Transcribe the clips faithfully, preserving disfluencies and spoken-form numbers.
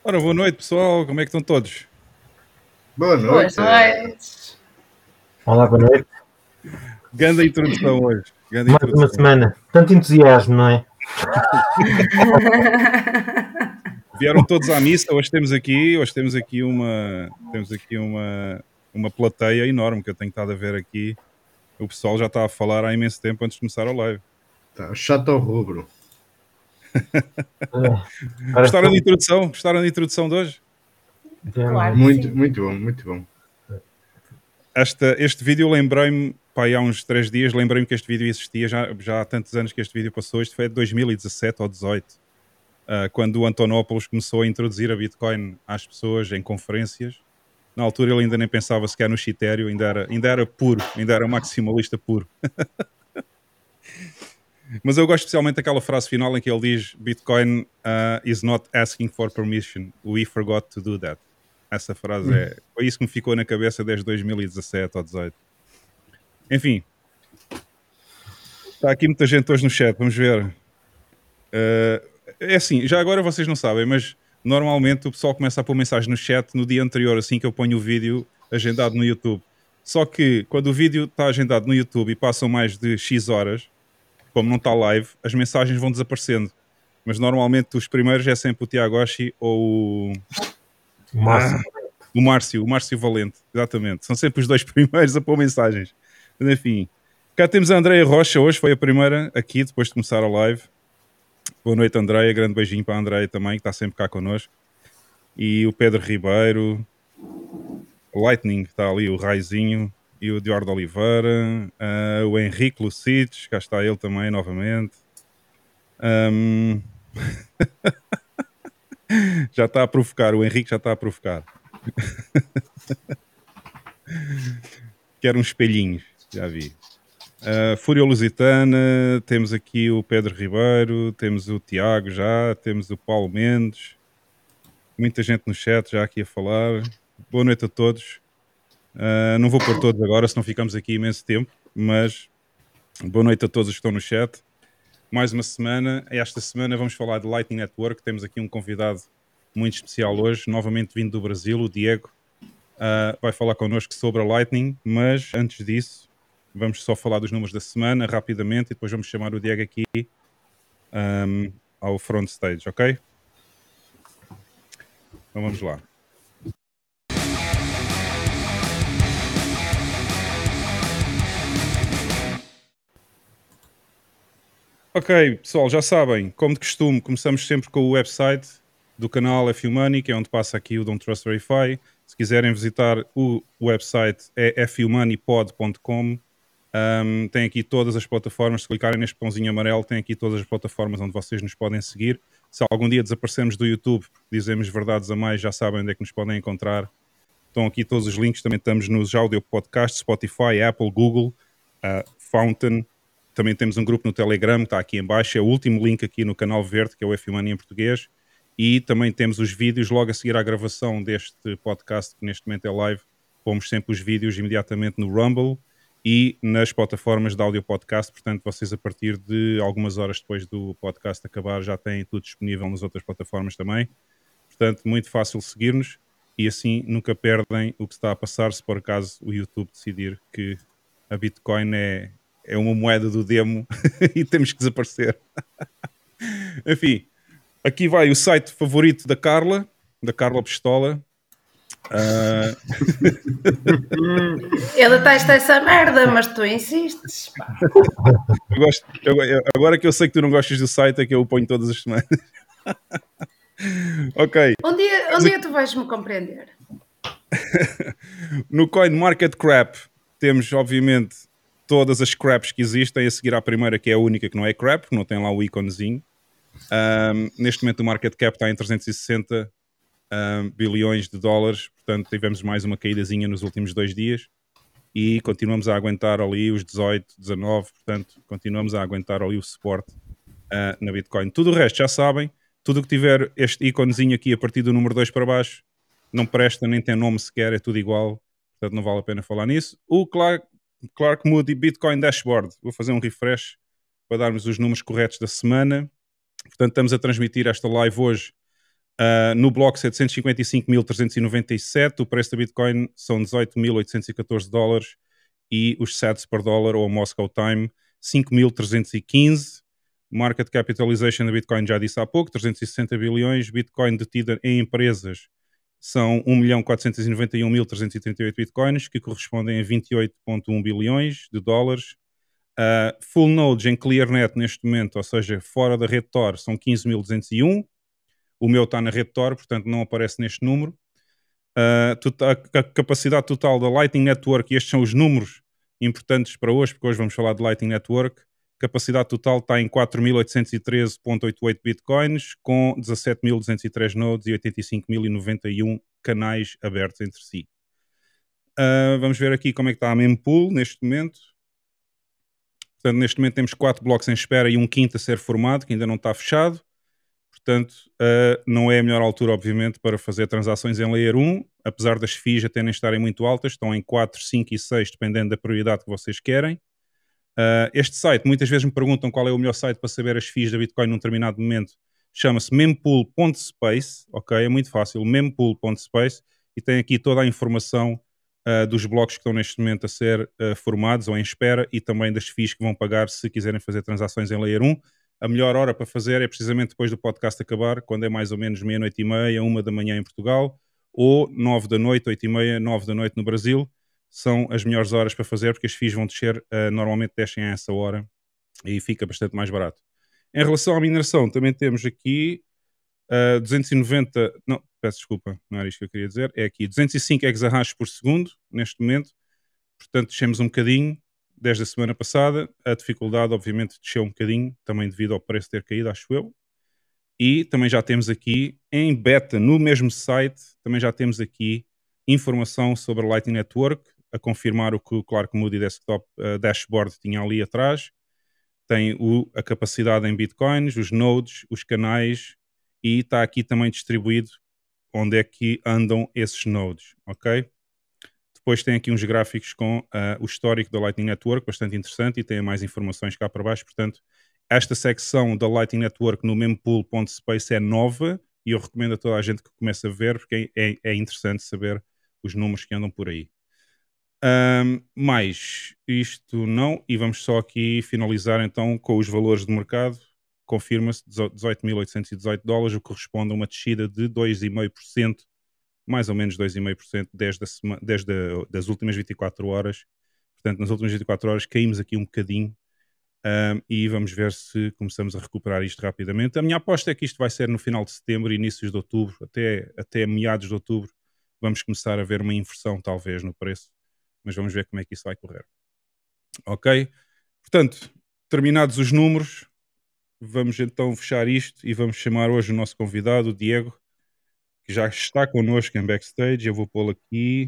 Ora, boa noite pessoal, como é que estão todos? Boa noite. Boas noites. Olá, boa noite. Grande introdução hoje. Grande Mais uma introdução. semana. Tanto entusiasmo, não é? Vieram todos à missa, hoje temos aqui, hoje temos aqui uma, temos aqui uma, uma plateia enorme que eu tenho estado a ver aqui. O pessoal já está a falar há imenso tempo antes de começar a live. Tá chato ao rubro. É, Gostaram da introdução? Gostaram da introdução de hoje? Claro. Muito, Sim. muito bom, muito bom. Esta, este vídeo lembrei-me, pá, há uns três dias, lembrei-me que este vídeo existia, já, já há tantos anos que este vídeo passou, isto foi de dois mil e dezassete ou dezoito, uh, quando o Antonopoulos começou a introduzir a Bitcoin às pessoas em conferências. Na altura ele ainda nem pensava sequer no chitério, ainda era, ainda era puro, ainda era maximalista puro. Mas eu gosto especialmente daquela frase final em que ele diz Bitcoin uh, is not asking for permission, we forgot to do that. Essa frase Hum. é, foi isso que me ficou na cabeça desde dois mil e dezassete ou dezoito. Enfim, está aqui muita gente hoje no chat, vamos ver. Uh, é assim, já agora vocês não sabem, mas normalmente o pessoal começa a pôr mensagem no chat no dia anterior, assim que eu ponho o vídeo agendado no YouTube. Só que quando o vídeo está agendado no YouTube e passam mais de X horas, como não está live, as mensagens vão desaparecendo. Mas normalmente os primeiros é sempre o Tiago Oshi ou o... Márcio. Ah, o Márcio, o Márcio Valente, exatamente. São sempre os dois primeiros a pôr mensagens. Mas enfim, cá temos a Andreia Rocha hoje, foi a primeira aqui, depois de começar a live. Boa noite, Andreia, grande beijinho para a Andreia também, que está sempre cá connosco. E o Pedro Ribeiro, o Lightning, que está ali, o Raizinho, e o Eduardo Oliveira, uh, o Henrique Lucides, cá está ele também, novamente. Um... já está a provocar, o Henrique já está a provocar. Quero uns espelhinhos, já vi. Uh, Fúria Lusitana, temos aqui o Pedro Ribeiro, temos o Tiago já, temos o Paulo Mendes, muita gente no chat já aqui a falar. Boa noite a todos. Uh, não vou pôr todos agora, senão ficamos aqui imenso tempo, mas boa noite a todos os que estão no chat. Mais uma semana, esta semana vamos falar de Lightning Network, temos aqui um convidado muito especial hoje, novamente vindo do Brasil, o Diego, uh, vai falar connosco sobre a Lightning, mas antes disso, vamos só falar dos números da semana rapidamente e depois vamos chamar o Diego aqui um, ao front stage, ok? Então vamos lá. Ok, pessoal, já sabem, como de costume, começamos sempre com o website do canal F U Money, que é onde passa aqui o Don't Trust Verify. Se quiserem visitar o website é f u money pod ponto com. Um, tem aqui todas as plataformas, se clicarem neste botãozinho amarelo, tem aqui todas as plataformas onde vocês nos podem seguir. Se algum dia desaparecermos do YouTube, porque dizemos verdades a mais, já sabem onde é que nos podem encontrar. Estão aqui todos os links, também estamos nos Audio Podcasts, Spotify, Apple, Google, uh, Fountain. Também temos um grupo no Telegram, que está aqui em baixo, é o último link aqui no canal verde, que é o F U Money em português. E também temos os vídeos, logo a seguir à gravação deste podcast, que neste momento é live, pomos sempre os vídeos imediatamente no Rumble e nas plataformas de áudio podcast, portanto vocês a partir de algumas horas depois do podcast acabar já têm tudo disponível nas outras plataformas também. Portanto, muito fácil seguir-nos e assim nunca perdem o que está a passar se por acaso o YouTube decidir que a Bitcoin é, é uma moeda do demo e temos que desaparecer. Enfim, aqui vai o site favorito da Carla, da Carla Pistola. Uh... Eu detesto essa merda, mas tu insistes. Pá. Eu gosto, eu, eu, agora que eu sei que tu não gostas do site, é que eu o ponho todas as semanas. Ok. Um dia, um dia tu vais-me compreender. No CoinMarketCap temos, obviamente, todas as craps que existem, a seguir à primeira, que é a única que não é crap, não tem lá o íconezinho. Um, neste momento o market cap está em trezentos e sessenta um, bilhões de dólares, portanto tivemos mais uma caídazinha nos últimos dois dias e continuamos a aguentar ali os dezoito, dezanove, portanto continuamos a aguentar ali o suporte uh, na Bitcoin. Tudo o resto já sabem, tudo o que tiver este íconezinho aqui a partir do número dois para baixo não presta, nem tem nome sequer, é tudo igual, portanto não vale a pena falar nisso. O Clark, Clark Moody Bitcoin Dashboard, vou fazer um refresh para darmos os números corretos da semana. Portanto, estamos a transmitir esta live hoje Uh, no bloco setecentos e cinquenta e cinco mil trezentos e noventa e sete, o preço da Bitcoin são dezoito mil oitocentos e catorze dólares e os sats per dólar, ou Moscow Time, cinco mil trezentos e quinze. Market capitalization da Bitcoin, já disse há pouco, trezentos e sessenta bilhões. Bitcoin detida em empresas são um milhão quatrocentos e noventa e um mil trezentos e trinta e oito bitcoins, que correspondem a vinte e oito vírgula um bilhões de dólares. Uh, full nodes em ClearNet neste momento, ou seja, fora da rede Tor, são quinze mil duzentos e um. O meu está na rede Tor, portanto não aparece neste número. Uh, a capacidade total da Lightning Network, e estes são os números importantes para hoje, porque hoje vamos falar de Lightning Network. Capacidade total está em quatro mil oitocentos e treze vírgula oitenta e oito bitcoins, com dezassete mil duzentos e três nodes e oitenta e cinco mil e noventa e um canais abertos entre si. Uh, vamos ver aqui como é que está a mempool neste momento. Portanto, neste momento temos quatro blocos em espera e um quinto a ser formado, que ainda não está fechado. Portanto, uh, não é a melhor altura, obviamente, para fazer transações em Layer um, apesar das fees até nem estarem muito altas, estão em quatro, cinco e seis, dependendo da prioridade que vocês querem. Uh, este site, muitas vezes me perguntam qual é o melhor site para saber as fees da Bitcoin num determinado momento. Chama-se mempool ponto space, ok? É muito fácil, mempool ponto space, e tem aqui toda a informação uh, dos blocos que estão neste momento a ser uh, formados ou em espera, e também das fees que vão pagar se quiserem fazer transações em Layer um. A melhor hora para fazer é precisamente depois do podcast acabar, quando é mais ou menos meia-noite e meia, uma da manhã em Portugal, ou nove da noite, oito e meia, nove da noite no Brasil. São as melhores horas para fazer, porque as fees vão descer, uh, normalmente descem a essa hora, e fica bastante mais barato. Em relação à mineração, também temos aqui uh, duzentos e noventa, não, peço desculpa, não era isto que eu queria dizer, é aqui duzentos e cinco exahashes por segundo, neste momento, portanto descemos um bocadinho, desde a semana passada. A dificuldade, obviamente, desceu um bocadinho, também devido ao preço ter caído, acho eu. E também já temos aqui, em beta, no mesmo site, também já temos aqui informação sobre a Lightning Network, a confirmar o que o Clark Moody Desktop uh, Dashboard tinha ali atrás. Tem o, a capacidade em Bitcoins, os nodes, os canais, e está aqui também distribuído onde é que andam esses nodes, ok? Depois tem aqui uns gráficos com uh, o histórico da Lightning Network, bastante interessante, e tem mais informações cá para baixo. Portanto, esta secção da Lightning Network no mempool ponto space é nova, e eu recomendo a toda a gente que comece a ver, porque é, é interessante saber os números que andam por aí. Um, mais isto não, e vamos só aqui finalizar então com os valores de mercado. Confirma-se dezoito mil oitocentos e dezoito dólares, o que corresponde a uma descida de dois vírgula cinco por cento, mais ou menos dois vírgula cinco por cento desde, a sema, desde a, das últimas vinte e quatro horas. Portanto, nas últimas vinte e quatro horas caímos aqui um bocadinho, um, e vamos ver se começamos a recuperar isto rapidamente. A minha aposta é que isto vai ser no final de setembro, inícios de outubro, até, até meados de outubro, vamos começar a ver uma inversão talvez no preço, mas vamos ver como é que isso vai correr. Ok? Portanto, terminados os números, vamos então fechar isto e vamos chamar hoje o nosso convidado, o Diego, que já está connosco em backstage. Eu vou pô-lo aqui.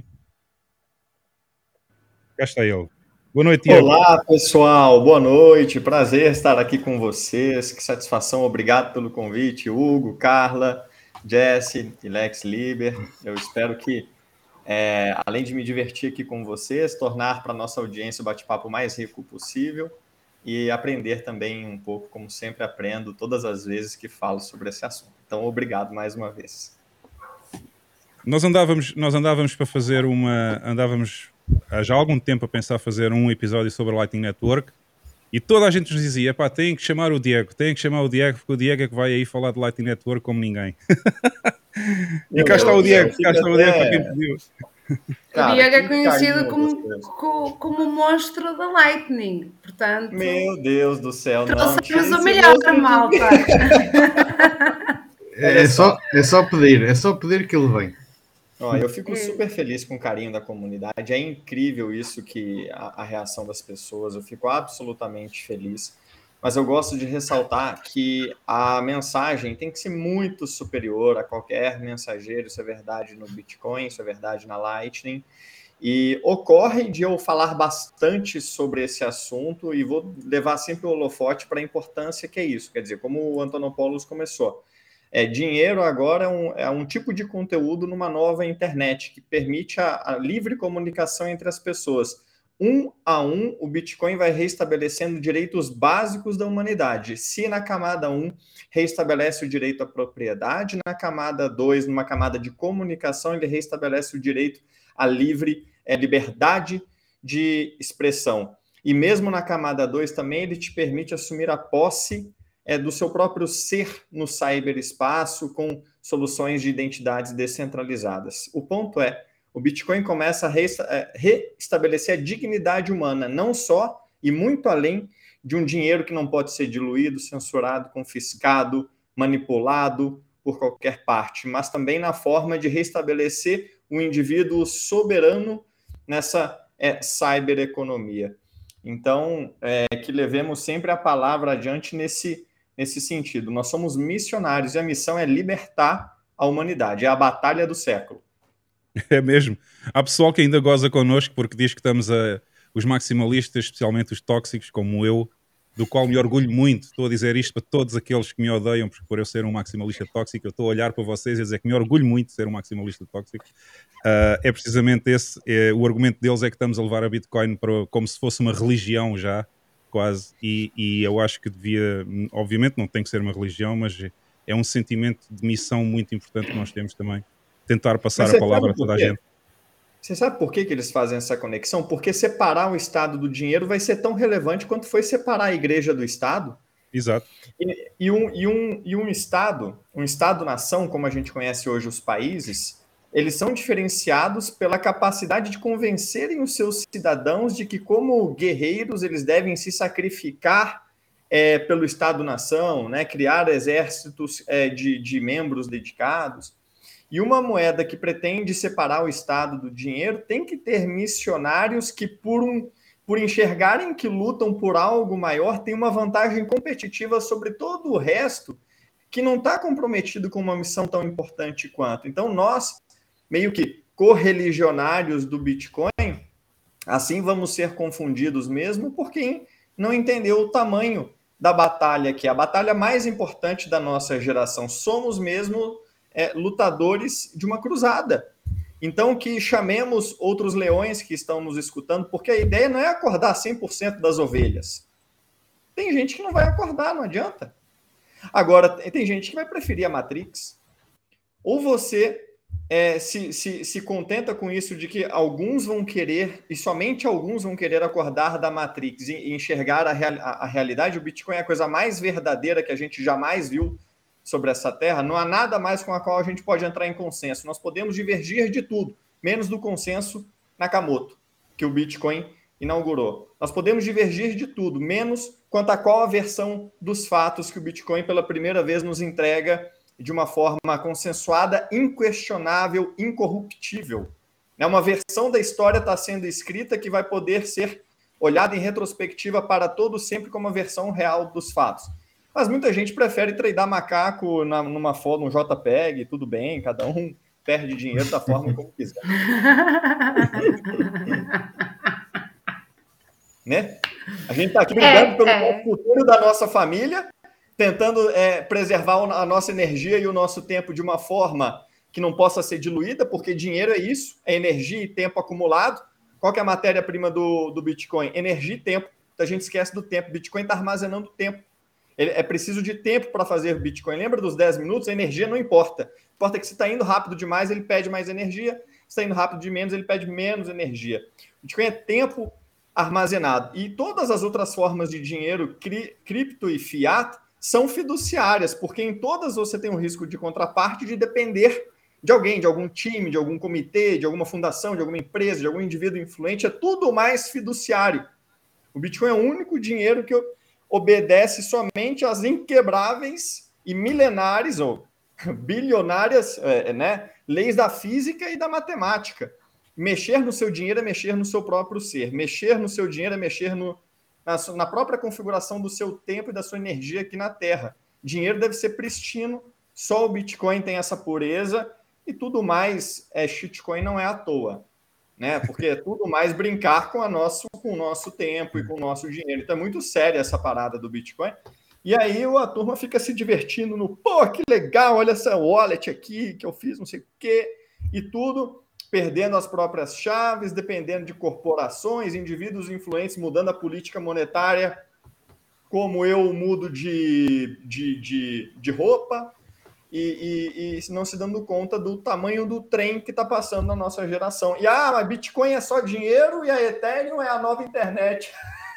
Cá está ele. Boa noite, Diego. Olá, pessoal. Boa noite. Prazer estar aqui com vocês. Que satisfação. Obrigado pelo convite, Hugo, Carla, Jesse e Lex Liber. Eu espero que, é, além de me divertir aqui com vocês, tornar para a nossa audiência o bate-papo mais rico possível e aprender também um pouco, como sempre aprendo, todas as vezes que falo sobre esse assunto. Então, obrigado mais uma vez. Nós andávamos, nós andávamos para fazer uma... Andávamos há já algum tempo a pensar fazer um episódio sobre a Lightning Network, e toda a gente nos dizia, pá, tem que chamar o Diego, tem que chamar o Diego, porque o Diego é que vai aí falar de Lightning Network como ninguém. E cá está o Diego, cá está o Diego para quem pediu. Cara, o Diego é conhecido como, como, como o monstro da Lightning, portanto... Meu Deus do céu, trouxemos o melhor, malta. É, é, só, é só pedir, é só pedir que ele vem. Ó, eu fico super feliz com o carinho da comunidade, é incrível isso, que a, a reação das pessoas, eu fico absolutamente feliz, mas eu gosto de ressaltar que a mensagem tem que ser muito superior a qualquer mensageiro, isso é verdade no Bitcoin, isso é verdade na Lightning, e ocorre de eu falar bastante sobre esse assunto e vou levar sempre o holofote para a importância que é isso, quer dizer, como o Antonopoulos começou. É, dinheiro agora é um, é um tipo de conteúdo numa nova internet que permite a, a livre comunicação entre as pessoas. um a um, o Bitcoin vai reestabelecendo direitos básicos da humanidade. Se na camada um reestabelece o direito à propriedade, na camada dois, numa camada de comunicação, ele reestabelece o direito à livre é, liberdade de expressão. E mesmo na camada dois também, ele te permite assumir a posse é, do seu próprio ser no cyberespaço com soluções de identidades descentralizadas. O ponto é, o Bitcoin começa a reestabelecer a dignidade humana, não só e muito além de um dinheiro que não pode ser diluído, censurado, confiscado, manipulado por qualquer parte, mas também na forma de reestabelecer o indivíduo soberano nessa é, cybereconomia. Então, é, que levemos sempre a palavra adiante nesse, nesse sentido. Nós somos missionários e a missão é libertar a humanidade, é a batalha do século. É mesmo. Há pessoal que ainda goza connosco porque diz que estamos a... os maximalistas, especialmente os tóxicos, como eu, do qual me orgulho muito. Estou a dizer isto para todos aqueles que me odeiam porque por eu ser um maximalista tóxico. Eu estou a olhar para vocês e a dizer que me orgulho muito de ser um maximalista tóxico. Uh, é precisamente esse. É, o argumento deles é que estamos a levar a Bitcoin para, como se fosse uma religião já, quase. E, e eu acho que devia... Obviamente não tem que ser uma religião, mas é um sentimento de missão muito importante que nós temos também. Tentar passar a palavra a toda a gente. Você sabe por que, que eles fazem essa conexão? Porque separar o Estado do dinheiro vai ser tão relevante quanto foi separar a igreja do Estado. Exato. E, e, um, e, um, e um Estado, um Estado-nação, como a gente conhece hoje os países, eles são diferenciados pela capacidade de convencerem os seus cidadãos de que, como guerreiros, eles devem se sacrificar é, pelo Estado-nação, né? Criar exércitos é, de, de membros dedicados. E uma moeda que pretende separar o Estado do dinheiro tem que ter missionários que, por, um, por enxergarem que lutam por algo maior, têm uma vantagem competitiva sobre todo o resto que não está comprometido com uma missão tão importante quanto. Então, nós, meio que correligionários do Bitcoin, assim vamos ser confundidos mesmo por quem não entendeu o tamanho da batalha, que é a batalha mais importante da nossa geração. Somos mesmo... É, lutadores de uma cruzada. Então, que chamemos outros leões que estão nos escutando, porque a ideia não é acordar cem por cento das ovelhas. Tem gente que não vai acordar, não adianta. Agora, tem gente que vai preferir a Matrix. Ou você é, se, se, se contenta com isso de que alguns vão querer, e somente alguns vão querer acordar da Matrix e, e enxergar a, real, a, a realidade. O Bitcoin é a coisa mais verdadeira que a gente jamais viu sobre essa terra. Não há nada mais com a qual a gente pode entrar em consenso. Nós podemos divergir de tudo, menos do consenso Nakamoto, que o Bitcoin inaugurou. Nós podemos divergir de tudo, menos quanto a qual a versão dos fatos que o Bitcoin pela primeira vez nos entrega de uma forma consensuada, inquestionável, incorruptível. Uma versão da história está sendo escrita que vai poder ser olhada em retrospectiva para todos sempre como a versão real dos fatos. Mas muita gente prefere tradar macaco na, numa foto, num JPEG, tudo bem, cada um perde dinheiro da forma como quiser. Né? A gente está aqui brigando é, pelo é. futuro da nossa família, tentando é, preservar a nossa energia e o nosso tempo de uma forma que não possa ser diluída, porque dinheiro é isso, é energia e tempo acumulado. Qual que é a matéria-prima do, do Bitcoin? Energia e tempo. A gente esquece do tempo. Bitcoin está armazenando tempo. É preciso de tempo para fazer Bitcoin. Lembra dos dez minutos? A energia não importa. Importa que se está indo rápido demais, ele pede mais energia. Se está indo rápido de menos, ele pede menos energia. Bitcoin é tempo armazenado. E todas as outras formas de dinheiro, cri, cripto e fiat, são fiduciárias, porque em todas você tem o risco de contraparte de depender de alguém, de algum time, de algum comitê, de alguma fundação, de alguma empresa, de algum indivíduo influente. É tudo mais fiduciário. O Bitcoin é o único dinheiro que eu obedece somente às inquebráveis e milenares ou bilionárias é, né, leis da física e da matemática. Mexer no seu dinheiro é mexer no seu próprio ser. Mexer no seu dinheiro é mexer no, na, na própria configuração do seu tempo e da sua energia aqui na Terra. Dinheiro deve ser pristino, só o Bitcoin tem essa pureza e tudo mais, é, shitcoin não é à toa. Né? Porque é tudo mais brincar com, a nosso, com o nosso tempo e com o nosso dinheiro. Então é muito séria essa parada do Bitcoin. E aí a turma fica se divertindo no, pô, que legal, olha essa wallet aqui que eu fiz, não sei o quê, e tudo. perdendo as próprias chaves, dependendo de corporações, indivíduos influentes, mudando a política monetária, como eu mudo de, de, de, de roupa, e, e, e não se dando conta do tamanho do trem que está passando na nossa geração. E, ah, mas Bitcoin é só dinheiro e a Ethereum é a nova internet.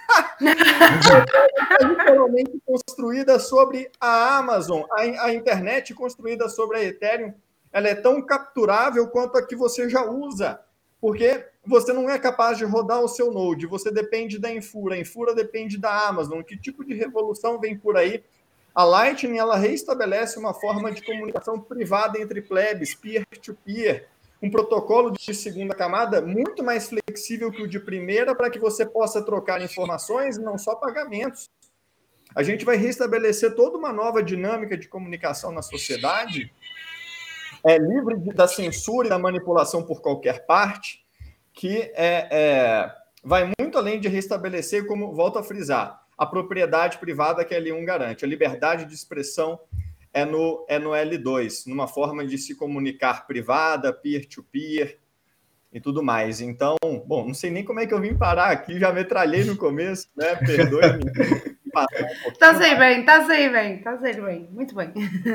É literalmente construída sobre a Amazon, a, a internet construída sobre a Ethereum, ela é tão capturável quanto a que você já usa, porque você não é capaz de rodar o seu Node, você depende da Infura, a Infura depende da Amazon. Que tipo de revolução vem por aí? A Lightning, ela reestabelece uma forma de comunicação privada entre plebes, peer-to-peer, um protocolo de segunda camada muito mais flexível que o de primeira, para que você possa trocar informações e não só pagamentos. A gente vai restabelecer toda uma nova dinâmica de comunicação na sociedade, é livre da censura e da manipulação por qualquer parte, que é, é, vai muito além de restabelecer, como volto a frisar, a propriedade privada que a L um garante. A liberdade de expressão é no, é no L dois, numa forma de se comunicar privada, peer-to-peer e tudo mais. Então, bom, não sei nem como é que eu vim parar aqui, já metralhei no começo, né? Perdoe-me. Está a sair bem, está a sair bem, está a sair bem, muito bem.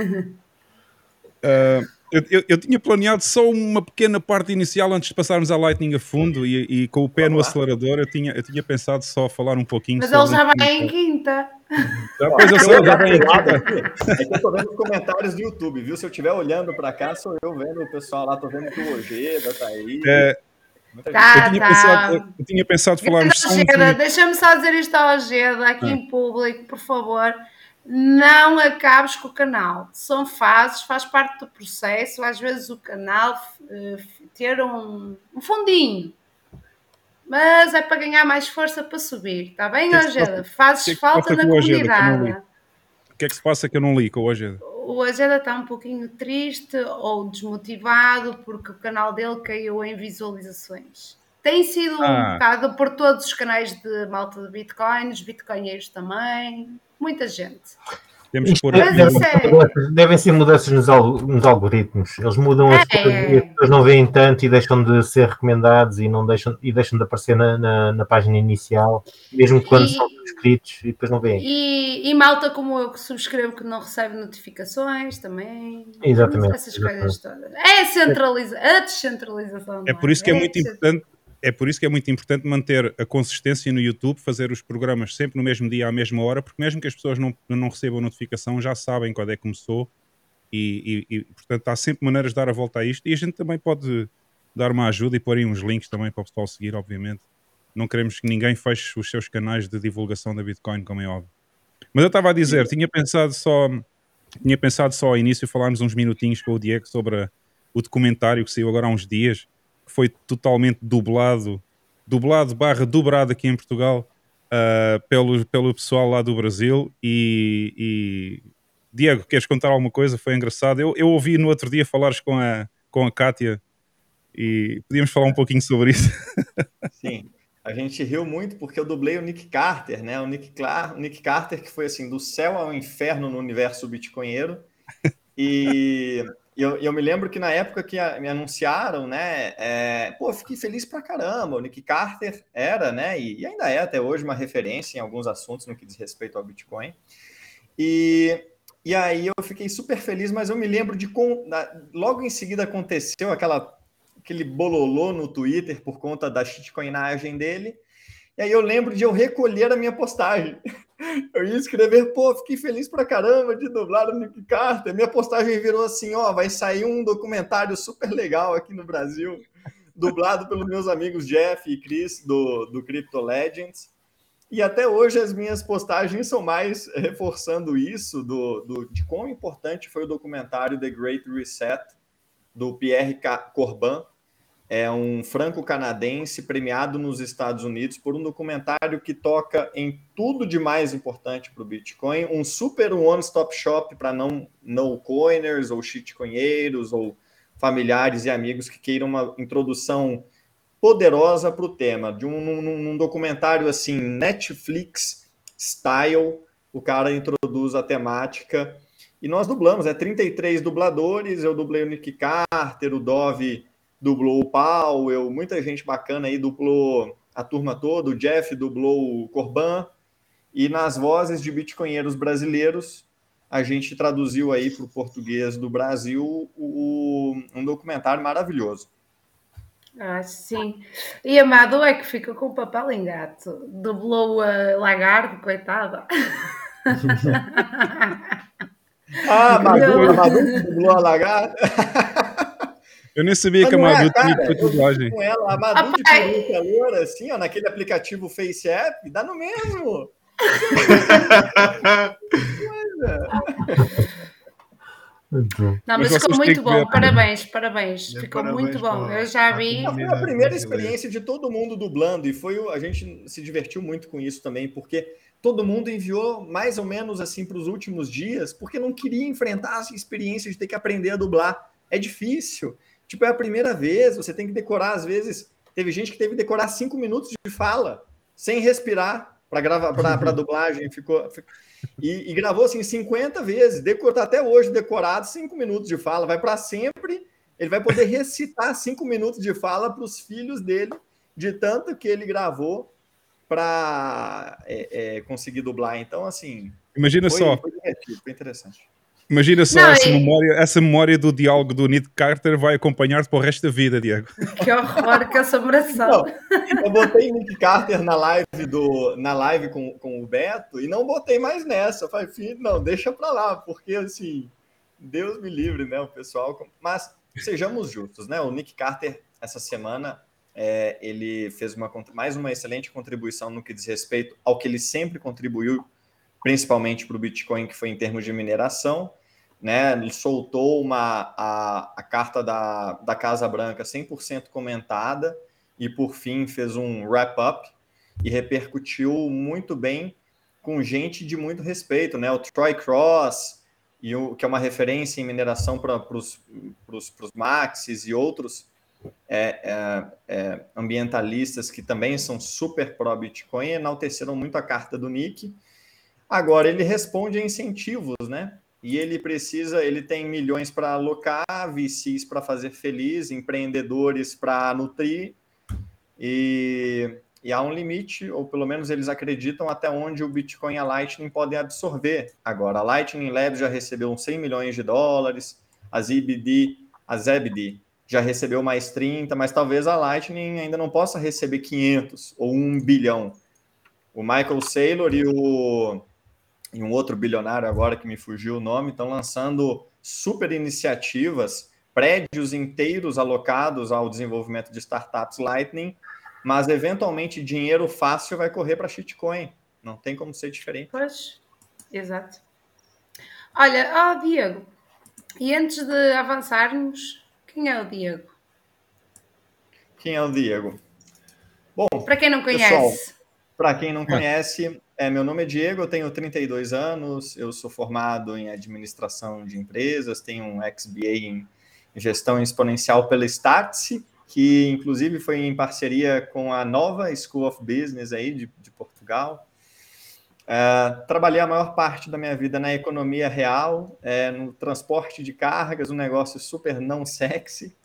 Uh, eu, eu, eu tinha planeado só uma pequena parte inicial antes de passarmos a Lightning a fundo e, e com o pé no acelerador eu tinha, eu tinha pensado só falar um pouquinho Mas sobre... ele já vai em quinta. Depois eu sei, já vai em quinta. É que eu tô vendo os comentários do YouTube, viu? Se eu estiver olhando para cá, sou eu vendo o pessoal lá, tô vendo que o Ojeda tá aí. É, tá, eu, tinha tá. Pensado, eu, eu tinha pensado falarmos só um Ojeda, deixa-me só dizer isto ao Ojeda, aqui ah. em público, por favor. Não acabes com o canal, são fases, faz parte do processo. Às vezes o canal uh, ter um, um fundinho, mas é para ganhar mais força para subir, está bem, Ojeda? Fazes que que falta na comunidade. O que é que se passa que eu não li com o Ojeda? O Ojeda está um pouquinho triste ou desmotivado porque o canal dele caiu em visualizações. Tem sido ah. um bocado por todos os canais de malta de Bitcoin, os bitcoinheiros também, muita gente. Temos que pôr deve, é... Devem ser mudanças nos, nos algoritmos. Eles mudam é, as coisas e as pessoas não veem tanto e deixam de ser recomendados e, não deixam, e deixam de aparecer na, na, na página inicial, mesmo quando e, são subscritos e depois não veem. E, e malta como eu que subscrevo que não recebe notificações também. Exatamente. Essas exatamente. coisas todas. É a, centraliza... a descentralização. É por isso que é, é muito importante. É por isso que é muito importante manter a consistência no YouTube, fazer os programas sempre no mesmo dia, à mesma hora, porque mesmo que as pessoas não, não recebam notificação, já sabem quando é que começou e, e, e, portanto, há sempre maneiras de dar a volta a isto. E a gente também pode dar uma ajuda e pôr aí uns links também para o pessoal seguir, obviamente. Não queremos que ninguém feche os seus canais de divulgação da Bitcoin, como é óbvio. Mas eu estava a dizer, tinha pensado só, tinha pensado só ao início falarmos uns minutinhos com o Diego sobre a, o documentário que saiu agora há uns dias, que foi totalmente dublado, dublado barra dobrado aqui em Portugal uh, pelo, pelo pessoal lá do Brasil. E, e Diego, queres contar alguma coisa? Foi engraçado. Eu, eu ouvi no outro dia falares com a, com a Kátia e podíamos falar um pouquinho sobre isso. Sim, a gente riu muito porque eu dublei o Nick Carter, né? O Nick, Clar, o Nick Carter que foi assim, do céu ao inferno no universo bitcoinheiro. E... E eu, eu me lembro que na época que a, me anunciaram, né, é, pô, eu fiquei feliz pra caramba. O Nick Carter era, né, e, e ainda é até hoje uma referência em alguns assuntos no que diz respeito ao Bitcoin. E, e aí eu fiquei super feliz, mas eu me lembro de, com, na, logo em seguida aconteceu aquela, aquele bololô no Twitter por conta da shitcoinagem dele. E aí eu lembro de eu recolher a minha postagem. Eu ia escrever, pô, fiquei feliz pra caramba de dublar o Nick Carter. Minha postagem virou assim, ó, vai sair um documentário super legal aqui no Brasil, dublado pelos meus amigos Jeff e Chris do, do Crypto Legends. E até hoje as minhas postagens são mais reforçando isso, do, do, de quão importante foi o documentário The Great Reset, do Pierre Corbin. É um franco-canadense premiado nos Estados Unidos por um documentário que toca em tudo de mais importante para o Bitcoin, um super one-stop shop para não no-coiners ou shitcoinheiros ou familiares e amigos que queiram uma introdução poderosa para o tema, de um, um, um documentário assim, Netflix style, o cara introduz a temática e nós dublamos, é trinta e três dubladores, eu dublei o Nick Carter, o Dove dublou o Powell, muita gente bacana aí dublou a turma toda, o Jeff dublou o Corban, e nas vozes de bitcoinheiros brasileiros, a gente traduziu aí para o português do Brasil o, um documentário maravilhoso. Ah, sim. E a Madu é que fica com o papel em gato. Dublou a Lagarde, coitada. Ah, Madu, a Madu dublou a Lagarde? Eu nem sabia que a Madu tinha feito dublagem. Com ela, a Madu de peruca loura, assim, ó, naquele aplicativo Face App, dá no mesmo. Não, mas ficou muito bom, parabéns, parabéns, ficou muito bom, eu já vi. Foi a primeira experiência de todo mundo dublando, e foi a gente se divertiu muito com isso também, porque todo mundo enviou mais ou menos assim para os últimos dias, porque não queria enfrentar essa experiência de ter que aprender a dublar. É difícil. Tipo, é a primeira vez, você tem que decorar, às vezes, teve gente que teve que decorar cinco minutos de fala, sem respirar, para gravar, para dublagem, ficou... E, e gravou assim cinquenta vezes, decor, tá até hoje decorado, cinco minutos de fala, vai para sempre, ele vai poder recitar cinco minutos de fala para os filhos dele, de tanto que ele gravou para é, é, conseguir dublar. Então, assim, imagina foi, só. Foi divertido, foi interessante. Imagina só, Não, essa, e... memória, essa memória do diálogo do Nick Carter vai acompanhar-te para o resto da vida, Diego. Que horror, que assombração. Não, eu botei Nick Carter na live, do, na live com, com o Beto e não botei mais nessa. Eu falei, filho, não, deixa para lá, porque assim, Deus me livre, né, o pessoal. Mas sejamos justos, né? O Nick Carter, essa semana, é, ele fez uma, mais uma excelente contribuição no que diz respeito ao que ele sempre contribuiu, principalmente para o Bitcoin, que foi em termos de mineração, né? Ele soltou uma, a, a carta da, da Casa Branca cem por cento comentada e, por fim, fez um wrap-up e repercutiu muito bem com gente de muito respeito, né? O Troy Cross, e o, que é uma referência em mineração para os Maxis e outros é, é, é, ambientalistas que também são super pró-Bitcoin, enalteceram muito a carta do Nick. Agora, ele responde a incentivos, né? E ele precisa, ele tem milhões para alocar, V Cs para fazer feliz, empreendedores para nutrir, e, e há um limite, ou pelo menos eles acreditam até onde o Bitcoin e a Lightning podem absorver. Agora, a Lightning Labs já recebeu uns cem milhões de dólares, a Z B D, a Zebedee já recebeu mais trinta, mas talvez a Lightning ainda não possa receber quinhentos ou um bilhão. O Michael Saylor e o... e um outro bilionário agora que me fugiu o nome, estão lançando super iniciativas, prédios inteiros alocados ao desenvolvimento de startups Lightning, mas eventualmente dinheiro fácil vai correr para shitcoin. Não tem como ser diferente. Pois, exato. Olha, ó oh, Diego, e antes de avançarmos, quem é o Diego? Quem é o Diego? Bom, para quem não conhece. Para quem não conhece, é, meu nome é Diego, eu tenho trinta e dois anos, eu sou formado em administração de empresas, tenho um X B A em gestão exponencial pela Startse, que inclusive foi em parceria com a Nova School of Business aí de, de Portugal. Uh, trabalhei a maior parte da minha vida na economia real, é, no transporte de cargas, um negócio super não sexy.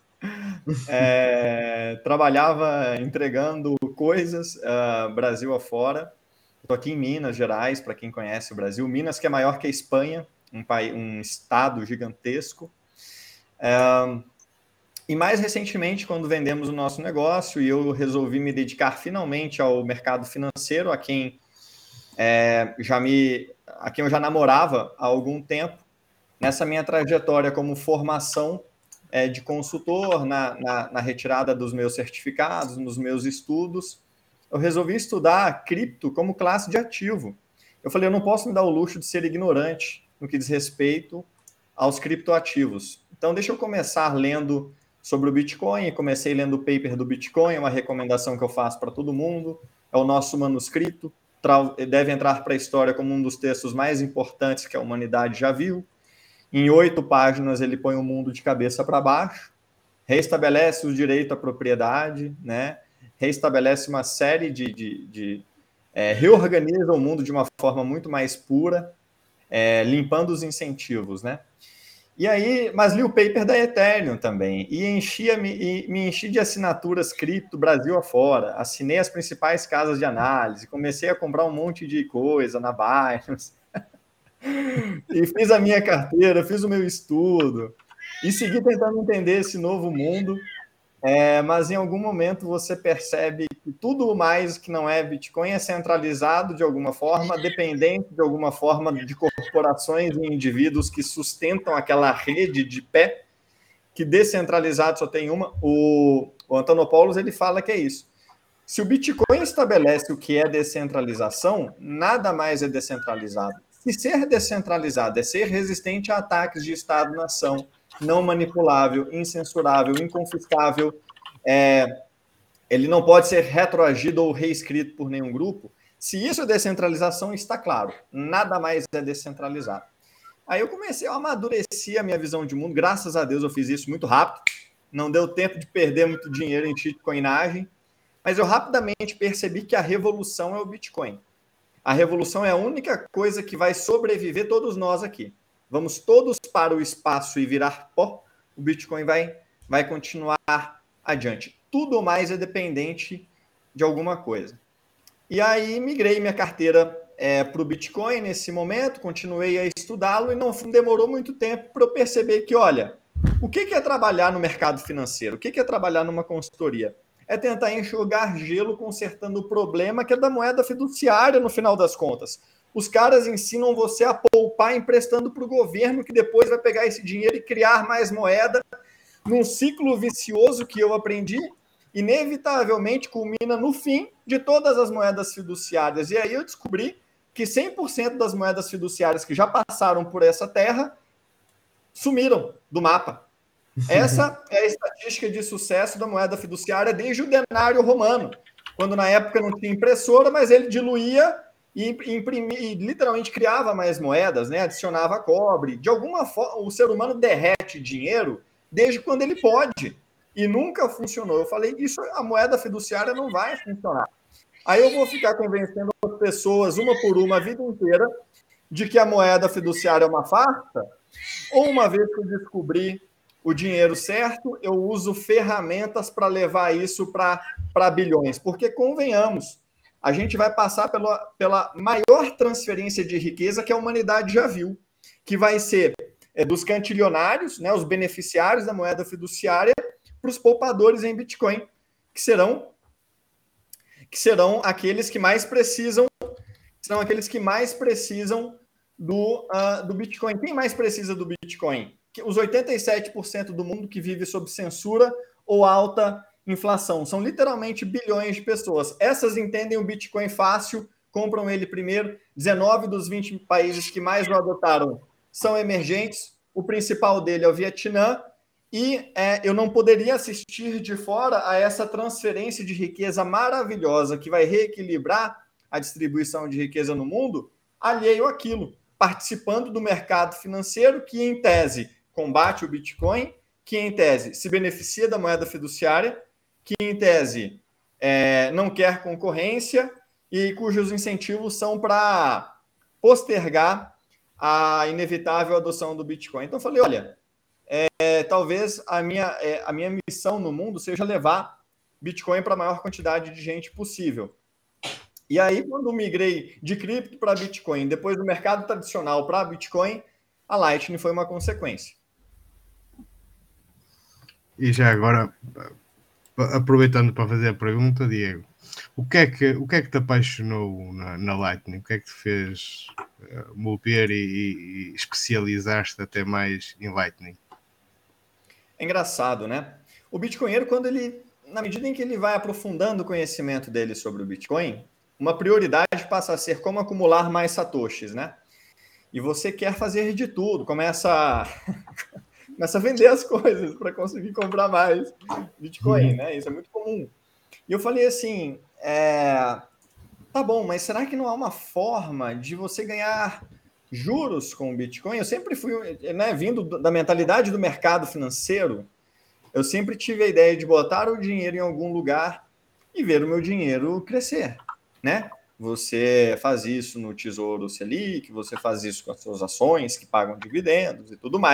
É, trabalhava entregando coisas uh, Brasil afora. Estou aqui em Minas Gerais, para quem conhece o Brasil. Minas, que é maior que a Espanha, um, país, um estado gigantesco. É, e mais recentemente, quando vendemos o nosso negócio e eu resolvi me dedicar finalmente ao mercado financeiro, a quem, é, já me, a quem eu já namorava há algum tempo, nessa minha trajetória como formação é, de consultor, na, na, na retirada dos meus certificados, nos meus estudos, eu resolvi estudar cripto como classe de ativo. Eu falei, eu não posso me dar o luxo de ser ignorante no que diz respeito aos criptoativos. Então, deixa eu começar lendo sobre o Bitcoin. Comecei lendo o paper do Bitcoin, uma recomendação que eu faço para todo mundo. É o nosso manuscrito, deve entrar para a história como um dos textos mais importantes que a humanidade já viu. Em oito páginas, ele põe o mundo de cabeça para baixo, reestabelece o direito à propriedade, né? Reestabelece uma série de... de, de é, reorganiza o mundo de uma forma muito mais pura, é, limpando os incentivos, né? E aí, mas li o paper da Ethereum também, e, enchia, me, e me enchi de assinaturas cripto Brasil afora, assinei as principais casas de análise, comecei a comprar um monte de coisa na Binance, e fiz a minha carteira, fiz o meu estudo, e segui tentando entender esse novo mundo, é, mas em algum momento você percebe que tudo mais que não é Bitcoin é centralizado de alguma forma, dependente de alguma forma de corporações e indivíduos que sustentam aquela rede de pé, que descentralizado só tem uma. O, o Antonopoulos, ele fala que é isso. Se o Bitcoin estabelece o que é descentralização, nada mais é descentralizado. Se ser descentralizado é ser resistente a ataques de Estado-nação, não manipulável, incensurável, inconfiscável, é, ele não pode ser retroagido ou reescrito por nenhum grupo. Se isso é descentralização, está claro, nada mais é descentralizado. Aí eu comecei a amadurecer a minha visão de mundo, graças a Deus eu fiz isso muito rápido, não deu tempo de perder muito dinheiro em shitcoinagem, mas eu rapidamente percebi que a revolução é o Bitcoin. A revolução é a única coisa que vai sobreviver todos nós aqui. Vamos todos para o espaço e virar pó, o Bitcoin vai, vai continuar adiante. Tudo mais é dependente de alguma coisa. E aí migrei minha carteira é, para o Bitcoin nesse momento, continuei a estudá-lo e não demorou muito tempo para eu perceber que, olha, o que é trabalhar no mercado financeiro? O que é trabalhar numa consultoria? É tentar enxugar gelo consertando o problema que é da moeda fiduciária no final das contas. Os caras ensinam você a poupar emprestando para o governo, que depois vai pegar esse dinheiro e criar mais moeda, num ciclo vicioso que eu aprendi, inevitavelmente culmina no fim de todas as moedas fiduciárias. E aí eu descobri que cem por cento das moedas fiduciárias que já passaram por essa terra sumiram do mapa. Essa é a estatística de sucesso da moeda fiduciária desde o denário romano, quando na época não tinha impressora, mas ele diluía e imprimia, e literalmente criava mais moedas, né? Adicionava cobre. De alguma forma, o ser humano derrete dinheiro desde quando ele pode. E nunca funcionou. Eu falei, isso, a moeda fiduciária não vai funcionar. Aí eu vou ficar convencendo as pessoas, uma por uma, a vida inteira, de que a moeda fiduciária é uma farsa, ou uma vez que eu descobri o dinheiro certo, eu uso ferramentas para levar isso para bilhões. Porque, convenhamos, a gente vai passar pela, pela maior transferência de riqueza que a humanidade já viu, que vai ser é, dos cantilionários, né, os beneficiários da moeda fiduciária, para os poupadores em Bitcoin, que serão, que serão aqueles que mais precisam, serão aqueles que mais precisam do, uh, do Bitcoin. Quem mais precisa do Bitcoin? Os oitenta e sete por cento do mundo que vive sob censura ou alta inflação. São literalmente bilhões de pessoas. Essas entendem o Bitcoin fácil, compram ele primeiro. dezenove dos vinte países que mais o adotaram são emergentes. O principal dele é o Vietnã. E é, eu não poderia assistir de fora a essa transferência de riqueza maravilhosa que vai reequilibrar a distribuição de riqueza no mundo, alheio àquilo, participando do mercado financeiro que, em tese, combate o Bitcoin, que, em tese, se beneficia da moeda fiduciária, que, em tese, é, não quer concorrência e cujos incentivos são para postergar a inevitável adoção do Bitcoin. Então, eu falei, olha, é, talvez a minha, é, a minha missão no mundo seja levar Bitcoin para a maior quantidade de gente possível. E aí, quando migrei de cripto para Bitcoin, depois do mercado tradicional para Bitcoin, a Lightning foi uma consequência. E já agora, aproveitando para fazer a pergunta, Diego, o que é que, o que, é que te apaixonou na, na Lightning? O que é que te fez uh, mover e, e especializar-te até mais em Lightning? É engraçado, né? O bitcoinheiro, quando ele, na medida em que ele vai aprofundando o conhecimento dele sobre o Bitcoin, uma prioridade passa a ser como acumular mais satoshis, né? E você quer fazer de tudo, começa a, começa a vender as coisas para conseguir comprar mais Bitcoin, né? Isso é muito comum. E eu falei assim, é, tá bom, mas será que não há uma forma de você ganhar juros com o Bitcoin? Eu sempre fui, né, vindo da mentalidade do mercado financeiro, eu sempre tive a ideia de botar o dinheiro em algum lugar e ver o meu dinheiro crescer, né? Você faz isso no Tesouro Selic, você faz isso com as suas ações que pagam dividendos e tudo mais.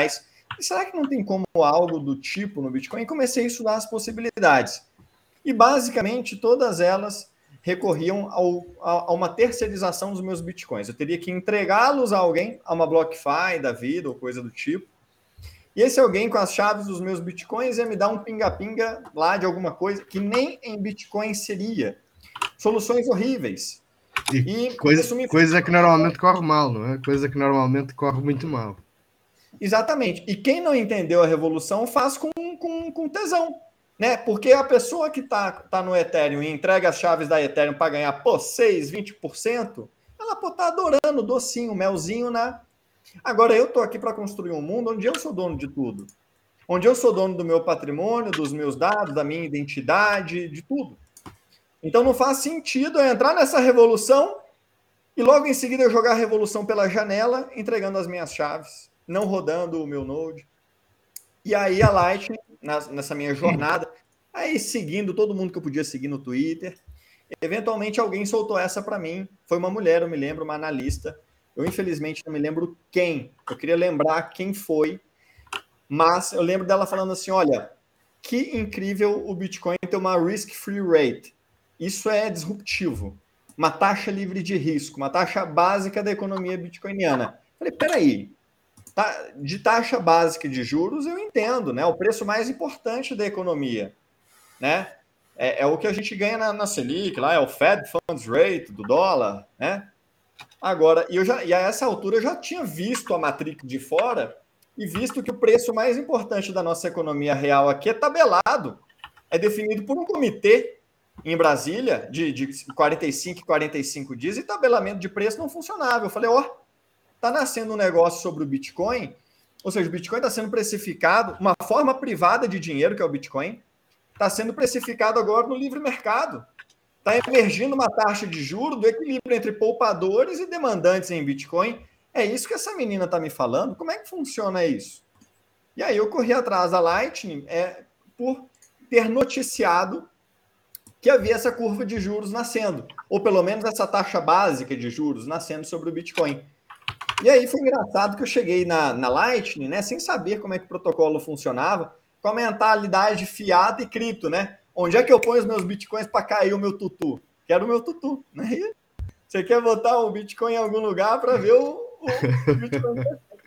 E será que não tem como algo do tipo no Bitcoin? E comecei a estudar as possibilidades. E basicamente todas elas recorriam ao, a, a uma terceirização dos meus Bitcoins. Eu teria que entregá-los a alguém, a uma BlockFi da vida ou coisa do tipo. E esse alguém com as chaves dos meus Bitcoins ia me dar um pinga-pinga lá de alguma coisa que nem em Bitcoin seria. Soluções horríveis. E, e coisa, me... coisa que normalmente corre mal, não é? Coisa que normalmente corre muito mal. Exatamente. E quem não entendeu a revolução faz com, com, com tesão, né? Porque a pessoa que está tá no Ethereum e entrega as chaves da Ethereum para ganhar, pô, seis, vinte por cento, ela pô, tá adorando o docinho, o melzinho, né? Agora eu tô aqui para construir um mundo onde eu sou dono de tudo. Onde eu sou dono do meu patrimônio, dos meus dados, da minha identidade, de tudo. Então não faz sentido eu entrar nessa revolução e logo em seguida eu jogar a revolução pela janela, entregando as minhas chaves, não rodando o meu Node. E aí a Lightning, nessa minha jornada, aí seguindo todo mundo que eu podia seguir no Twitter, eventualmente alguém soltou essa para mim. Foi uma mulher, eu me lembro, uma analista. Eu infelizmente não me lembro quem. Eu queria lembrar quem foi, mas eu lembro dela falando assim, olha, que incrível o Bitcoin ter uma risk-free rate. Isso é disruptivo. Uma taxa livre de risco, uma taxa básica da economia bitcoiniana. Falei, peraí, tá, de taxa básica de juros eu entendo, né? O preço mais importante da economia, né? É, é o que a gente ganha na, na Selic, lá é o Fed Funds Rate do dólar, né? Agora, e, eu já, e a essa altura eu já tinha visto a Matrix de fora e visto que o preço mais importante da nossa economia real aqui é tabelado, é definido por um comitê em Brasília, de, de quarenta e cinco, quarenta e cinco dias, e tabelamento de preço não funcionava. Eu falei, ó, oh, tá nascendo um negócio sobre o Bitcoin, ou seja, o Bitcoin está sendo precificado, uma forma privada de dinheiro, que é o Bitcoin, está sendo precificado agora no livre mercado. Está emergindo uma taxa de juros do equilíbrio entre poupadores e demandantes em Bitcoin. É isso que essa menina está me falando. Como é que funciona isso? E aí eu corri atrás da Lightning é, por ter noticiado que havia essa curva de juros nascendo, ou pelo menos essa taxa básica de juros nascendo sobre o Bitcoin. E aí foi engraçado que eu cheguei na, na Lightning, né, sem saber como é que o protocolo funcionava, com a mentalidade fiat e cripto, né? Onde é que eu ponho os meus Bitcoins para cair o meu tutu? Quero o meu tutu, né? E você quer botar o Bitcoin em algum lugar para ver o, o Bitcoin.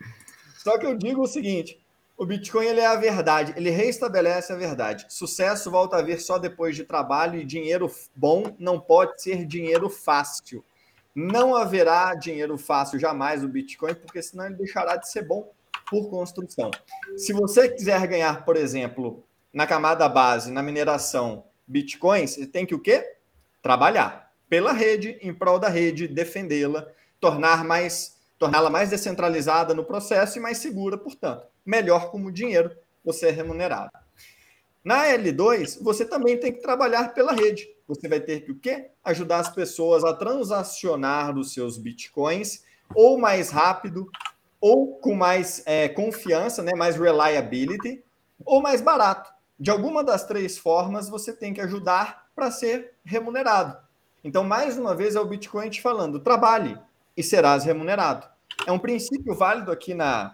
Só que eu digo o seguinte, o Bitcoin ele é a verdade, ele reestabelece a verdade. Sucesso volta a vir só depois de trabalho e dinheiro bom não pode ser dinheiro fácil. Não haverá dinheiro fácil jamais no Bitcoin, porque senão ele deixará de ser bom por construção. Se você quiser ganhar, por exemplo, na camada base, na mineração, Bitcoins, você tem que o quê? Trabalhar pela rede, em prol da rede, defendê-la, tornar mais, torná-la mais descentralizada no processo e mais segura, portanto. Melhor como dinheiro, você é remunerado. Na L dois, você também tem que trabalhar pela rede. Você vai ter que o quê? Ajudar as pessoas a transacionar os seus bitcoins ou mais rápido, ou com mais é, confiança, né? Mais reliability, ou mais barato. De alguma das três formas, você tem que ajudar para ser remunerado. Então, mais uma vez, é o Bitcoin te falando, trabalhe e serás remunerado. É um princípio válido aqui na...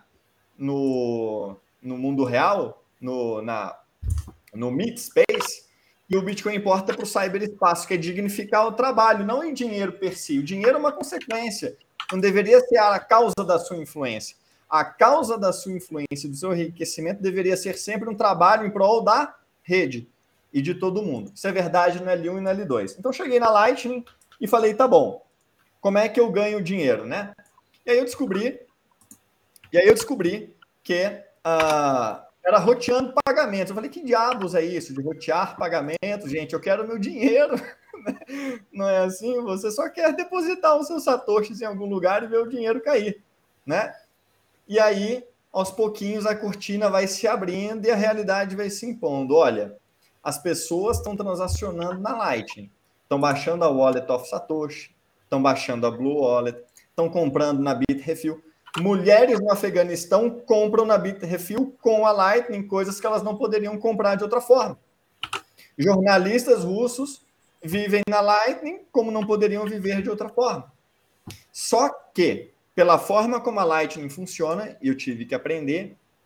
No, no mundo real, no, na, no Meet Space, e o Bitcoin importa para o cyberespaço, que é dignificar o trabalho, não em dinheiro per si. O dinheiro é uma consequência, não deveria ser a causa da sua influência. A causa da sua influência, do seu enriquecimento, deveria ser sempre um trabalho em prol da rede e de todo mundo. Isso é verdade no L um e no L dois. Então, cheguei na Lightning e falei, tá bom, como é que eu ganho dinheiro, né? E aí eu descobri E aí eu descobri que uh, era roteando pagamentos. Eu falei, que diabos é isso de rotear pagamentos? Gente, eu quero meu dinheiro. Não é assim? Você só quer depositar os seus satoshis em algum lugar e ver o dinheiro cair, né? E aí, aos pouquinhos, a cortina vai se abrindo e a realidade vai se impondo. Olha, as pessoas estão transacionando na Lightning. Estão baixando a Wallet of Satoshi, estão baixando a Blue Wallet, estão comprando na Bitrefill. Mulheres no Afeganistão compram na Bitrefill com a Lightning coisas que elas não poderiam comprar de outra forma. Jornalistas russos vivem na Lightning como não poderiam viver de outra forma. Só que, pela forma como a Lightning funciona, e eu tive que aprender,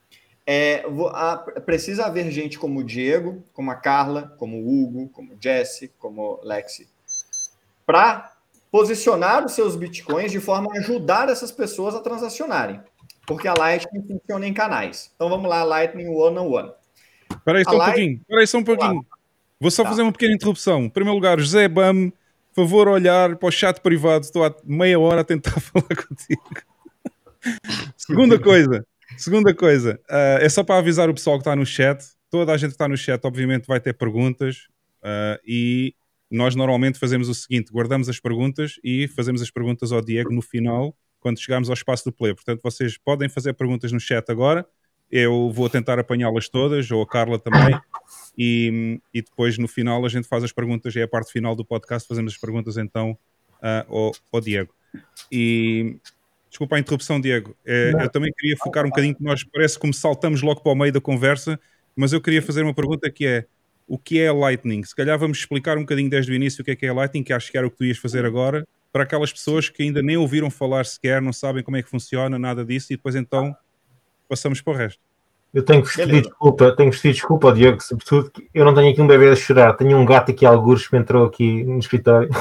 É, a, precisa haver gente como o Diego, como a Carla, como o Hugo, como o Jesse, como o Lexi, para posicionar os seus bitcoins de forma a ajudar essas pessoas a transacionarem. Porque a Lightning funciona em canais. Então vamos lá, Lightning one-on-one. Espera aí só um Lightning... pouquinho. Espera aí só um pouquinho. Vou só tá. fazer uma pequena interrupção. Em primeiro lugar, José Bam, favor olhar para o chat privado. Estou há meia hora a tentar falar contigo. Segunda coisa. Segunda coisa. Uh, é só para avisar o pessoal que está no chat. Toda a gente que está no chat, obviamente, vai ter perguntas. Uh, e nós normalmente fazemos o seguinte. Guardamos as perguntas e fazemos as perguntas ao Diego no final, quando chegarmos ao espaço do play. Portanto, vocês podem fazer perguntas no chat agora. Eu vou tentar apanhá-las todas, ou a Carla também. E, e depois no final a gente faz as perguntas, é a parte final do podcast, fazemos as perguntas então uh, ao, ao Diego. E desculpa a interrupção, Diego, é, eu também queria focar um bocadinho, que nós parece como saltamos logo para o meio da conversa, mas eu queria fazer uma pergunta que é, o que é a Lightning? Se calhar vamos explicar um bocadinho desde o início o que é que é a Lightning, que acho que era o que tu ias fazer agora, para aquelas pessoas que ainda nem ouviram falar sequer, não sabem como é que funciona, nada disso, e depois então passamos para o resto. Eu tenho que pedir desculpa, tenho que pedir desculpa ao Diego, sobretudo que eu não tenho aqui um bebê a chorar, tenho um gato aqui, algures, que entrou aqui no escritório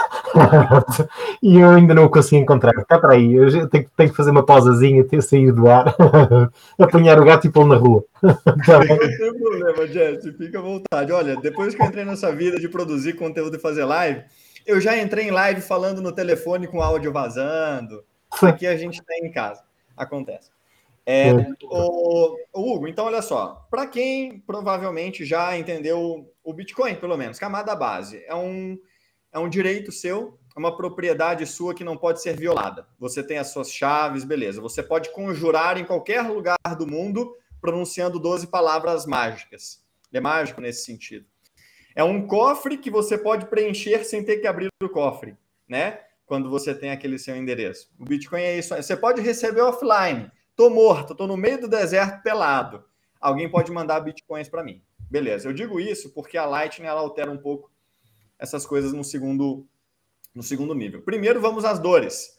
e eu ainda não o consigo encontrar. Está para aí, eu tenho, tenho que fazer uma pausazinha, ter sair do ar, apanhar o gato e pô-lo na rua. Tá, não tem problema, Jesse, fica à vontade. Olha, depois que eu entrei nessa vida de produzir conteúdo e fazer live, eu já entrei em live falando no telefone com áudio vazando. Aqui a gente está em casa, acontece. É, o, o Hugo, então olha só, para quem provavelmente já entendeu o Bitcoin, pelo menos, camada base, é um, é um direito seu, é uma propriedade sua que não pode ser violada. Você tem as suas chaves, beleza. Você pode conjurar em qualquer lugar do mundo pronunciando doze palavras mágicas. Ele é mágico nesse sentido. É um cofre que você pode preencher sem ter que abrir o cofre, né? Quando você tem aquele seu endereço. O Bitcoin é isso. Você pode receber offline. Tô morto, tô no meio do deserto pelado. Alguém pode mandar bitcoins para mim. Beleza, eu digo isso porque a Lightning ela altera um pouco essas coisas no segundo, no segundo nível. Primeiro, vamos às dores.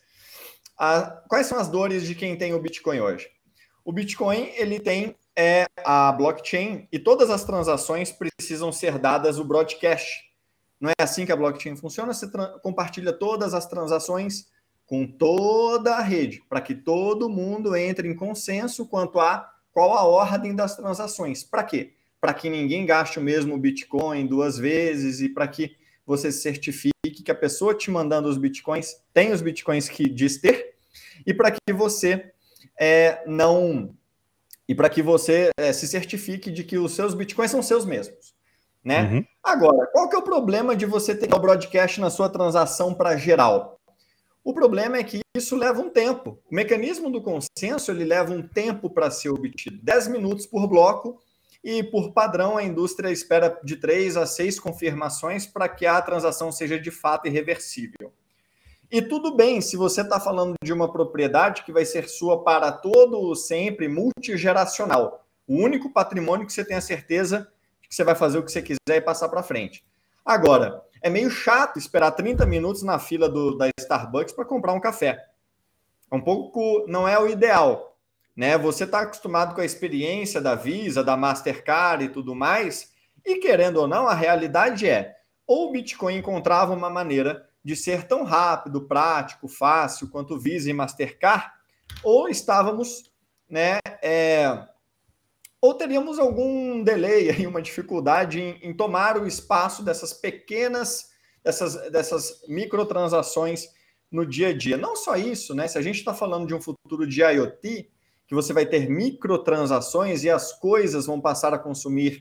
A, quais são as dores de quem tem o Bitcoin hoje? O Bitcoin ele tem é, a blockchain e todas as transações precisam ser dadas o broadcast. Não é assim que a blockchain funciona? Você compartilha todas as transações com toda a rede, para que todo mundo entre em consenso quanto a qual a ordem das transações. Para quê? Para que ninguém gaste o mesmo Bitcoin duas vezes e para que você certifique que a pessoa te mandando os Bitcoins tem os Bitcoins que diz ter e para que você é, não... e para que você é, se certifique de que os seus Bitcoins são seus mesmos. Né? Uhum. Agora, qual que é o problema de você ter o broadcast na sua transação para geral? O problema é que isso leva um tempo. O mecanismo do consenso ele leva um tempo para ser obtido. dez minutos por bloco e, por padrão, a indústria espera de três a seis confirmações para que a transação seja de fato irreversível. E tudo bem se você está falando de uma propriedade que vai ser sua para todo sempre, multigeracional. O único patrimônio que você tem a certeza de que você vai fazer o que você quiser e passar para frente. Agora, é meio chato esperar trinta minutos na fila do, da Starbucks para comprar um café. É um pouco, não é o ideal, né? Você está acostumado com a experiência da Visa, da Mastercard e tudo mais, e querendo ou não, a realidade é, ou o Bitcoin encontrava uma maneira de ser tão rápido, prático, fácil quanto Visa e Mastercard, ou estávamos, né, é, ou teríamos algum delay, aí, uma dificuldade em, em tomar o espaço dessas pequenas, dessas, dessas microtransações no dia a dia. Não só isso, né? Se a gente está falando de um futuro de IoT, que você vai ter microtransações e as coisas vão passar a consumir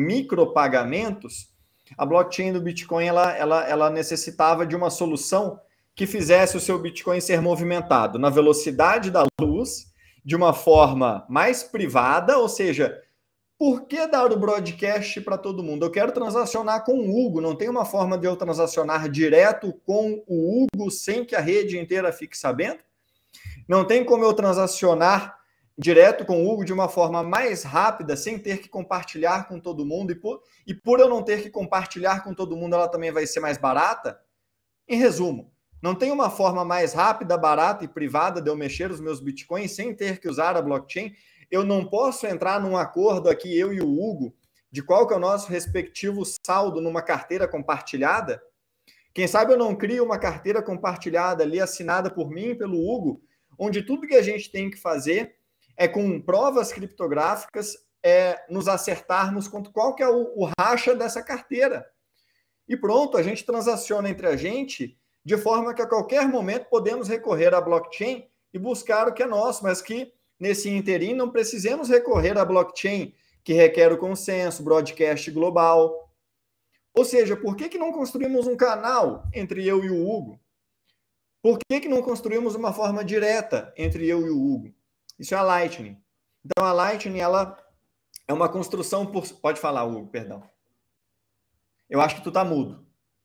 micropagamentos, a blockchain do Bitcoin ela, ela, ela necessitava de uma solução que fizesse o seu Bitcoin ser movimentado na velocidade da luz, de uma forma mais privada, ou seja, por que dar o broadcast para todo mundo? Eu quero transacionar com o Hugo, não tem uma forma de eu transacionar direto com o Hugo sem que a rede inteira fique sabendo? Não tem como eu transacionar direto com o Hugo de uma forma mais rápida, sem ter que compartilhar com todo mundo, e por, e por eu não ter que compartilhar com todo mundo, ela também vai ser mais barata? Em resumo, não tem uma forma mais rápida, barata e privada de eu mexer os meus bitcoins sem ter que usar a blockchain? eu não posso entrar num acordo aqui, eu e o Hugo, de qual que é o nosso respectivo saldo numa carteira compartilhada? Quem sabe eu não crio uma carteira compartilhada ali, assinada por mim e pelo Hugo, onde tudo que a gente tem que fazer é com provas criptográficas, é nos acertarmos quanto qual que é o, o racha dessa carteira. E pronto, a gente transaciona entre a gente de forma que a qualquer momento podemos recorrer à blockchain e buscar o que é nosso, mas que nesse interim não precisemos recorrer à blockchain, que requer o consenso, broadcast global. Ou seja, por que, que não construímos um canal entre eu e o Hugo? Por que, que não construímos uma forma direta entre eu e o Hugo? Isso é a Lightning. Então, a Lightning, ela é uma construção por... Pode falar, Hugo, perdão. Eu acho que tu tá mudo.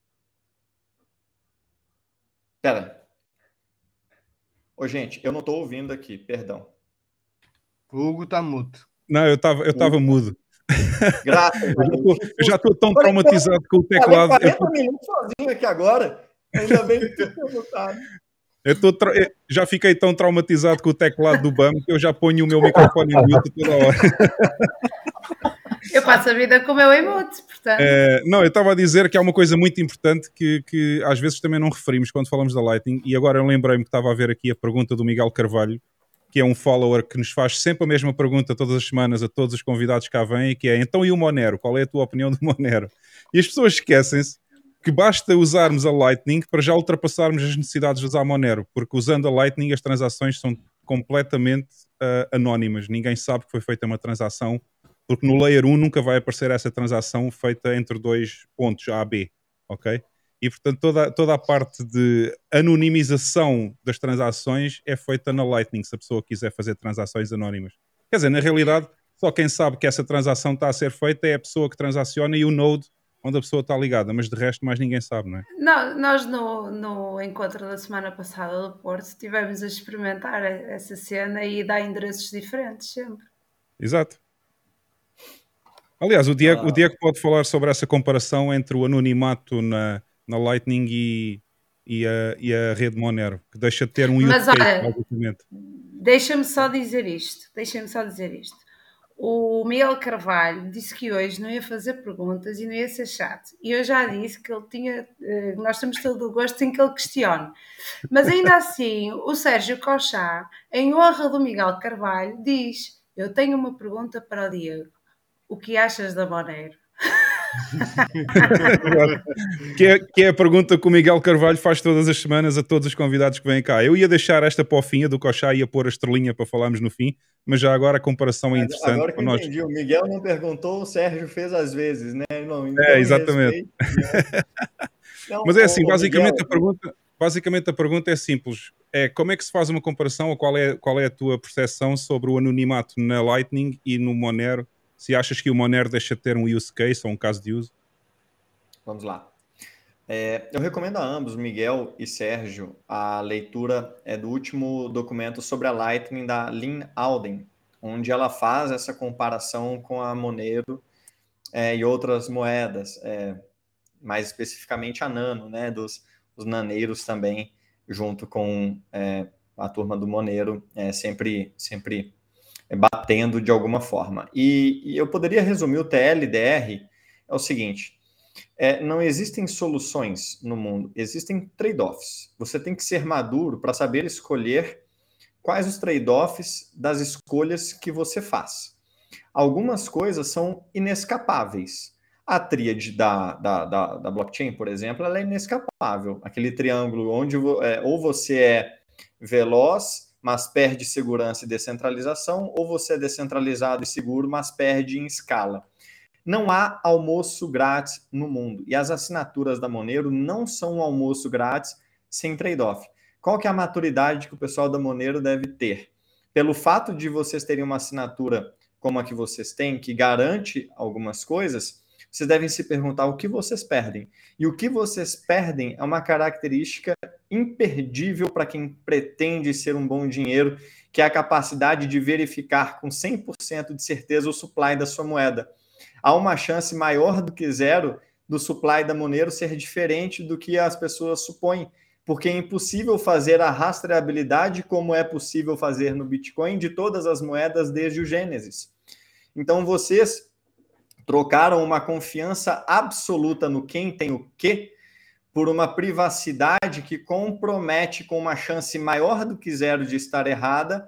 Pera. Ô, gente, eu não tô ouvindo aqui, perdão. O Hugo tá mudo. Não, eu estava eu tava mudo. Graças a Deus. Eu já estou tão traumatizado com o teclado. Falei quarenta minutos sozinho aqui agora. Ainda bem que tu tinha voltado. Eu tô tra... eu já fiquei tão traumatizado com o teclado do B A M que eu já ponho o meu microfone em mute toda hora. Eu passo a vida com o meu emote, portanto. É, não, eu estava a dizer que há uma coisa muito importante que, que às vezes também não referimos quando falamos da Lightning, e agora eu lembrei-me que estava a ver aqui a pergunta do Miguel Carvalho, que é um follower que nos faz sempre a mesma pergunta todas as semanas a todos os convidados que cá vêm, que é, então e o Monero? Qual é a tua opinião do Monero? E as pessoas esquecem-se que basta usarmos a Lightning para já ultrapassarmos as necessidades de usar Monero, porque usando a Lightning as transações são completamente uh, anónimas, ninguém sabe que foi feita uma transação, porque no Layer um nunca vai aparecer essa transação feita entre dois pontos A a B, ok? E portanto toda, toda a parte de anonimização das transações é feita na Lightning, se a pessoa quiser fazer transações anónimas. Quer dizer, na realidade, só quem sabe que essa transação está a ser feita é a pessoa que transaciona e o node onde a pessoa está ligada, mas de resto mais ninguém sabe, não é? Não, nós no, no encontro da semana passada do Porto estivemos a experimentar essa cena e dá endereços diferentes sempre. Exato. Aliás, o Diego, Ah. o Diego pode falar sobre essa comparação entre o anonimato na, na Lightning e, e, a, e a rede Monero, que deixa de ter um Mas use case, olha, basicamente. Deixa-me só dizer isto, deixa-me só dizer isto. O Miguel Carvalho disse que hoje não ia fazer perguntas e não ia ser chato. E eu já disse que ele tinha, nós temos todo o gosto em que ele questione. Mas ainda assim, o Sérgio Cochá, em honra do Miguel Carvalho, diz: eu tenho uma pergunta para o Diego. O que achas da Monero? que, é, que é a pergunta que o Miguel Carvalho faz todas as semanas a todos os convidados que vêm cá. Eu ia deixar esta para o fim, a do Cochá ia pôr a estrelinha para falarmos no fim, mas já agora a comparação é interessante. Agora que eu nós... entendi, o Miguel não perguntou, o Sérgio fez às vezes, né? Não, então, é, exatamente. Respeito, né? Então, mas é assim, ô, basicamente, Miguel, a pergunta, basicamente a pergunta é simples. É como é que se faz uma comparação ou qual é, qual é a tua percepção sobre o anonimato na Lightning e no Monero? Se achas que o Monero deixa de ter um use case ou um caso de uso? Vamos lá. É, eu recomendo a ambos, Miguel e Sérgio, a leitura é, do último documento sobre a Lightning da Lynn Alden, onde ela faz essa comparação com a Monero é, e outras moedas, é, mais especificamente a Nano, né, dos os naneiros também, junto com é, a turma do Monero, é, sempre, sempre batendo de alguma forma. E, e eu poderia resumir o T L D R, é o seguinte... É, não existem soluções no mundo, existem trade-offs. Você tem que ser maduro para saber escolher quais os trade-offs das escolhas que você faz. Algumas coisas são inescapáveis. A tríade da, da, da, da blockchain, por exemplo, ela é inescapável. Aquele triângulo onde é, ou você é veloz, mas perde segurança e descentralização, ou você é descentralizado e seguro, mas perde em escala. Não há almoço grátis no mundo. E as assinaturas da Monero não são um almoço grátis sem trade-off. Qual que é a maturidade que o pessoal da Monero deve ter? Pelo fato de vocês terem uma assinatura como a que vocês têm, que garante algumas coisas, vocês devem se perguntar o que vocês perdem. E o que vocês perdem é uma característica imperdível para quem pretende ser um bom dinheiro, que é a capacidade de verificar com cem por cento de certeza o supply da sua moeda. Há uma chance maior do que zero do supply da Monero ser diferente do que as pessoas supõem, porque é impossível fazer a rastreabilidade como é possível fazer no Bitcoin de todas as moedas desde o Gênesis. Então, vocês trocaram uma confiança absoluta no quem tem o quê por uma privacidade que compromete com uma chance maior do que zero de estar errada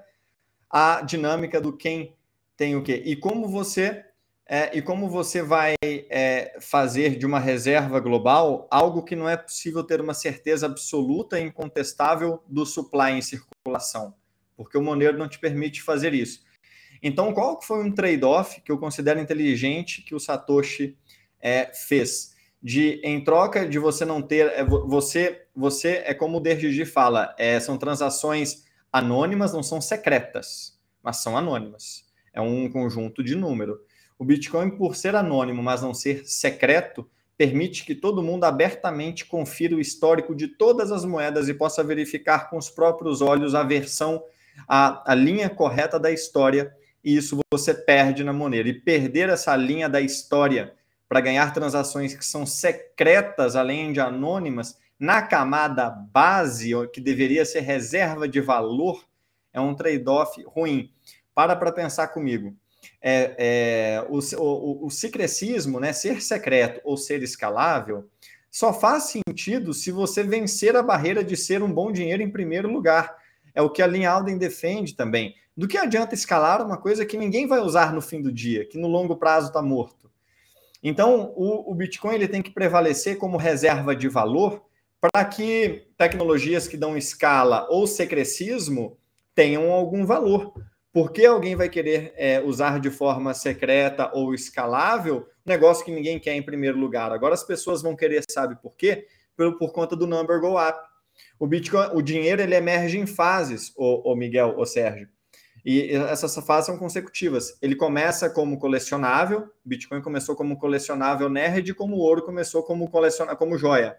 a dinâmica do quem tem o quê. E como você, é, e como você vai é, fazer de uma reserva global algo que não é possível ter uma certeza absoluta e incontestável do supply em circulação, porque o Monero não te permite fazer isso. Então, qual foi um trade-off que eu considero inteligente que o Satoshi é, fez? De, em troca de você não ter... É, você, você é como o Dergigi fala, é, são transações anônimas, não são secretas, mas são anônimas. É um conjunto de número. O Bitcoin, por ser anônimo, mas não ser secreto, permite que todo mundo abertamente confira o histórico de todas as moedas e possa verificar com os próprios olhos a versão, a, a linha correta da história, e isso você perde na Monero. E perder essa linha da história para ganhar transações que são secretas, além de anônimas, na camada base, que deveria ser reserva de valor, é um trade-off ruim. Para para pensar comigo. É, é, o, o, o secrecismo, né, ser secreto ou ser escalável, só faz sentido se você vencer a barreira de ser um bom dinheiro em primeiro lugar. É o que a Lyn Alden defende também. Do que adianta escalar uma coisa que ninguém vai usar no fim do dia, que no longo prazo está morto? Então, o, o Bitcoin ele tem que prevalecer como reserva de valor para que tecnologias que dão escala ou secrecismo tenham algum valor. Por que alguém vai querer é, usar de forma secreta ou escalável um negócio que ninguém quer em primeiro lugar? Agora as pessoas vão querer, sabe por quê? Por, por conta do number go up. O Bitcoin, o dinheiro, ele emerge em fases, o, o Miguel, o Sérgio. E essas fases são consecutivas. Ele começa como colecionável, Bitcoin começou como colecionável nerd, como o ouro começou como colecionável, como joia.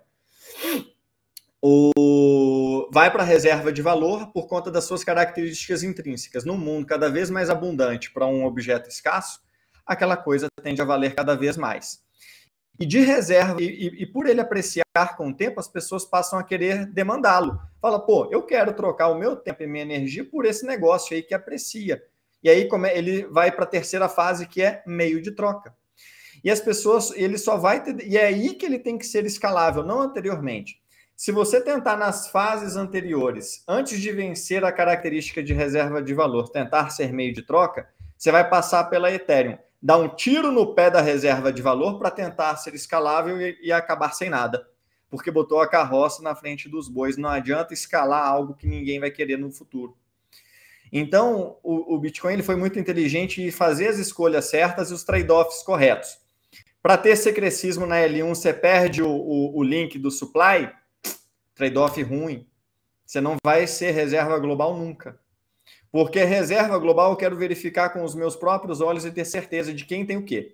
O... Vai para a reserva de valor por conta das suas características intrínsecas. No mundo cada vez mais abundante para um objeto escasso, aquela coisa tende a valer cada vez mais. E de reserva, e, e por ele apreciar com o tempo, as pessoas passam a querer demandá-lo. Fala, pô, eu quero trocar o meu tempo e minha energia por esse negócio aí que aprecia. E aí como é, ele vai para a terceira fase, que é meio de troca. E as pessoas, ele só vai ter... E é aí que ele tem que ser escalável, não anteriormente. Se você tentar nas fases anteriores, antes de vencer a característica de reserva de valor, tentar ser meio de troca, você vai passar pela Ethereum. Dar um tiro no pé da reserva de valor para tentar ser escalável e, e acabar sem nada. Porque botou a carroça na frente dos bois. Não adianta escalar algo que ninguém vai querer no futuro. Então, o, o Bitcoin ele foi muito inteligente em fazer as escolhas certas e os trade-offs corretos. Para ter secrecismo na L um, você perde o, o, o link do supply, trade-off ruim. Você não vai ser reserva global nunca. Porque reserva global eu quero verificar com os meus próprios olhos e ter certeza de quem tem o quê.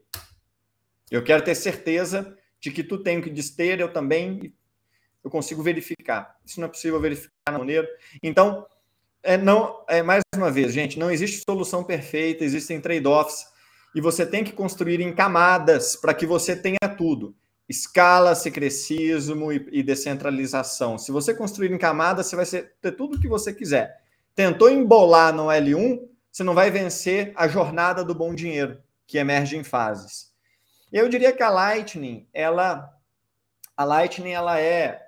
Eu quero ter certeza de que tu tem o que dizer, eu também, eu consigo verificar. Isso não é possível verificar na Monero. Então, é, não, é, mais uma vez, gente, não existe solução perfeita, existem trade-offs, e você tem que construir em camadas para que você tenha tudo. Escala, secrecismo e, e descentralização. Se você construir em camadas, você vai ser, ter tudo o que você quiser. Tentou embolar no L um, você não vai vencer a jornada do bom dinheiro, que emerge em fases. Eu diria que a Lightning, ela, a Lightning, ela é,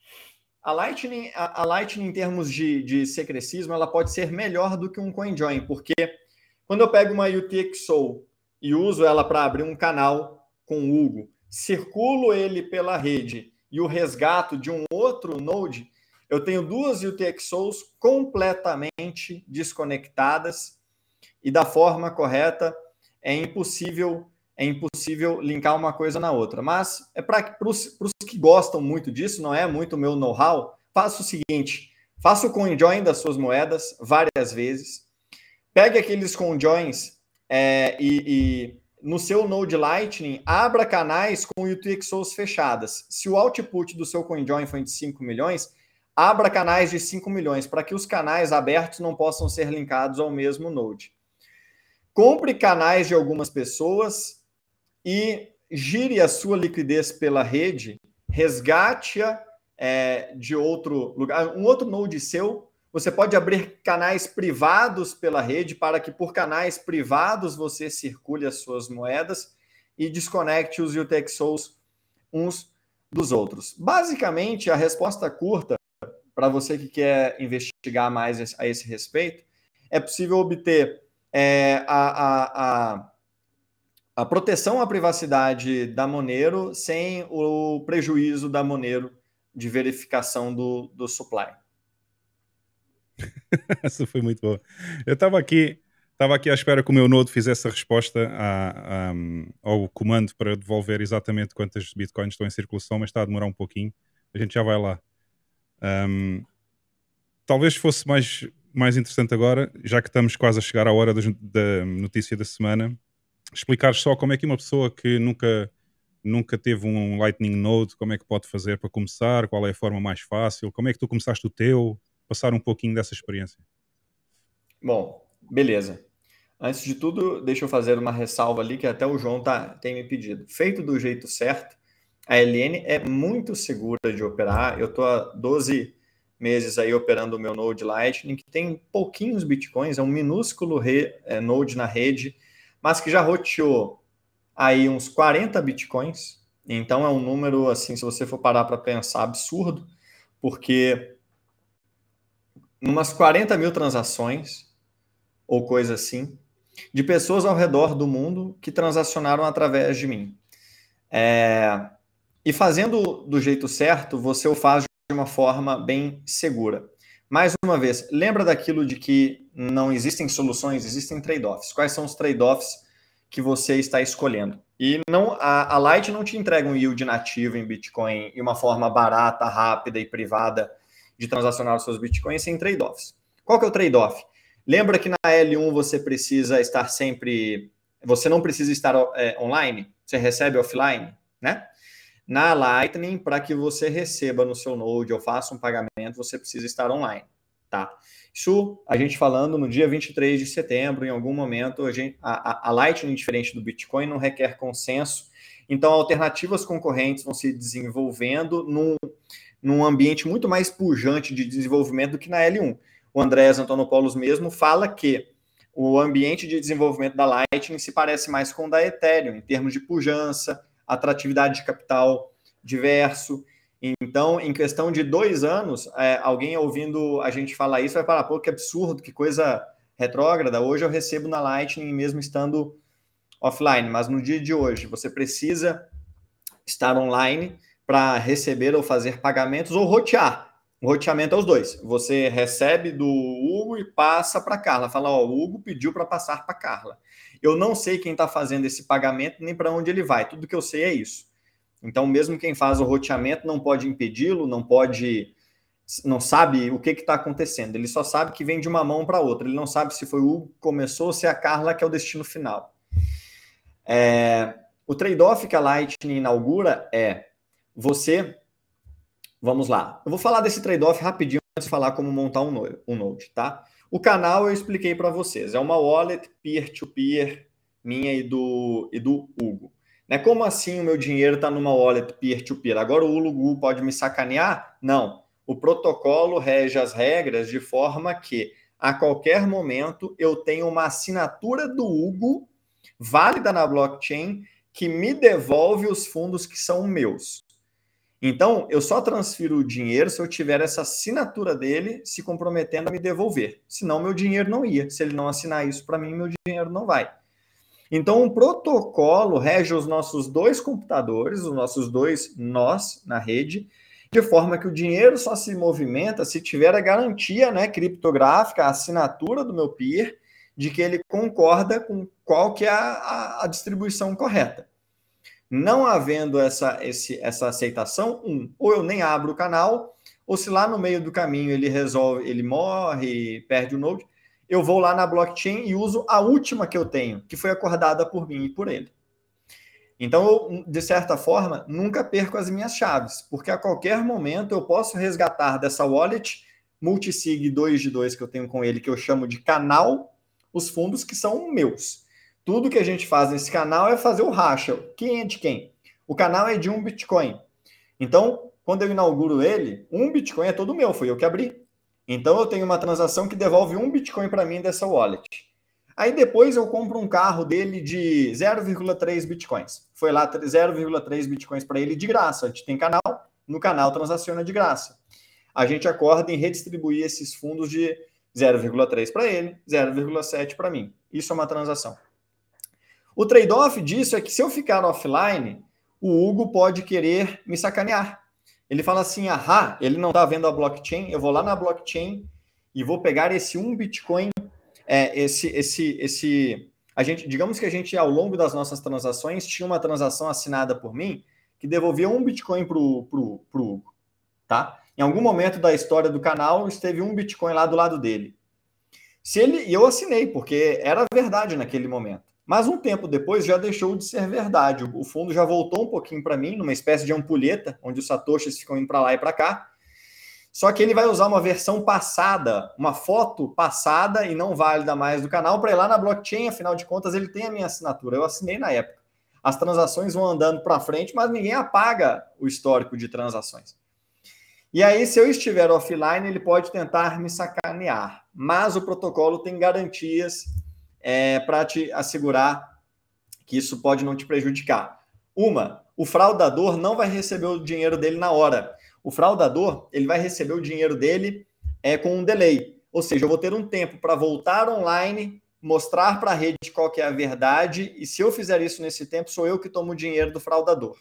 a Lightning, a, a Lightning em termos de, de secrecismo, ela pode ser melhor do que um CoinJoin, porque quando eu pego uma U T X O e uso ela para abrir um canal com o Hugo, circulo ele pela rede e o resgato de um outro node, eu tenho duas U T X Os completamente desconectadas e da forma correta é impossível, é impossível linkar uma coisa na outra. Mas é para os que gostam muito disso, não é muito o meu know-how, faça o seguinte, faça o CoinJoin das suas moedas várias vezes, pegue aqueles CoinJoins é, e, e no seu Node Lightning, abra canais com U T X Os fechadas. Se o output do seu CoinJoin for de cinco milhões, abra canais de cinco milhões, para que os canais abertos não possam ser linkados ao mesmo node. Compre canais de algumas pessoas e gire a sua liquidez pela rede, resgate-a é, de outro lugar, um outro node seu. Você pode abrir canais privados pela rede para que por canais privados você circule as suas moedas e desconecte os U T X Os uns dos outros. Basicamente, a resposta curta, para você que quer investigar mais a esse respeito, é possível obter é, a, a, a, a proteção à privacidade da Monero sem o prejuízo da Monero de verificação do, do supply. Essa foi muito boa. Eu estava aqui, estava aqui à espera que o meu Node fizesse a resposta a, a, ao comando para devolver exatamente quantas bitcoins estão em circulação, mas está a demorar um pouquinho. A gente já vai lá. Um, talvez fosse mais, mais interessante agora, já que estamos quase a chegar à hora das, da notícia da semana, explicar só como é que uma pessoa que nunca, nunca teve um Lightning Node, como é que pode fazer para começar, qual é a forma mais fácil, como é que tu começaste o teu, passar um pouquinho dessa experiência. Bom, beleza. Antes de tudo, deixa eu fazer uma ressalva ali que até o João tá, tem me pedido. Feito do jeito certo, a L N é muito segura de operar. Eu estou há doze meses aí operando o meu Node Lightning, que tem pouquinhos bitcoins, é um minúsculo re, é, Node na rede, mas que já roteou aí uns quarenta bitcoins. Então é um número, assim, se você for parar para pensar, absurdo, porque umas quarenta mil transações, ou coisa assim, de pessoas ao redor do mundo que transacionaram através de mim. É... E fazendo do jeito certo, você o faz de uma forma bem segura. Mais uma vez, lembra daquilo de que não existem soluções, existem trade-offs. Quais são os trade-offs que você está escolhendo? E não, a, a Light não te entrega um yield nativo em Bitcoin e uma forma barata, rápida e privada de transacionar os seus bitcoins sem trade-offs. Qual que é o trade-off? Lembra que na L um você precisa estar sempre... Você não precisa estar é, online? Você recebe offline, né? Na Lightning, para que você receba no seu Node ou faça um pagamento, você precisa estar online, tá? Isso, a gente falando no dia vinte e três de setembro, em algum momento, a, gente, a, a Lightning, diferente do Bitcoin, não requer consenso. Então, alternativas concorrentes vão se desenvolvendo num num ambiente muito mais pujante de desenvolvimento do que na L um. O Andrés Antonopoulos mesmo fala que o ambiente de desenvolvimento da Lightning se parece mais com o da Ethereum, em termos de pujança, atratividade de capital diverso. Então, em questão de dois anos, é, alguém ouvindo a gente falar isso vai falar, pô, que absurdo, que coisa retrógrada. Hoje eu recebo na Lightning mesmo estando offline, mas no dia de hoje você precisa estar online para receber ou fazer pagamentos ou rotear. O roteamento é os dois. Você recebe do Hugo e passa para a Carla. Fala, ó, o Hugo pediu para passar para a Carla. Eu não sei quem está fazendo esse pagamento nem para onde ele vai. Tudo que eu sei é isso. Então, mesmo quem faz o roteamento não pode impedi-lo, não pode, não sabe o que está acontecendo. Ele só sabe que vem de uma mão para outra. Ele não sabe se foi o Hugo que começou ou se é a Carla que é o destino final. É, o trade-off que a Lightning inaugura é você... Vamos lá. Eu vou falar desse trade-off rapidinho antes de falar como montar um node, um node, tá? O canal eu expliquei para vocês. É uma wallet peer-to-peer minha e do, e do Hugo. Né? Como assim o meu dinheiro está numa wallet peer-to-peer? Agora o Hugo pode me sacanear? Não. O protocolo rege as regras de forma que a qualquer momento eu tenho uma assinatura do Hugo válida na blockchain que me devolve os fundos que são meus. Então, eu só transfiro o dinheiro se eu tiver essa assinatura dele se comprometendo a me devolver. Senão, meu dinheiro não ia. Se ele não assinar isso para mim, meu dinheiro não vai. Então, o protocolo rege os nossos dois computadores, os nossos dois nós na rede, de forma que o dinheiro só se movimenta se tiver a garantia, né, criptográfica, a assinatura do meu peer, de que ele concorda com qual que é a, a, a distribuição correta. Não havendo essa, esse, essa aceitação, um, ou eu nem abro o canal, ou se lá no meio do caminho ele resolve, ele morre, perde o node, eu vou lá na blockchain e uso a última que eu tenho, que foi acordada por mim e por ele. Então, eu, de certa forma, nunca perco as minhas chaves, porque a qualquer momento eu posso resgatar dessa wallet multisig dois de dois que eu tenho com ele, que eu chamo de canal, os fundos que são meus. Tudo que a gente faz nesse canal é fazer o racha. Quem é de quem? O canal é de um Bitcoin. Então, quando eu inauguro ele, um Bitcoin é todo meu, foi eu que abri. Então eu tenho uma transação que devolve um Bitcoin para mim dessa wallet. Aí depois eu compro um carro dele de zero vírgula três Bitcoins. Foi lá zero vírgula três Bitcoins para ele de graça. A gente tem canal, no canal transaciona de graça. A gente acorda em redistribuir esses fundos de zero vírgula três para ele, zero vírgula sete para mim. Isso é uma transação. O trade-off disso é que se eu ficar offline, o Hugo pode querer me sacanear. Ele fala assim, ahá, ele não está vendo a blockchain, eu vou lá na blockchain e vou pegar esse um Bitcoin, é, esse, esse, esse... A gente, digamos que a gente, ao longo das nossas transações, tinha uma transação assinada por mim que devolvia um Bitcoin para o pro, pro Hugo, tá? Em algum momento da história do canal, esteve um Bitcoin lá do lado dele. Se ele, e eu assinei, porque era verdade naquele momento. Mas um tempo depois já deixou de ser verdade. O fundo já voltou um pouquinho para mim, numa espécie de ampulheta, onde os satoshis ficam indo para lá e para cá. Só que ele vai usar uma versão passada, uma foto passada e não válida mais do canal, para ir lá na blockchain, afinal de contas, ele tem a minha assinatura. Eu assinei na época. As transações vão andando para frente, mas ninguém apaga o histórico de transações. E aí, se eu estiver offline, ele pode tentar me sacanear. Mas o protocolo tem garantias É, para te assegurar que isso pode não te prejudicar. Uma, o fraudador não vai receber o dinheiro dele na hora. O fraudador, ele vai receber o dinheiro dele é, com um delay. Ou seja, eu vou ter um tempo para voltar online, mostrar para a rede qual que é a verdade, e se eu fizer isso nesse tempo, sou eu que tomo o dinheiro do fraudador.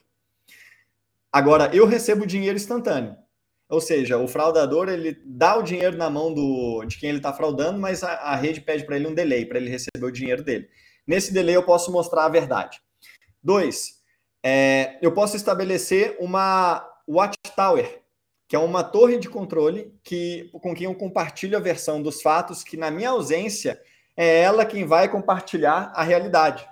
Agora, eu recebo o dinheiro instantâneo. Ou seja, o fraudador, ele dá o dinheiro na mão do, de quem ele está fraudando, mas a, a rede pede para ele um delay, para ele receber o dinheiro dele. Nesse delay, eu posso mostrar a verdade. Dois, é, eu posso estabelecer uma watchtower, que é uma torre de controle que, com quem eu compartilho a versão dos fatos, que na minha ausência, é ela quem vai compartilhar a realidade.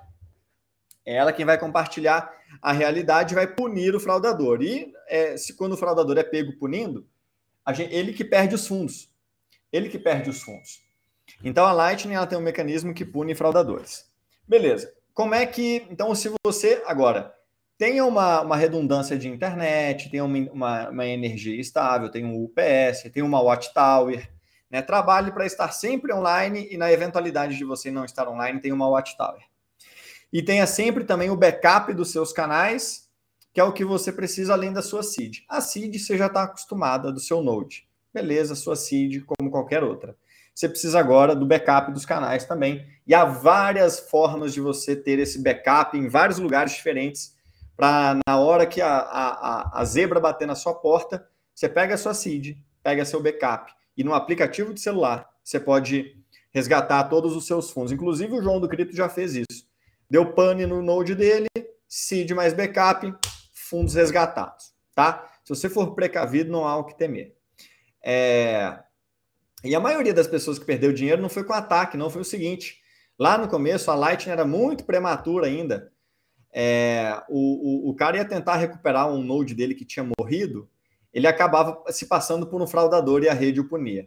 É ela quem vai compartilhar a realidade e vai punir o fraudador. E é, se quando o fraudador é pego punindo, a gente, ele que perde os fundos. Ele que perde os fundos. Então a Lightning ela tem um mecanismo que pune fraudadores. Beleza. Como é que... Então se você, agora, tenha uma, uma redundância de internet, tenha uma, uma, uma energia estável, tem um U P S, tem uma watchtower, né? Trabalhe para estar sempre online e na eventualidade de você não estar online, tem uma watchtower. E tenha sempre também o backup dos seus canais, que é o que você precisa além da sua seed. A seed você já está acostumada do seu Node. Beleza, sua seed como qualquer outra. Você precisa agora do backup dos canais também. E há várias formas de você ter esse backup em vários lugares diferentes, para na hora que a, a, a zebra bater na sua porta, você pega a sua seed, pega seu backup. E no aplicativo de celular, você pode resgatar todos os seus fundos. Inclusive o João do Cripto já fez isso. Deu pane no Node dele, seed mais backup, fundos resgatados, tá? Se você for precavido, não há o que temer. É... E a maioria das pessoas que perdeu dinheiro não foi com ataque, não, foi o seguinte. Lá no começo, a Lightning era muito prematura ainda. É... O, o, o cara ia tentar recuperar um Node dele que tinha morrido, ele acabava se passando por um fraudador e a rede o punia.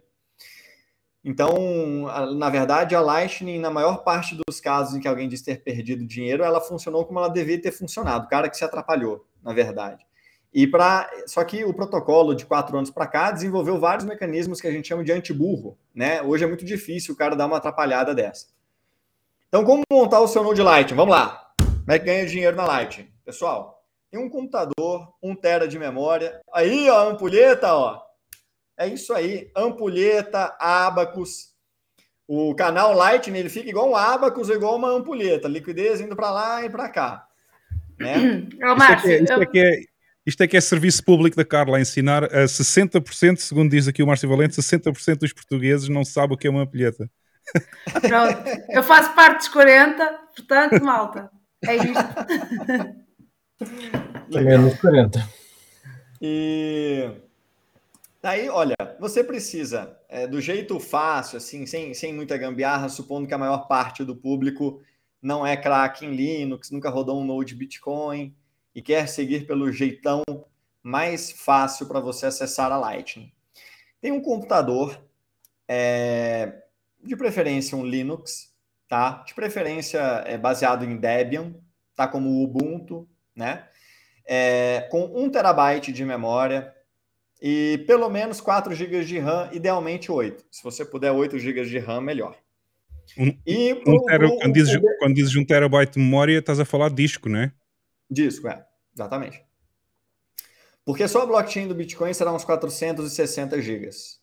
Então, na verdade, a Lightning, na maior parte dos casos em que alguém diz ter perdido dinheiro, ela funcionou como ela devia ter funcionado, o cara que se atrapalhou, na verdade. E pra, só que o protocolo de quatro anos para cá desenvolveu vários mecanismos que a gente chama de anti-burro, né? Hoje é muito difícil o cara dar uma atrapalhada dessa. Então, como montar o seu Node Lightning? Vamos lá. Como é que ganha dinheiro na Lightning? Pessoal, tem um computador, um tera de memória. Aí, ó, a ampulheta, ó. É isso aí, ampulheta, abacus. O canal Lightning, ele fica igual um abacus ou igual uma ampulheta, liquidez indo para lá e para cá. Né? Ô, Márcio, isto, é que é, isto, é que é, isto é que é serviço público da Carla, a ensinar a sessenta por cento, segundo diz aqui o Márcio Valente, sessenta por cento dos portugueses não sabem o que é uma ampulheta. Pronto, eu faço parte dos quarenta, portanto, malta, é isto. Também é nos quarenta. E... Daí, olha, você precisa, é, do jeito fácil, assim, sem, sem muita gambiarra, supondo que a maior parte do público não é craque em Linux, nunca rodou um Node Bitcoin e quer seguir pelo jeitão mais fácil para você acessar a Lightning. Tem um computador, é, de preferência um Linux, tá? De preferência é, baseado em Debian, tá? Como o Ubuntu, né? É, com um terabyte de memória, e pelo menos quatro gigas de RAM, idealmente oito. Se você puder oito gigas de RAM, melhor. Um, E um pro, tera, pro, quando, dizes, o, quando dizes um terabyte de memória, estás a falar de disco, não é? Disco, é. Exatamente. Porque só a blockchain do Bitcoin será uns quatrocentos e sessenta gigas.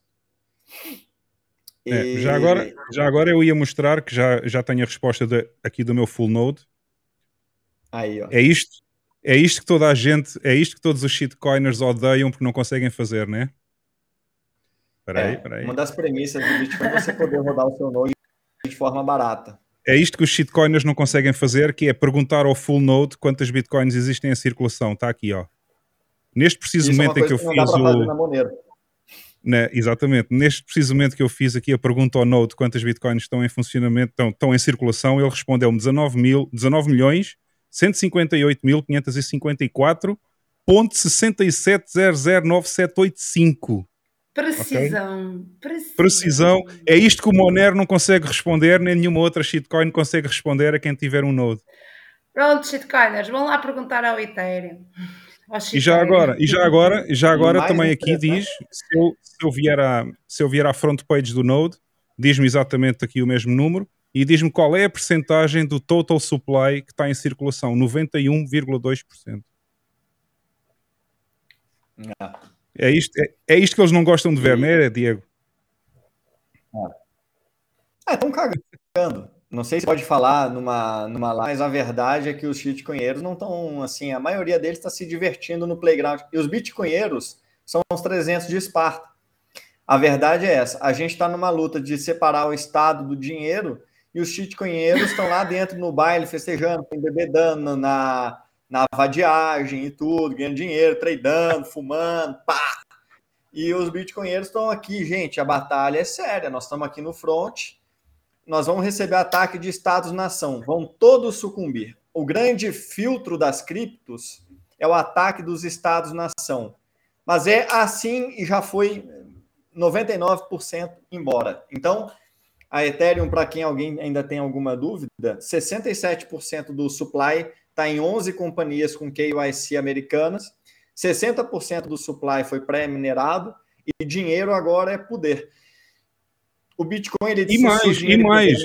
É, E... já, agora, já agora eu ia mostrar que já, já tenho a resposta de, aqui do meu full node. Aí, ó. É isto, é isto que toda a gente, é isto que todos os shitcoiners odeiam porque não conseguem fazer, né? Espera aí, É, espera aí. uma das premissas do Bitcoin é você poder rodar o seu node de forma barata. É isto que os shitcoiners não conseguem fazer, que é perguntar ao full node quantas bitcoins existem em circulação. Está aqui, ó. Neste preciso Isso é uma momento em que coisa eu que não dá fiz para fazer o... na Monero. Né, exatamente. Neste preciso momento que eu fiz aqui a pergunta ao node quantas bitcoins estão em funcionamento, estão, estão em circulação, ele respondeu-me dezanove milhões cento e cinquenta e oito mil quinhentos e cinquenta e quatro vírgula seis sete zero zero nove sete oito cinco. Precisão, Okay? precisão. Precisão. É isto que o Monero não consegue responder, nem nenhuma outra shitcoin consegue responder a quem tiver um node. Pronto, shitcoiners, vão lá perguntar ao Ethereum. Ao E já agora, e já agora, e já agora mais também aqui diz, se eu, se, eu vier à, se eu vier à front page do Node, diz-me exatamente aqui o mesmo número e diz-me qual é a percentagem do total supply que está em circulação, noventa e um vírgula dois por cento. Ah. É isto, é, é isto que eles não gostam de ver, e... não é, Diego? Ah, estão cagando. Não sei se pode falar numa, numa live, mas a verdade é que os shitcoinheiros não estão, assim, a maioria deles está se divertindo no playground. E os bitcoinheiros são os trezentos de Esparta. A verdade é essa, a gente está numa luta de separar o Estado do dinheiro e os shitcoinheiros estão lá dentro no baile festejando, embebedando na, na vadiagem e tudo, ganhando dinheiro, tradando, fumando, pá! E os bitcoinheiros estão aqui, gente, a batalha é séria, nós estamos aqui no front, nós vamos receber ataque de Estados-nação, vão todos sucumbir. O grande filtro das criptos é o ataque dos Estados-nação. Mas é assim e já foi noventa e nove por cento embora. Então, a Ethereum, para quem alguém ainda tem alguma dúvida, sessenta e sete por cento do supply está em onze companhias com K Y C americanas, sessenta por cento do supply foi pré-minerado e dinheiro agora é poder. O Bitcoin, ele e mais, e mais,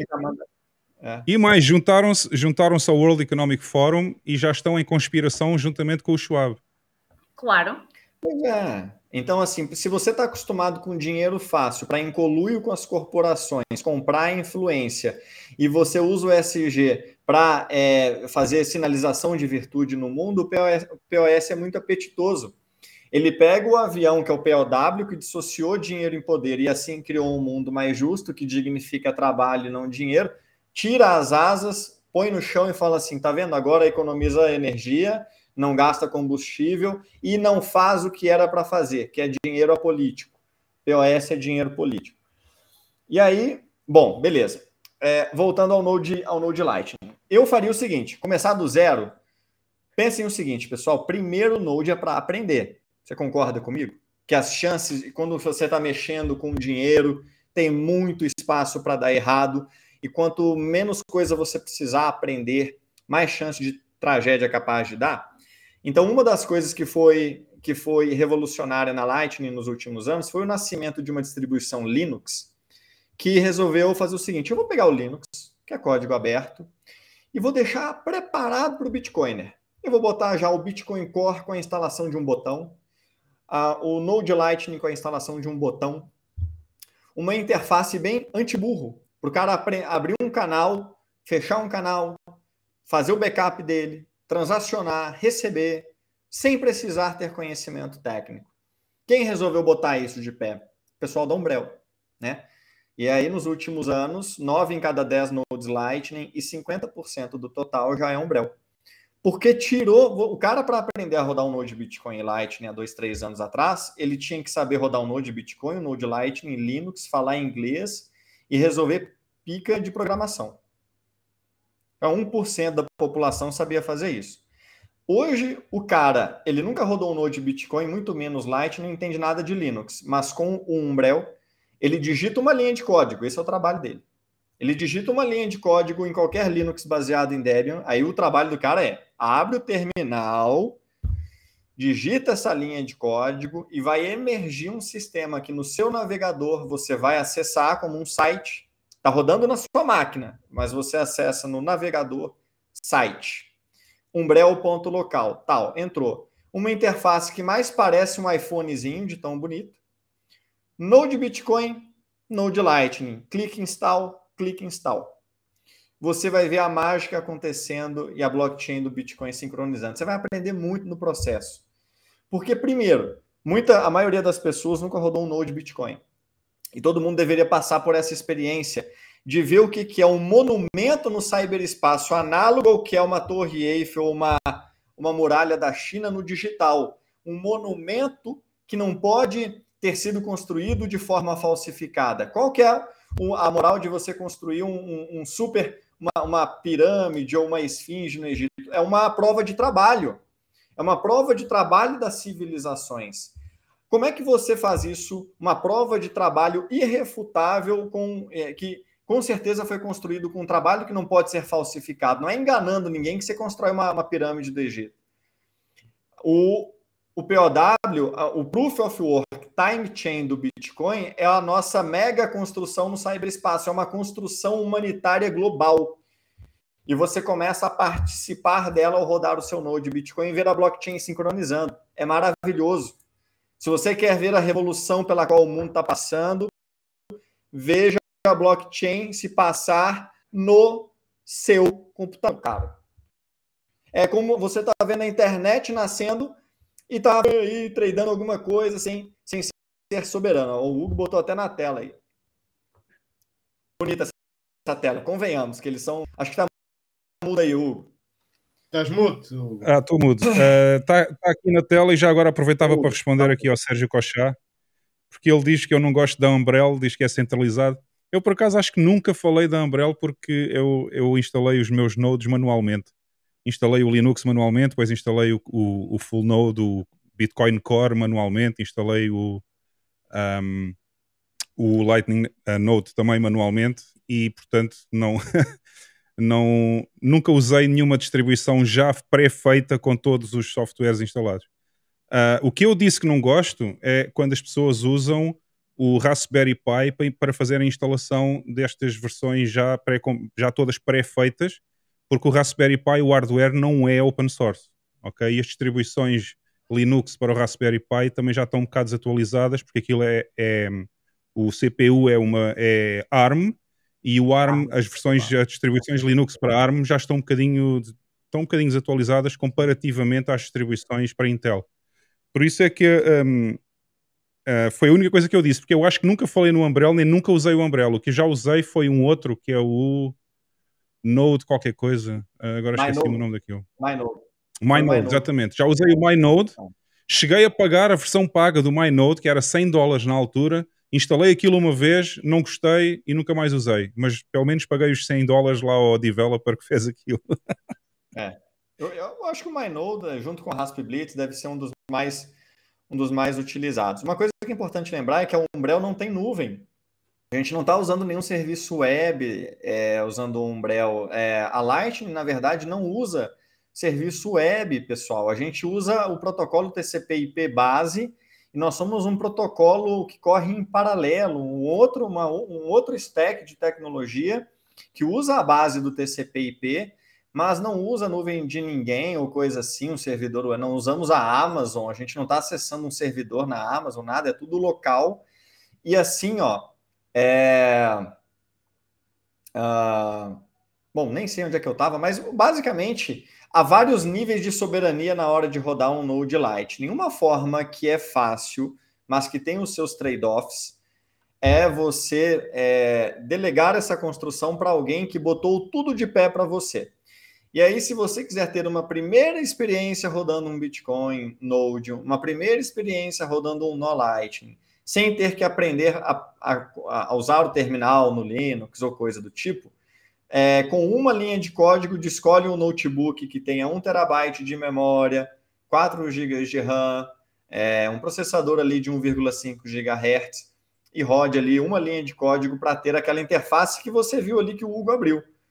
é. e mais, juntaram-se juntaram-se ao World Economic Forum e já estão em conspiração juntamente com o Schwab. Claro. Pois é. Então, assim, se você está acostumado com dinheiro fácil para em conluio com as corporações, comprar influência, e você usa o S G para é, fazer sinalização de virtude no mundo, o P O S, o P O S é muito apetitoso. Ele pega o avião, que é o P O W, que dissociou dinheiro em poder e assim criou um mundo mais justo, que dignifica trabalho e não dinheiro, tira as asas, põe no chão e fala assim, tá vendo? Agora economiza energia, não gasta combustível e não faz o que era para fazer, que é dinheiro apolítico. P O S é dinheiro político. E aí, bom, beleza. É, voltando ao Node, ao Node Lightning. Eu faria o seguinte, começar do zero, pensem o seguinte, pessoal, primeiro o Node é para aprender. Você concorda comigo? Que as chances, quando você está mexendo com dinheiro, tem muito espaço para dar errado, e quanto menos coisa você precisar aprender, mais chance de tragédia é capaz de dar. Então, uma das coisas que foi, que foi revolucionária na Lightning nos últimos anos foi o nascimento de uma distribuição Linux, que resolveu fazer o seguinte, eu vou pegar o Linux, que é código aberto, e vou deixar preparado para o Bitcoiner. Eu vou botar já o Bitcoin Core com a instalação de um botão, Uh, o Node Lightning com a instalação de um botão, uma interface bem anti-burro, para o cara abrir um canal, fechar um canal, fazer o backup dele, transacionar, receber, sem precisar ter conhecimento técnico. Quem resolveu botar isso de pé? O pessoal da Umbrel, né? E aí, nos últimos anos, nove em cada dez Nodes Lightning e cinquenta por cento do total já é Umbrel. Porque tirou... O cara, para aprender a rodar um Node Bitcoin e Lightning há dois, três anos atrás, ele tinha que saber rodar um Node Bitcoin, um Node Lightning, Linux, falar inglês e resolver pica de programação. Então, um por cento da população sabia fazer isso. Hoje, o cara, ele nunca rodou um Node Bitcoin, muito menos Lightning, não entende nada de Linux. Mas com o Umbrel, ele digita uma linha de código. Esse é o trabalho dele. Ele digita uma linha de código em qualquer Linux baseado em Debian. Aí o trabalho do cara é, abre o terminal, digita essa linha de código e vai emergir um sistema que no seu navegador você vai acessar como um site. Está rodando na sua máquina, mas você acessa no navegador site. Umbrel.local, tal, entrou. Uma interface que mais parece um iPhonezinho de tão bonito. Node Bitcoin, Node Lightning. Clique install, clique install. Você vai ver a mágica acontecendo e a blockchain do Bitcoin sincronizando. Você vai aprender muito no processo. Porque, primeiro, muita, a maioria das pessoas nunca rodou um Node Bitcoin. E todo mundo deveria passar por essa experiência de ver o que, que é um monumento no cyberespaço, análogo ao que é uma Torre Eiffel ou uma, uma muralha da China no digital. Um monumento que não pode ter sido construído de forma falsificada. Qual que é a moral de você construir um, um, um super, uma, uma pirâmide ou uma esfinge no Egito? É uma prova de trabalho. É uma prova de trabalho das civilizações. Como é que você faz isso? Uma prova de trabalho irrefutável, com, é, que com certeza foi construído com um trabalho que não pode ser falsificado. Não é enganando ninguém que você constrói uma, uma pirâmide do Egito. O, o P O W, o Proof of Work Time Chain do Bitcoin, é a nossa mega construção no cyberespaço. É uma construção humanitária global. E você começa a participar dela ao rodar o seu node Bitcoin e ver a blockchain sincronizando. É maravilhoso. Se você quer ver a revolução pela qual o mundo está passando, veja a blockchain se passar no seu computador, cara. É como você está vendo a internet nascendo e está aí tradando alguma coisa sem, sem ser soberano. O Hugo botou até na tela aí. Bonita essa tela. Convenhamos que eles são... Acho que está mudo aí, Hugo. Estás mudo, Hugo? Ah, estou mudo. Está uh, tá aqui na tela e já agora aproveitava uh, para responder tá. aqui ao Sérgio Cochá, porque ele diz que eu não gosto da Umbrel, diz que é centralizado. Eu, por acaso, acho que nunca falei da Umbrel porque eu, eu instalei os meus nodes manualmente. Instalei o Linux manualmente, depois instalei o, o, o full node, o Bitcoin Core manualmente, instalei o, um, o Lightning Node também manualmente e, portanto, não... Não, nunca usei nenhuma distribuição já pré-feita com todos os softwares instalados. Uh, o que eu disse que não gosto é quando as pessoas usam o Raspberry Pi para fazer a instalação destas versões já, pré, já todas pré-feitas, porque o Raspberry Pi, o hardware, não é open source. Okay? E as distribuições Linux para o Raspberry Pi também já estão um bocado desatualizadas, porque aquilo é, é o C P U é, uma, é ARM, e o ARM, as versões, as distribuições Linux para ARM já estão um bocadinho, estão um bocadinho desatualizadas comparativamente às distribuições para Intel. Por isso é que um, uh, foi a única coisa que eu disse, porque eu acho que nunca falei no Umbrel, nem nunca usei o Umbrel. O que já usei foi um outro, que é o Node qualquer coisa. Uh, agora esqueci o nome daquilo. MyNode. MyNode, exatamente. Já usei o MyNode. Cheguei a pagar a versão paga do MyNode, que era cem dólares na altura. Instalei aquilo uma vez, não gostei e nunca mais usei. Mas pelo menos paguei os cem dólares lá ao developer que fez aquilo. É. Eu, eu acho que o MyNode, junto com o Raspblitz, deve ser um dos mais, um dos mais utilizados. Uma coisa que é importante lembrar é que a Umbrel não tem nuvem. A gente não está usando nenhum serviço web é, usando o Umbrel. É, a Lightning, na verdade, não usa serviço web, pessoal. A gente usa o protocolo T C P I P base e nós somos um protocolo que corre em paralelo, um outro, uma, um outro stack de tecnologia que usa a base do T C P I P, mas não usa nuvem de ninguém ou coisa assim, um servidor, não usamos a Amazon, a gente não está acessando um servidor na Amazon, nada, é tudo local. E assim, ó, é... Uh... bom, nem sei onde é que eu estava, mas basicamente há vários níveis de soberania na hora de rodar um Node Lightning. Uma forma que é fácil, mas que tem os seus trade-offs, é você é, delegar essa construção para alguém que botou tudo de pé para você. E aí, se você quiser ter uma primeira experiência rodando um Bitcoin Node, uma primeira experiência rodando um No Lightning, sem ter que aprender a, a, a usar o terminal no Linux ou coisa do tipo, É, com uma linha de código, escolhe um notebook que tenha um terabyte de memória, quatro gigas de RAM, é, um processador ali de um vírgula cinco gigahertz e rode ali uma linha de código para ter aquela interface que você viu ali que o Hugo abriu.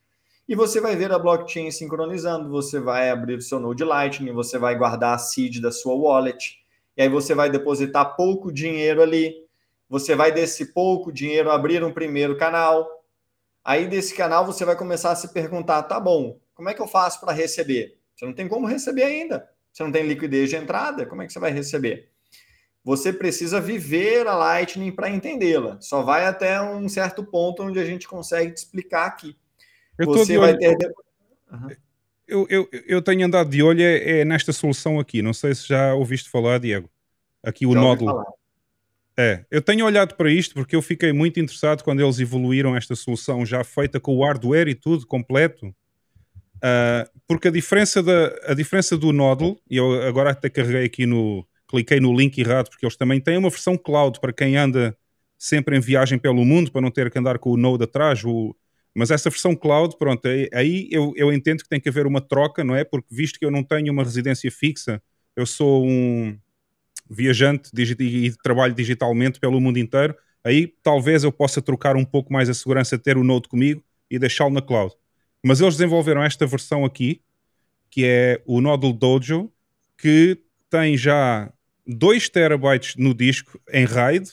e você vai ver a blockchain sincronizando, você vai abrir o seu Node Lightning, você vai guardar a seed da sua wallet, e aí você vai depositar pouco dinheiro ali, você vai desse pouco dinheiro abrir um primeiro canal, aí desse canal você vai começar a se perguntar, tá bom, como é que eu faço para receber? Você não tem como receber ainda, você não tem liquidez de entrada, como é que você vai receber? Você precisa viver a Lightning para entendê-la. Só vai até um certo ponto onde a gente consegue te explicar aqui. Eu Você de vai olho... ter... Uhum. Eu, eu, eu tenho andado de olho é, é nesta solução aqui. Não sei se já ouviste falar, Diego. Aqui o Nodle. É, eu tenho olhado para isto porque eu fiquei muito interessado quando eles evoluíram esta solução já feita com o hardware e tudo completo. Uh, porque a diferença, da, a diferença do Nodle, e eu agora até carreguei aqui no... cliquei no link errado, porque eles também têm uma versão cloud para quem anda sempre em viagem pelo mundo, para não ter que andar com o Node atrás. O... Mas essa versão cloud, pronto, aí eu, eu entendo que tem que haver uma troca, não é? Porque visto que eu não tenho uma residência fixa, eu sou um viajante e trabalho digitalmente pelo mundo inteiro, aí talvez eu possa trocar um pouco mais a segurança de ter o Node comigo e deixá-lo na cloud. Mas eles desenvolveram esta versão aqui, que é o Nodle Dojo, que tem já dois terabytes no disco em RAID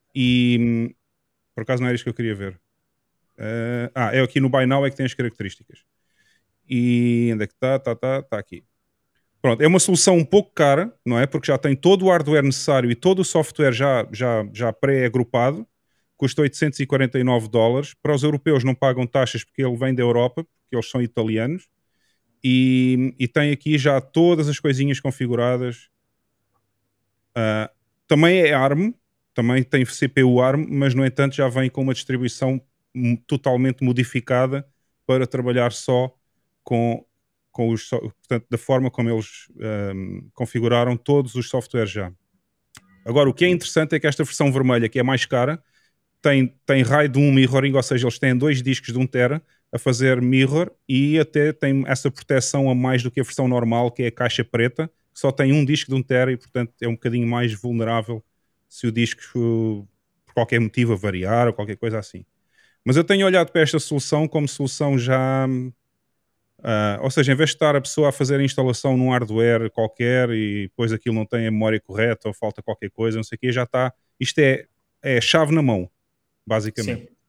e por acaso não era isto que eu queria ver. Uh, ah, é aqui no Buy Now é que tem as características. E onde é que está? Está, está, está aqui. Pronto, é uma solução um pouco cara, não é? Porque já tem todo o hardware necessário e todo o software já, já, já pré-agrupado. Custa oitocentos e quarenta e nove dólares. Para os europeus não pagam taxas porque ele vem da Europa, porque eles são italianos. E, e tem aqui já todas as coisinhas configuradas. Uh, também é ARM, também tem C P U ARM, mas no entanto já vem com uma distribuição totalmente modificada para trabalhar só com, com os, portanto, da forma como eles um, configuraram todos os softwares já. Agora, o que é interessante é que esta versão vermelha, que é mais cara, tem, tem RAID um mirroring, ou seja, eles têm dois discos de um tera a fazer mirror e até tem essa proteção a mais do que a versão normal, que é a caixa preta, que só tem um disco de um tera e, portanto, é um bocadinho mais vulnerável se o disco, por qualquer motivo, a variar ou qualquer coisa assim. Mas eu tenho olhado para esta solução como solução já... Uh, ou seja, em vez de estar a pessoa a fazer a instalação num hardware qualquer e depois aquilo não tem a memória correta ou falta qualquer coisa, não sei o quê, já está... Isto é, é chave na mão, basicamente. Sim.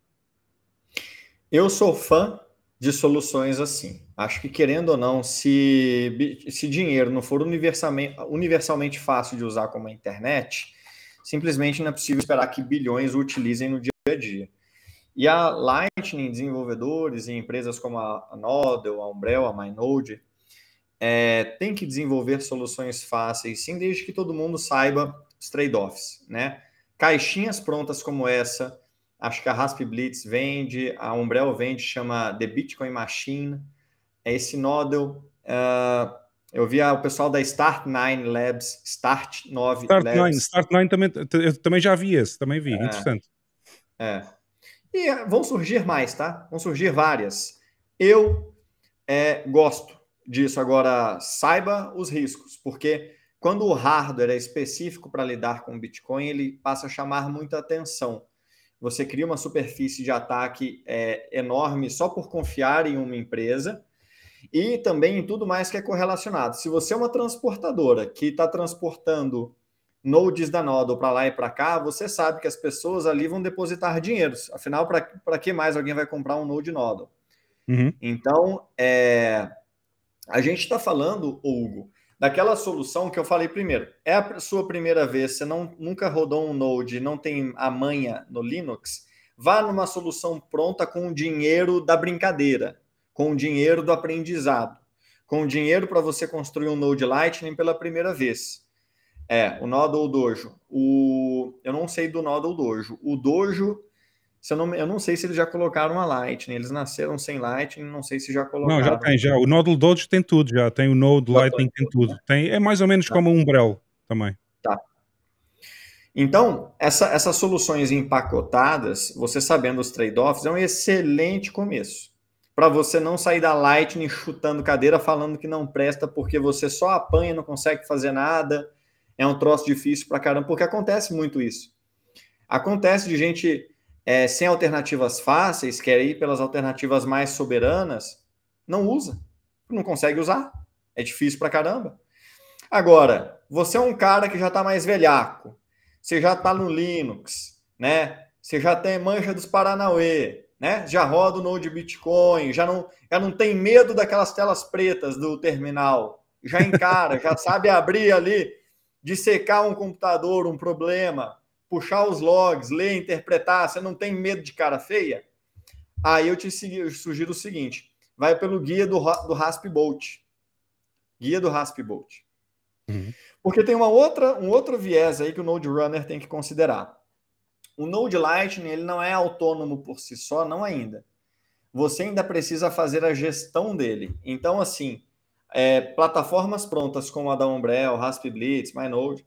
Eu sou fã de soluções assim. Acho que, querendo ou não, se, se dinheiro não for universalmente, universalmente fácil de usar como a internet, simplesmente não é possível esperar que bilhões o utilizem no dia a dia. E a Lightning, desenvolvedores e empresas como a Nodle, a Umbrel, a MyNode, é, tem que desenvolver soluções fáceis, sim, desde que todo mundo saiba os trade-offs, né? Caixinhas prontas como essa, acho que a Rasp Blitz vende, a Umbrel vende, chama The Bitcoin Machine, esse Nodle, uh, eu vi o pessoal da Start nove Labs, Start nove Start Labs. nove, Start nove também, eu também já vi esse, também vi, é, interessante. É. E vão surgir mais, tá? Vão surgir várias. Eu é, gosto disso. Agora, saiba os riscos, porque quando o hardware é específico para lidar com o Bitcoin, ele passa a chamar muita atenção. Você cria uma superfície de ataque é, enorme só por confiar em uma empresa e também em tudo mais que é correlacionado. Se você é uma transportadora que está transportando nodes da Nodle para lá e para cá, você sabe que as pessoas ali vão depositar dinheiro. Afinal, para que mais alguém vai comprar um node Nodle? Uhum. Então, é, a gente está falando, Hugo, daquela solução que eu falei primeiro. É a sua primeira vez, você não, nunca rodou um node, não tem a manha no Linux, vá numa solução pronta com o dinheiro da brincadeira, com o dinheiro do aprendizado, com o dinheiro para você construir um node Lightning pela primeira vez. É, o Nodle Dojo. O... Eu não sei do Nodle Dojo. O Dojo, se eu, não... eu não sei se eles já colocaram uma Lightning. Eles nasceram sem Lightning, não sei se já colocaram. Não, já tem, já. O Nodle Dojo tem tudo, já. Tem o Node já Lightning, tem tudo. Né? Tem, é mais ou menos tá. como um Umbrel também. Tá. Então, essa, essas soluções empacotadas, você sabendo os trade-offs, é um excelente começo. Para você não sair da Lightning chutando cadeira, falando que não presta porque você só apanha, não consegue fazer nada. É um troço difícil pra caramba, porque acontece muito isso. Acontece de gente é, sem alternativas fáceis, quer ir pelas alternativas mais soberanas, não usa, não consegue usar, é difícil pra caramba. Agora, você é um cara que já está mais velhaco, você já está no Linux, né? Você já tem mancha dos Paranauê, né? Já roda o Node Bitcoin, já não, já não tem medo daquelas telas pretas do terminal, já encara, já sabe abrir ali, dissecar um computador, um problema, puxar os logs, ler, interpretar, você não tem medo de cara feia? Aí eu te eu sugiro o seguinte, vai pelo guia do, do Raspbolt. Guia do Raspbolt. Uhum. Porque tem uma outra, um outro viés aí que o Node Runner tem que considerar. O Node Lightning ele não é autônomo por si só, não ainda. Você ainda precisa fazer a gestão dele. Então, assim, é, plataformas prontas como a da Umbrel, Raspblitz, MyNode,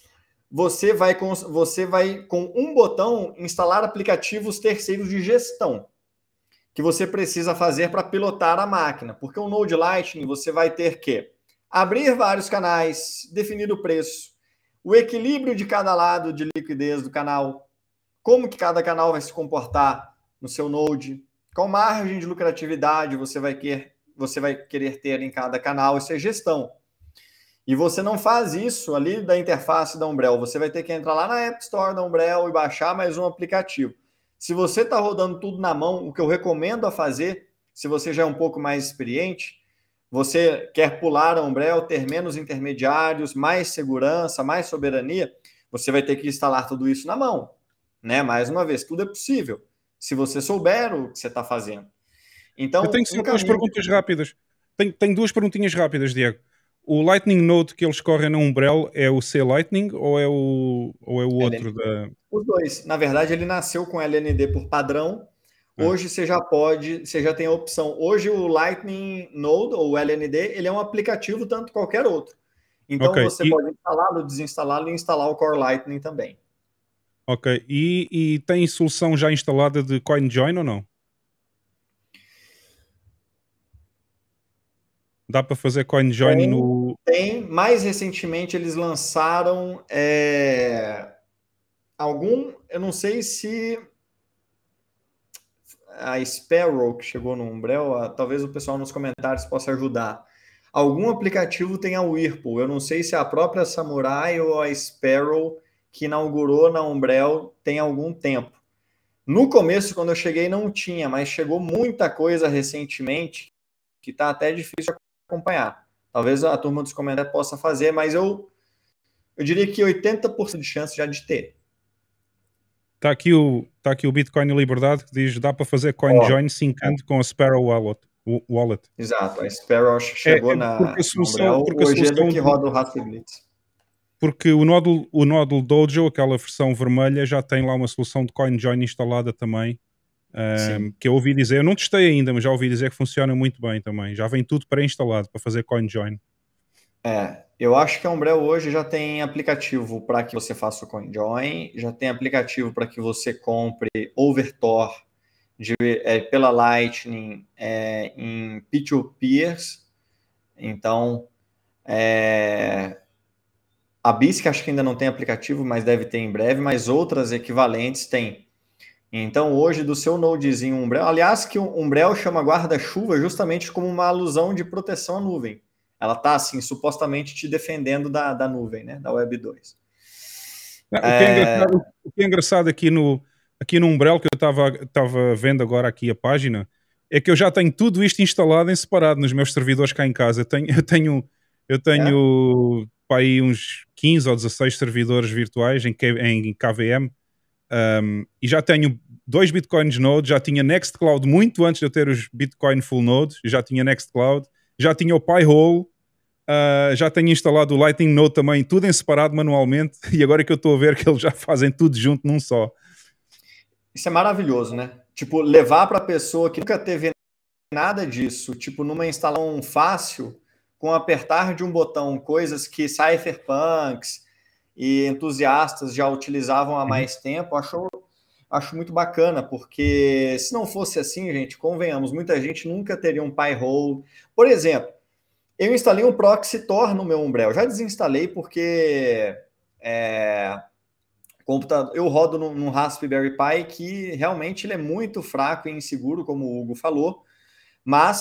você vai, com, você vai com um botão instalar aplicativos terceiros de gestão que você precisa fazer para pilotar a máquina. Porque o Node Lightning você vai ter que abrir vários canais, definir o preço, o equilíbrio de cada lado de liquidez do canal, como que cada canal vai se comportar no seu Node, qual margem de lucratividade você vai querer, você vai querer ter em cada canal, isso é gestão. E você não faz isso ali da interface da Umbrel, você vai ter que entrar lá na App Store da Umbrel e baixar mais um aplicativo. Se você está rodando tudo na mão, o que eu recomendo a fazer, se você já é um pouco mais experiente, você quer pular a Umbrel, ter menos intermediários, mais segurança, mais soberania, você vai ter que instalar tudo isso na mão. Né? Mais uma vez, tudo é possível, se você souber o que você está fazendo. Então, eu tenho só um duas caminho... perguntas rápidas. Tenho, tenho duas perguntinhas rápidas, Diego. O Lightning Node que eles correm na Umbrel é o C Lightning ou é o, ou é o outro? L N D. Da... Os dois. Na verdade, ele nasceu com L N D por padrão. Hoje ah. você já pode, você já tem a opção. Hoje o Lightning Node, ou L N D, ele é um aplicativo tanto qualquer outro. Então okay. você e... pode instalá-lo, desinstalá-lo e instalar o Core Lightning também. Ok. E, e tem solução já instalada de CoinJoin ou não? Dá para fazer CoinJoin tem, no... Tem. Mais recentemente eles lançaram é, algum... Eu não sei se... A Sparrow, que chegou no Umbrel, a, talvez o pessoal nos comentários possa ajudar. Algum aplicativo tem a Whirlpool. Eu não sei se é a própria Samurai ou a Sparrow que inaugurou na Umbrel tem algum tempo. No começo, quando eu cheguei, não tinha, mas chegou muita coisa recentemente que está até difícil de acompanhar. Talvez a turma dos comentários possa fazer, mas eu, eu diria que oitenta por cento de chance já de ter. Está aqui o, tá aqui o Bitcoin Liberdade que diz dá para fazer CoinJoin oh. sincando com a Sparrow Wallet. wallet. Exato, a Sparrow chegou é, na, a solução, na Umbrel, porque a hoje solução é do que roda o Raspblitz. Porque o Nodal, o Nodal Dojo, aquela versão vermelha, já tem lá uma solução de CoinJoin instalada também, um, que eu ouvi dizer, eu não testei ainda, mas já ouvi dizer que funciona muito bem também. Já vem tudo pré-instalado para fazer CoinJoin. É, eu acho que a Umbrel hoje já tem aplicativo para que você faça o CoinJoin, já tem aplicativo para que você compre Overtor de, é, pela Lightning é, em peer-to-peers. Então, é, a B I S C acho que ainda não tem aplicativo, mas deve ter em breve, mas outras equivalentes tem. Então, hoje, do seu nodezinho Umbrel, aliás, que o Umbrel chama guarda-chuva justamente como uma alusão de proteção à nuvem. Ela está, assim, supostamente te defendendo da, da nuvem, né? Da Web dois. O que é, é... O que é engraçado aqui no, aqui no Umbrel, que eu estava vendo agora aqui a página, é que eu já tenho tudo isto instalado em separado nos meus servidores cá em casa. Eu tenho, eu tenho, eu tenho é? para aí uns quinze ou dezasseis servidores virtuais em, em K V M um, e já tenho dois Bitcoins Node, já tinha Nextcloud muito antes de eu ter os Bitcoin Full Node, já tinha Nextcloud, já tinha o Pi-hole, uh, já tenho instalado o Lightning Node também, tudo em separado manualmente, e agora que eu estou a ver que eles já fazem tudo junto num só. Isso é maravilhoso, né? Tipo, levar para a pessoa que nunca teve nada disso, tipo, numa instalação fácil, com apertar de um botão, coisas que cypherpunks e entusiastas já utilizavam há mais uhum. tempo, acho, acho muito bacana, porque se não fosse assim, gente, convenhamos, muita gente nunca teria um Pi-hole. Por exemplo, eu instalei um proxy Tor no meu Umbrel, já desinstalei porque é, computador, eu rodo num, num Raspberry Pi que realmente ele é muito fraco e inseguro, como o Hugo falou, mas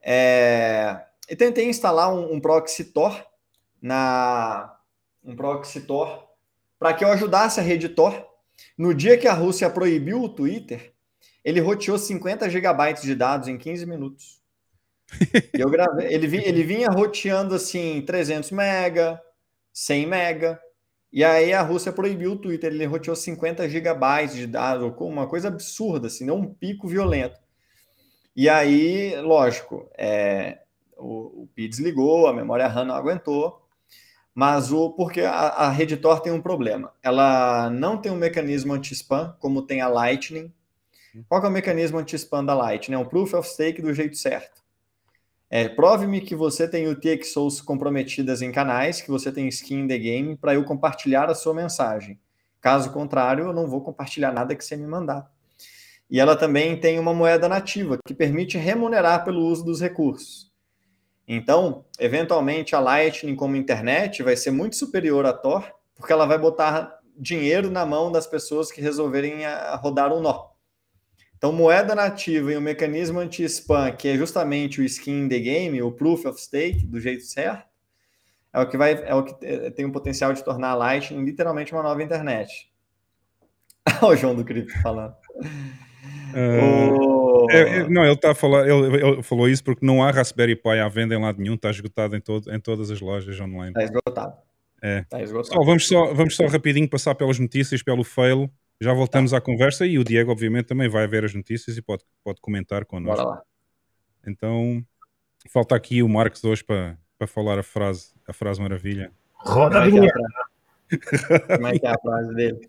É, e tentei instalar um, um proxy Tor na um proxy Tor para que eu ajudasse a rede Tor. No dia que a Rússia proibiu o Twitter, ele roteou cinquenta gigabytes de dados em quinze minutos. E eu gravei, ele, vi, ele vinha roteando assim trezentos mega, cem mega, e aí a Rússia proibiu o Twitter, ele roteou cinquenta gigabytes de dados, uma coisa absurda, assim, deu um pico violento. E aí, lógico, é, o, o P I desligou, a memória RAM não aguentou, mas o porque a, a rede Tor tem um problema. Ela não tem um mecanismo anti-spam, como tem a Lightning. Qual que é o mecanismo anti-spam da Lightning? É um Proof of Stake do jeito certo. É, prove-me que você tem U T X Os comprometidas em canais, que você tem skin in the game, para eu compartilhar a sua mensagem. Caso contrário, eu não vou compartilhar nada que você me mandar. E ela também tem uma moeda nativa, que permite remunerar pelo uso dos recursos. Então, eventualmente, a Lightning como internet vai ser muito superior à Tor, porque ela vai botar dinheiro na mão das pessoas que resolverem a rodar um nó. Então, moeda nativa e o mecanismo anti-spam, que é justamente o skin in the game, o proof of stake, do jeito certo, é o que, vai, é o que tem o potencial de tornar a Lightning literalmente uma nova internet. Olha o João do Cripto falando. Uh, o... é, é, não, ele está a falar, ele, ele falou isso porque não há Raspberry Pi à venda em lado nenhum, está esgotado em, todo, em todas as lojas online. Está esgotado. É. Está esgotado. Só, vamos, só, vamos só rapidinho passar pelas notícias, pelo fail. Já voltamos tá. à conversa e o Diego, obviamente, também vai ver as notícias e pode, pode comentar connosco. Bora lá. Então, falta aqui o Marcos hoje para, para falar a frase, a frase maravilha. Roda a vinheta. Como é que é a frase dele?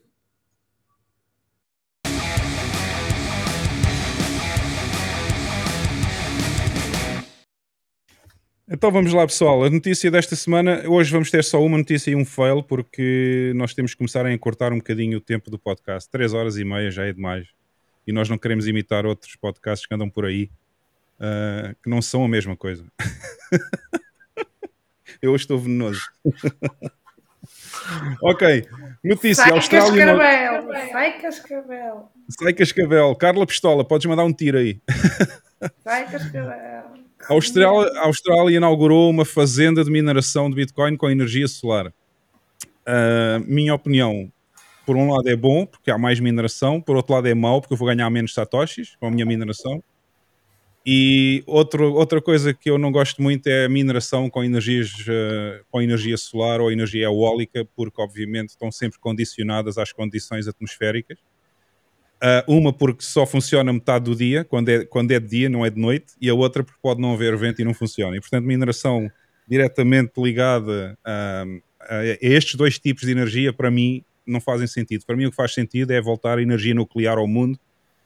Então vamos lá, pessoal. A notícia desta semana, hoje vamos ter só uma notícia e um fail, porque nós temos que começar a encurtar um bocadinho o tempo do podcast. Três horas e meia já é demais. E nós não queremos imitar outros podcasts que andam por aí, uh, que não são a mesma coisa. Eu hoje estou venenoso. Ok. Notícia. Sai Austrália... Cascavel. Sai Cascavel. Sai Cascavel. Carla Pistola, podes mandar um tiro aí. Sai Cascavel. A Austrália, a Austrália inaugurou uma fazenda de mineração de Bitcoin com energia solar. Uh, minha opinião, por um lado é bom, porque há mais mineração, por outro lado é mau, porque eu vou ganhar menos satoshis com a minha mineração. E outro, outra coisa que eu não gosto muito é a mineração com, energias, uh, com energia solar ou energia eólica, porque obviamente estão sempre condicionadas às condições atmosféricas. Uh, uma porque só funciona metade do dia, quando é, quando é de dia, não é de noite, e a outra porque pode não haver vento e não funciona. E, portanto, mineração diretamente ligada a, a, a estes dois tipos de energia, para mim, não fazem sentido. Para mim, o que faz sentido é voltar a energia nuclear ao mundo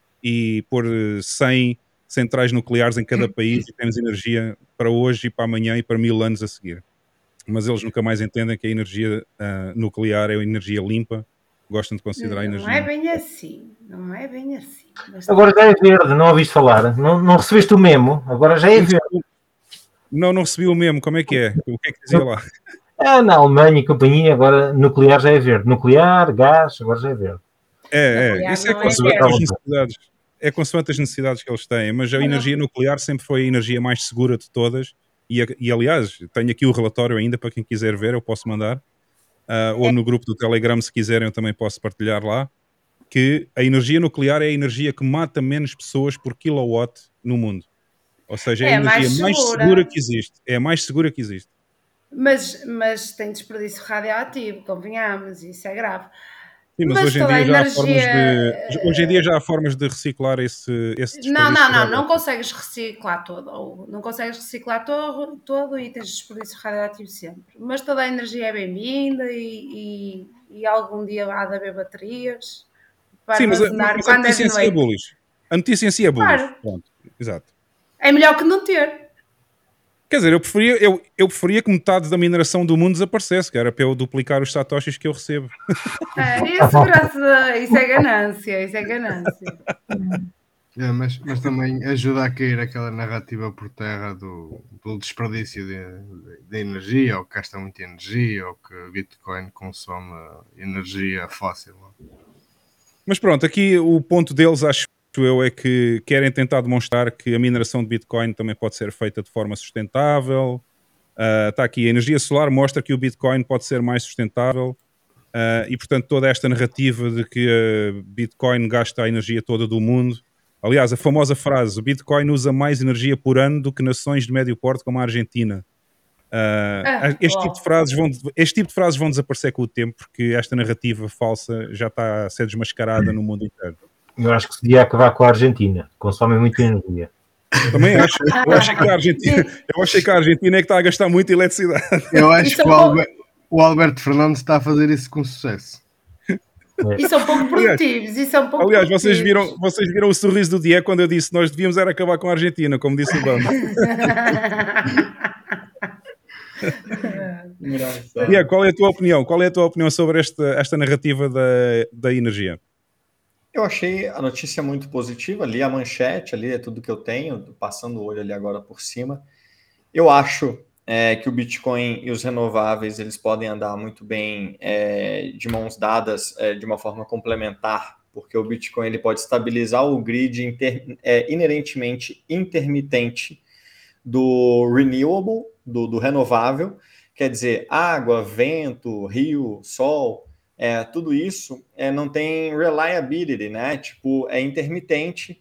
e pôr cem centrais nucleares em cada país e temos energia para hoje e para amanhã e para mil anos a seguir. Mas eles nunca mais entendem que a energia uh, nuclear é energia limpa. Gostam de considerar não, energia. Não é bem assim, não é bem assim. Mas agora já é verde, não ouviste falar? Não, não recebeste o memo? Agora já é verde. Não, não recebi o memo. Como é que é? O que é que dizia lá? Ah, na Alemanha e companhia, agora nuclear já é verde. Nuclear, gás, agora já é verde. É, é. Isso é consoante as necessidades. É consoante as necessidades que eles têm. Mas a energia nuclear sempre foi a energia mais segura de todas. E, e aliás, tenho aqui o relatório ainda para quem quiser ver, eu posso mandar. Uh, ou no grupo do Telegram, se quiserem, eu também posso partilhar lá, que a energia nuclear é a energia que mata menos pessoas por kilowatt no mundo. Ou seja, é a é energia mais segura. mais segura que existe. É a mais segura que existe. Mas, mas tem desperdício radioativo, convenhamos, isso é grave. Sim, mas, mas hoje, em dia já energia... há formas de, hoje em dia já há formas de reciclar esse, esse desperdício. Não, não, não, não consegues reciclar todo, ou não consegues reciclar todo, todo e tens desperdício radioativo sempre. Mas toda a energia é bem-vinda e, e, e algum dia há de haver baterias para Sim, mas, armazenar mas quando a notícia é em si é bullish. A notícia em si é bullish. Claro. Pronto, exato. É melhor que não ter. Quer dizer, eu preferia, eu, eu preferia que metade da mineração do mundo desaparecesse, que era para eu duplicar os satoshis que eu recebo. É, isso, graças a, isso é ganância, isso é ganância. É, mas, mas também ajuda a cair aquela narrativa por terra do, do desperdício de, de, de energia, ou que gasta muita energia, ou que Bitcoin consome energia fóssil. Mas pronto, aqui o ponto deles acho que acho eu, é que querem tentar demonstrar que a mineração de Bitcoin também pode ser feita de forma sustentável. Uh, está aqui, a energia solar mostra que o Bitcoin pode ser mais sustentável. Uh, e, portanto, toda esta narrativa de que uh, Bitcoin gasta a energia toda do mundo. Aliás, a famosa frase, o Bitcoin usa mais energia por ano do que nações de médio porte como a Argentina. Uh, Ah, este, uau. tipo de frases vão, este tipo de frases vão desaparecer com o tempo, porque esta narrativa falsa já está a ser desmascarada no mundo inteiro. Eu acho que se devia acabar com a Argentina. Consomem muita energia. Também acho. Eu achei que a Argentina, eu achei que a Argentina é que está a gastar muita eletricidade. Eu acho Isso é que o, bom. Alber- o Alberto Fernandes está a fazer isso com sucesso. E são pouco produtivos. E são pouco Aliás, vocês produtivos. viram, vocês viram o sorriso do Diego quando eu disse nós devíamos era acabar com a Argentina, como disse o Bamba. Engraçado. Diego, qual é a tua opinião? Qual é a tua opinião sobre esta, esta narrativa da, da energia? Eu achei a notícia muito positiva, ali a manchete, ali é tudo que eu tenho, tô passando o olho ali agora por cima. Eu acho é, que o Bitcoin e os renováveis, eles podem andar muito bem é, de mãos dadas, é, de uma forma complementar, porque o Bitcoin ele pode estabilizar o grid inter, é, inerentemente intermitente do renewable, do, do renovável, quer dizer, água, vento, rio, sol, é, tudo isso é, não tem reliability, né? Tipo, é intermitente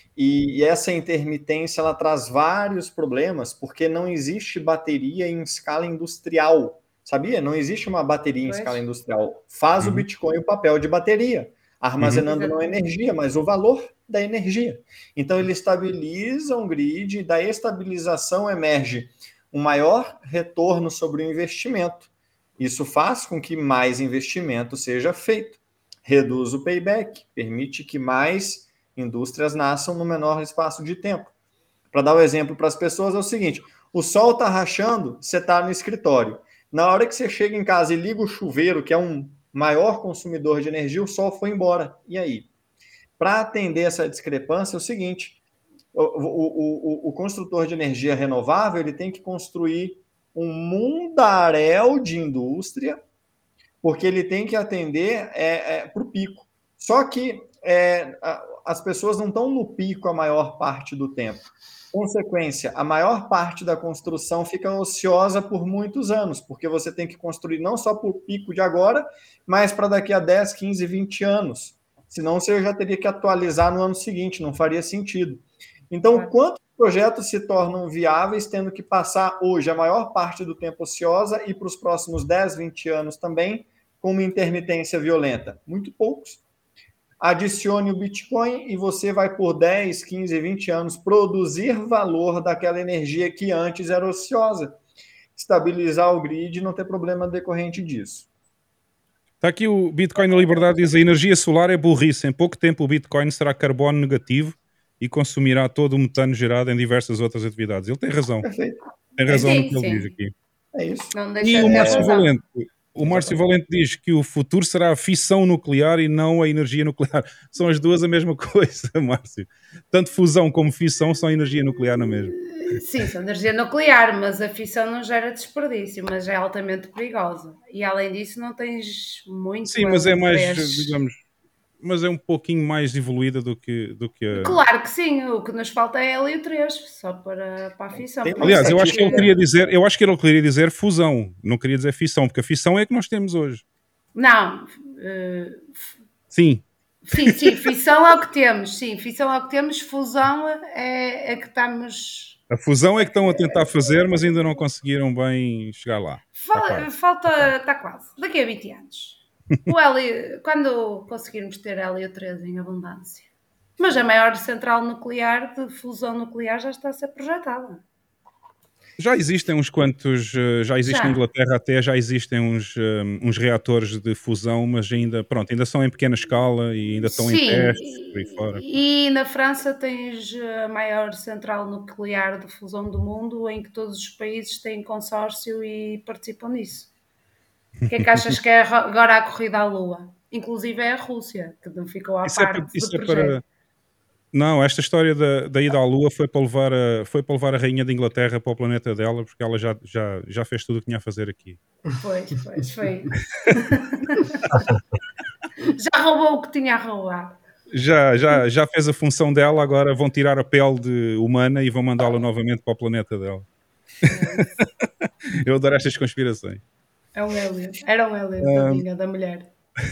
e, e essa intermitência ela traz vários problemas porque não existe bateria em escala industrial, sabia? Não existe uma bateria em Pois. escala industrial. Faz Uhum. o Bitcoin o papel de bateria, armazenando não Exatamente. energia, mas o valor da energia. Então ele estabiliza um grid e da estabilização emerge um maior retorno sobre o investimento. Isso faz com que mais investimento seja feito, reduz o payback, permite que mais indústrias nasçam no menor espaço de tempo. Para dar o um exemplo para as pessoas, é o seguinte: o sol está rachando, você está no escritório. Na hora que você chega em casa e liga o chuveiro, que é um maior consumidor de energia, o sol foi embora. E aí? Para atender essa discrepância, é o seguinte: o, o, o, o construtor de energia renovável ele tem que construir um mundaréu de indústria, porque ele tem que atender é, é, para o pico. Só que é, a, as pessoas não estão no pico a maior parte do tempo. Consequência, a maior parte da construção fica ociosa por muitos anos, porque você tem que construir não só para o pico de agora, mas para daqui a dez, quinze, vinte anos. Senão você já teria que atualizar no ano seguinte, não faria sentido. Então, Claro. quantos projetos se tornam viáveis tendo que passar hoje a maior parte do tempo ociosa e para os próximos dez, vinte anos também com uma intermitência violenta? Muito poucos. Adicione o Bitcoin e você vai por dez, quinze, vinte anos produzir valor daquela energia que antes era ociosa. Estabilizar o grid e não ter problema decorrente disso. Está aqui o Bitcoin na Liberdade, diz a energia solar é burrice. Em pouco tempo o Bitcoin será carbono negativo e consumirá todo o metano gerado em diversas outras atividades. Ele tem razão. Perfeito. Tem razão Sim, no que ele sim. diz aqui. É isso. Não E deixa o de ter Márcio razão. Valente, o Márcio Valente diz que o futuro será a fissão nuclear e não a energia nuclear. São as duas a mesma coisa, Márcio. Tanto fusão como fissão são energia nuclear na mesma. Sim, são energia nuclear, mas a fissão não gera desperdício, mas é altamente perigosa. E além disso, não tens muito Sim, mas é mais, L três. digamos, mas é um pouquinho mais evoluída do que, do que a... Claro que sim, o que nos falta é L três, só para, para a fissão. Tem uma Aliás, eu acho que ele estatística- queria dizer, eu acho que ele queria dizer fusão, não queria dizer fissão, porque a fissão é a que nós temos hoje. Não, eh, Sim, sim, sim, fissão é o que temos, sim, fissão é o que temos, fusão é, é que estamos... a fusão é que estão a tentar fazer, mas ainda não conseguiram bem chegar lá. Fa- Tá quase. falta, está quase, daqui a vinte anos. O L, quando conseguirmos ter L três em abundância. Mas a maior central nuclear de fusão nuclear já está a ser projetada. Já existem uns quantos, eh, já existe Já. na Inglaterra até, já existem uns, eh, uns reatores de fusão, mas ainda, pronto, ainda são em pequena escala e ainda estão em Sim, testes por aí fora. e na França tens a maior central nuclear de fusão do mundo, em que todos os países têm consórcio e participam nisso. O que é que achas que é agora a corrida à Lua? Inclusive é a Rússia, que não ficou à Isso é, parte para, isso do é projeto. para... Não, esta história da, da ida à Lua foi para, levar a, foi para levar a Rainha de Inglaterra para o planeta dela, porque ela já, já, já fez tudo o que tinha a fazer aqui. Pois, pois, foi. Já roubou o que tinha a roubar. já, já, já fez a função dela, agora vão tirar a pele de humana e vão mandá-la novamente para o planeta dela. Eu adoro estas conspirações. É um alien. Era um alien, tadinha da mulher.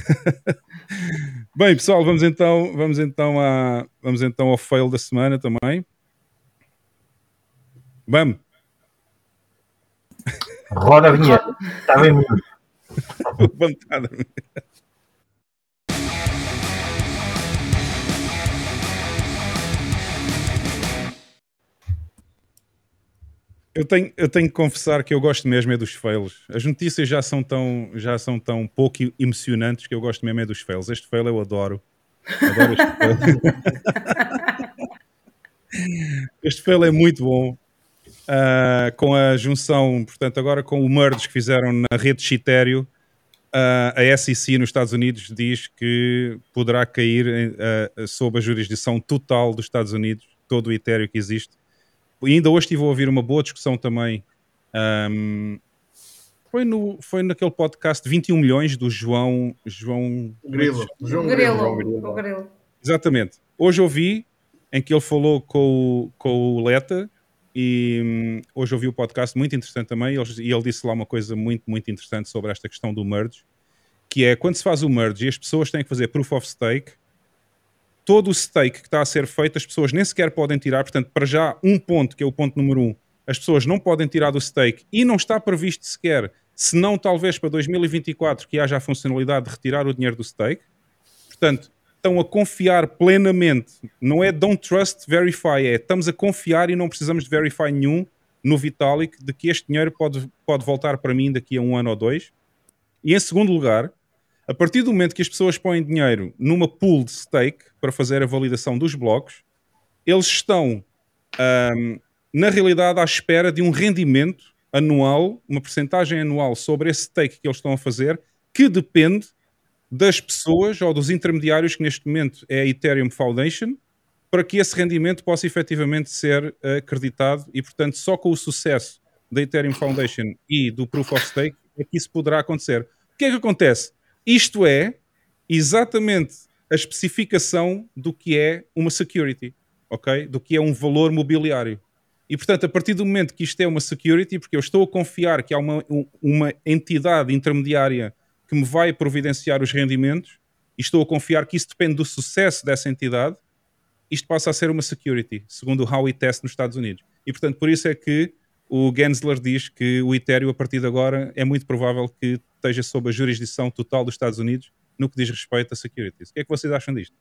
Bem, pessoal, vamos então, vamos então, a, vamos então ao fail da semana também. Vamos. Roda a vinheta. Está bem muito. Vamos estar. Eu tenho, eu tenho que confessar que eu gosto mesmo é dos fails. As notícias já são tão, já são tão pouco emocionantes que eu gosto mesmo é dos fails. Este fail eu adoro. Adoro este fail. Este fail é muito bom. Uh, com a junção, portanto, agora com o merge que fizeram na rede Ethereum, uh, a S E C nos Estados Unidos diz que poderá cair uh, sob a jurisdição total dos Estados Unidos, todo o Ethereum que existe. E ainda hoje estive a ouvir uma boa discussão também. Um, foi, no, foi naquele podcast de vinte e um milhões do João... João Grilo. João Grilo. João Grilo. Grilo. Exatamente. Hoje ouvi em que ele falou com o, com o Leta e um, hoje ouvi o podcast muito interessante também e ele, e ele disse lá uma coisa muito, muito interessante sobre esta questão do merge, que é quando se faz o merge e as pessoas têm que fazer proof of stake, todo o stake que está a ser feito, as pessoas nem sequer podem tirar, portanto, para já, um ponto, que é o ponto número um, as pessoas não podem tirar do stake e não está previsto sequer, se não talvez para dois mil e vinte e quatro, que haja a funcionalidade de retirar o dinheiro do stake. Portanto, estão a confiar plenamente, não é don't trust, verify, é estamos a confiar e não precisamos de verify nenhum no Vitalik de que este dinheiro pode, pode voltar para mim daqui a um ano ou dois. E em segundo lugar, a partir do momento que as pessoas põem dinheiro numa pool de stake para fazer a validação dos blocos, eles estão, um, na realidade, à espera de um rendimento anual, uma percentagem anual sobre esse stake que eles estão a fazer, que depende das pessoas ou dos intermediários que neste momento é a Ethereum Foundation, para que esse rendimento possa efetivamente ser acreditado e, portanto, só com o sucesso da Ethereum Foundation e do Proof of Stake é que isso poderá acontecer. O que é que acontece? Isto é exatamente a especificação do que é uma security, ok? Do que é um valor mobiliário. E, portanto, a partir do momento que isto é uma security, porque eu estou a confiar que há uma, uma entidade intermediária que me vai providenciar os rendimentos, e estou a confiar que isso depende do sucesso dessa entidade, isto passa a ser uma security, segundo o Howey Test nos Estados Unidos. E, portanto, por isso é que o Gensler diz que o Ethereum, a partir de agora, é muito provável que esteja sob a jurisdição total dos Estados Unidos no que diz respeito a securities. O que é que vocês acham disto?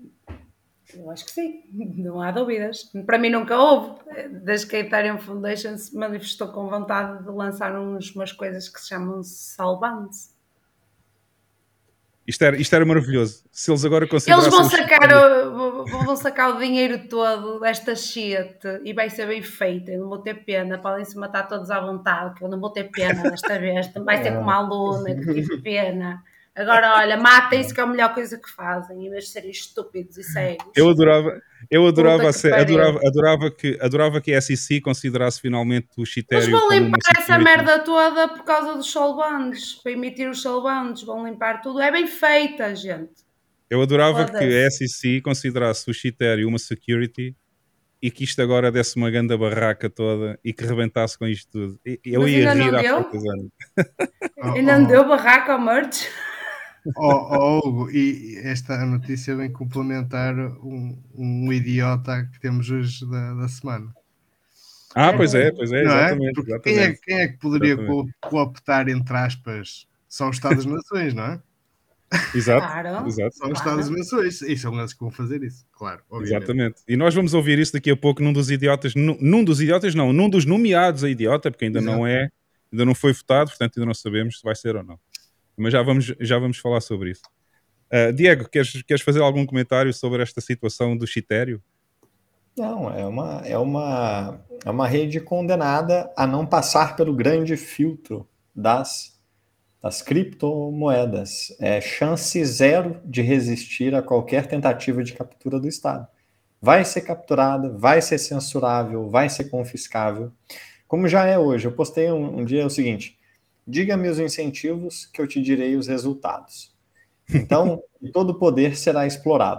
Eu acho que sim, não há dúvidas. Para mim nunca houve, desde que a Ethereum Foundation se manifestou com vontade de lançar uns, umas coisas que se chamam salvantes. Isto era, isto era maravilhoso. Se eles agora considerassem... Eles vão sacar, o, vão sacar o dinheiro todo desta shit e vai ser bem feito. Eu não vou ter pena. Podem se matar todos à vontade, que eu não vou ter pena desta vez. Vai ser como a aluna, que tive pena. Agora, olha, matem-se, que é a melhor coisa que fazem, em vez de serem estúpidos e cegos. Eu adorava, eu adorava, a ser, adorava, adorava, que, adorava que a S E C considerasse finalmente o Ethereum. Eles vão limpar essa merda toda por causa dos solbandos, para emitir os solbandos, vão limpar tudo. É bem feita, gente. Eu adorava que a S E C considerasse o Ethereum uma security e que isto agora desse uma grande barraca toda e que rebentasse com isto tudo. Eu Mas ia rir há poucos anos. Ainda não deu barraca ao merge? Oh, oh, Hugo, e esta notícia vem complementar um, um idiota que temos hoje da, da semana. Ah, pois é, pois é, não exatamente. É? exatamente. Quem, é, quem é que poderia co cooptar, entre aspas, são os Estados-nações, não é? Exato, claro, exato. São os claro. Estados-nações, e são eles que vão fazer isso, claro. Obviamente. Exatamente. E nós vamos ouvir isso daqui a pouco num dos idiotas, num, num dos idiotas não, num dos nomeados a idiota, porque ainda Exato. não é, ainda não foi votado, portanto ainda não sabemos se vai ser ou não. Mas já vamos, já vamos falar sobre isso. Uh, Diego, queres, queres fazer algum comentário sobre esta situação do Ethereum? Não, é uma, é, uma, é uma rede condenada a não passar pelo grande filtro das, das criptomoedas. É chance zero de resistir a qualquer tentativa de captura do Estado. Vai ser capturada, vai ser censurável, vai ser confiscável, como já é hoje. Eu postei um, um dia o seguinte: diga-me os incentivos que eu te direi os resultados. Então, todo o poder será explorado.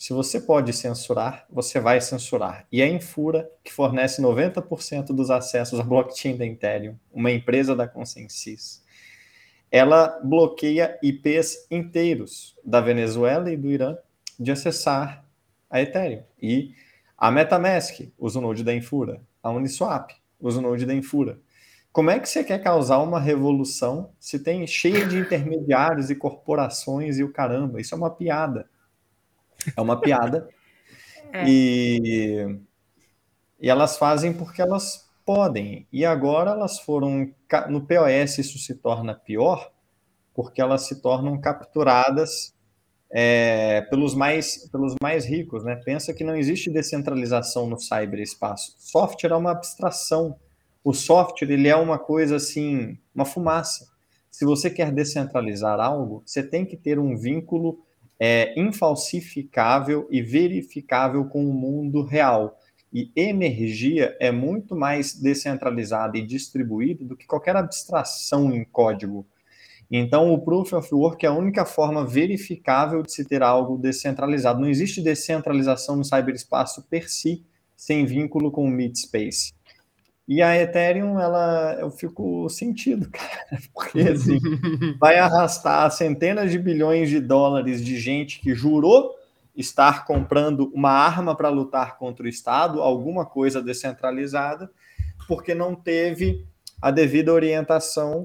Se você pode censurar, você vai censurar. E a Infura, que fornece noventa por cento dos acessos à blockchain da Ethereum, uma empresa da Consensys, ela bloqueia I Ps inteiros da Venezuela e do Irã de acessar a Ethereum. E a MetaMask usa o node da Infura, a Uniswap usa o node da Infura. Como é que você quer causar uma revolução se tem cheio de intermediários e corporações e o caramba? Isso é uma piada. É uma piada. É. E, e elas fazem porque elas podem. E agora elas foram... No P O S isso se torna pior, porque elas se tornam capturadas é, pelos, mais, pelos mais ricos. Né? Pensa que não existe descentralização no cyberespaço. Software é uma abstração. O software ele é uma coisa assim, uma fumaça. Se você quer descentralizar algo, você tem que ter um vínculo É, infalsificável e verificável com o mundo real. E energia é muito mais descentralizada e distribuída do que qualquer abstração em código. Então, o Proof of Work é a única forma verificável de se ter algo descentralizado. Não existe descentralização no cyberespaço per si, sem vínculo com o Meatspace. E a Ethereum, ela, eu fico sentido, cara, porque assim, vai arrastar centenas de bilhões de dólares de gente que jurou estar comprando uma arma para lutar contra o Estado, alguma coisa descentralizada, porque não teve a devida orientação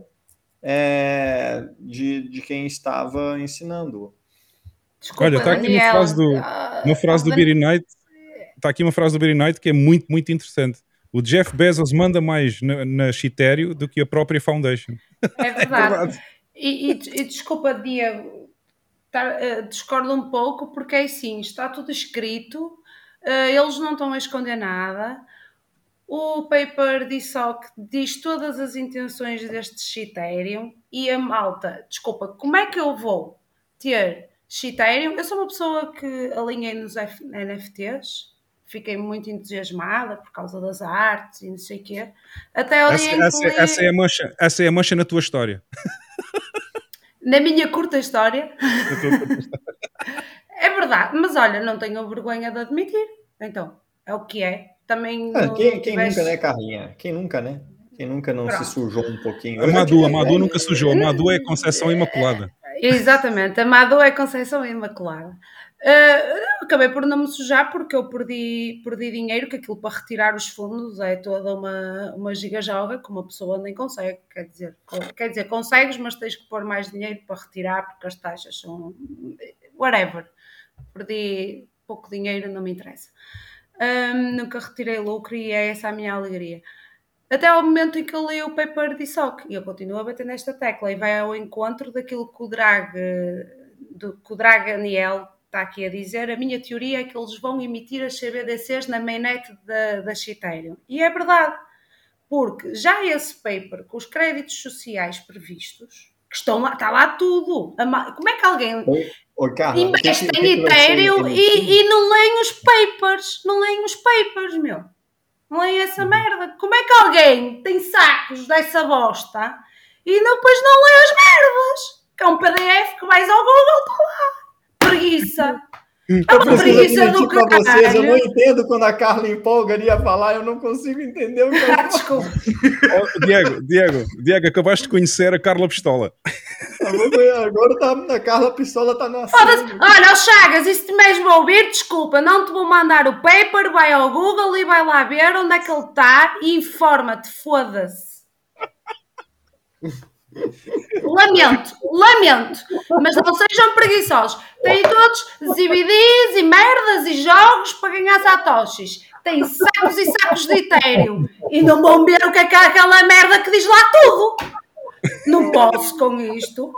é, de, de quem estava ensinando. Desculpa, Olha, está aqui Daniel, uma frase do, ah, uma frase do Dan- Beery Knight, está aqui uma frase do Beery Knight que é muito, muito interessante. O Jeff Bezos manda mais na, na Ethereum do que a própria Foundation. É verdade. verdade. E, e- e desculpa, Diego, tá, eh, discordo um pouco, porque é assim, está tudo escrito, eh, eles não estão a esconder nada. O paper de I S O C diz todas as intenções deste Ethereum e a malta, desculpa, como é que eu vou ter Ethereum? Eu sou uma pessoa que alinhei nos F- N F Ts, fiquei muito entusiasmada por causa das artes e não sei o quê. Até ao Essa, dia em que essa, li, essa, é a mancha, essa é a mancha na tua história. na minha curta história, Na tua- é verdade, mas olha, não tenho vergonha de admitir. Então, é o que é. Também Ah, não, quem, não quem tiveste... nunca, né, Carlinha? Quem nunca, né? Quem nunca não Pronto. se sujou um pouquinho? A Eu já Madu, a tive- Madu nunca sujou. A Madu é a Conceição Imaculada. Exatamente, a Madu é Conceição Imaculada. Uh, acabei por não me sujar porque eu perdi, perdi dinheiro, que aquilo para retirar os fundos é toda uma, uma gigajoga que uma pessoa nem consegue, quer dizer, quer dizer, consegues, mas tens que pôr mais dinheiro para retirar porque as taxas são whatever. Perdi pouco dinheiro, não me interessa. Um, nunca retirei lucro e é essa a minha alegria. Até ao momento em que eu li o paper de I S O C, e eu continuo a bater nesta tecla, e vai ao encontro daquilo que o Drag, do, que o Drag Aniel está aqui a dizer. A minha teoria é que eles vão emitir as C B D Cs na mainnet da, da Ethereum. E é verdade, porque já esse paper, com os créditos sociais previstos, que estão lá, está lá tudo. Como é que alguém Oi, oi, Carla, investe o que- o em que que vai ser Ethereum emitido? e, e não leem os papers? Não leem os papers, meu. Não é essa merda. Como é que alguém tem sacos dessa bosta e depois não lê as merdas? Que é um P D F que vais ao Google, está lá. Preguiça. É Eu uma preciso preguiça do admitir pra vocês, eu não caralho. entendo quando a Carla empolga ia falar, eu não consigo entender o que Ah, eu desculpa. Oh, Diego, Diego, Diego, acabaste de conhecer a Carla Pistola. Agora tá, a Carla Pistola tá Foda-se. nascendo. Olha, oh Chagas, e se te mesmo ouvir, desculpa, não te vou mandar o paper, vai ao Google e vai lá ver onde é que ele está e informa-te, foda-se. Lamento, lamento, mas não sejam preguiçosos. Têm todos Z B Ds e merdas e jogos para ganhar satoshis. Têm sacos e sacos de Ethereum e não vão ver o que é que é aquela merda que diz lá tudo. Não posso com isto.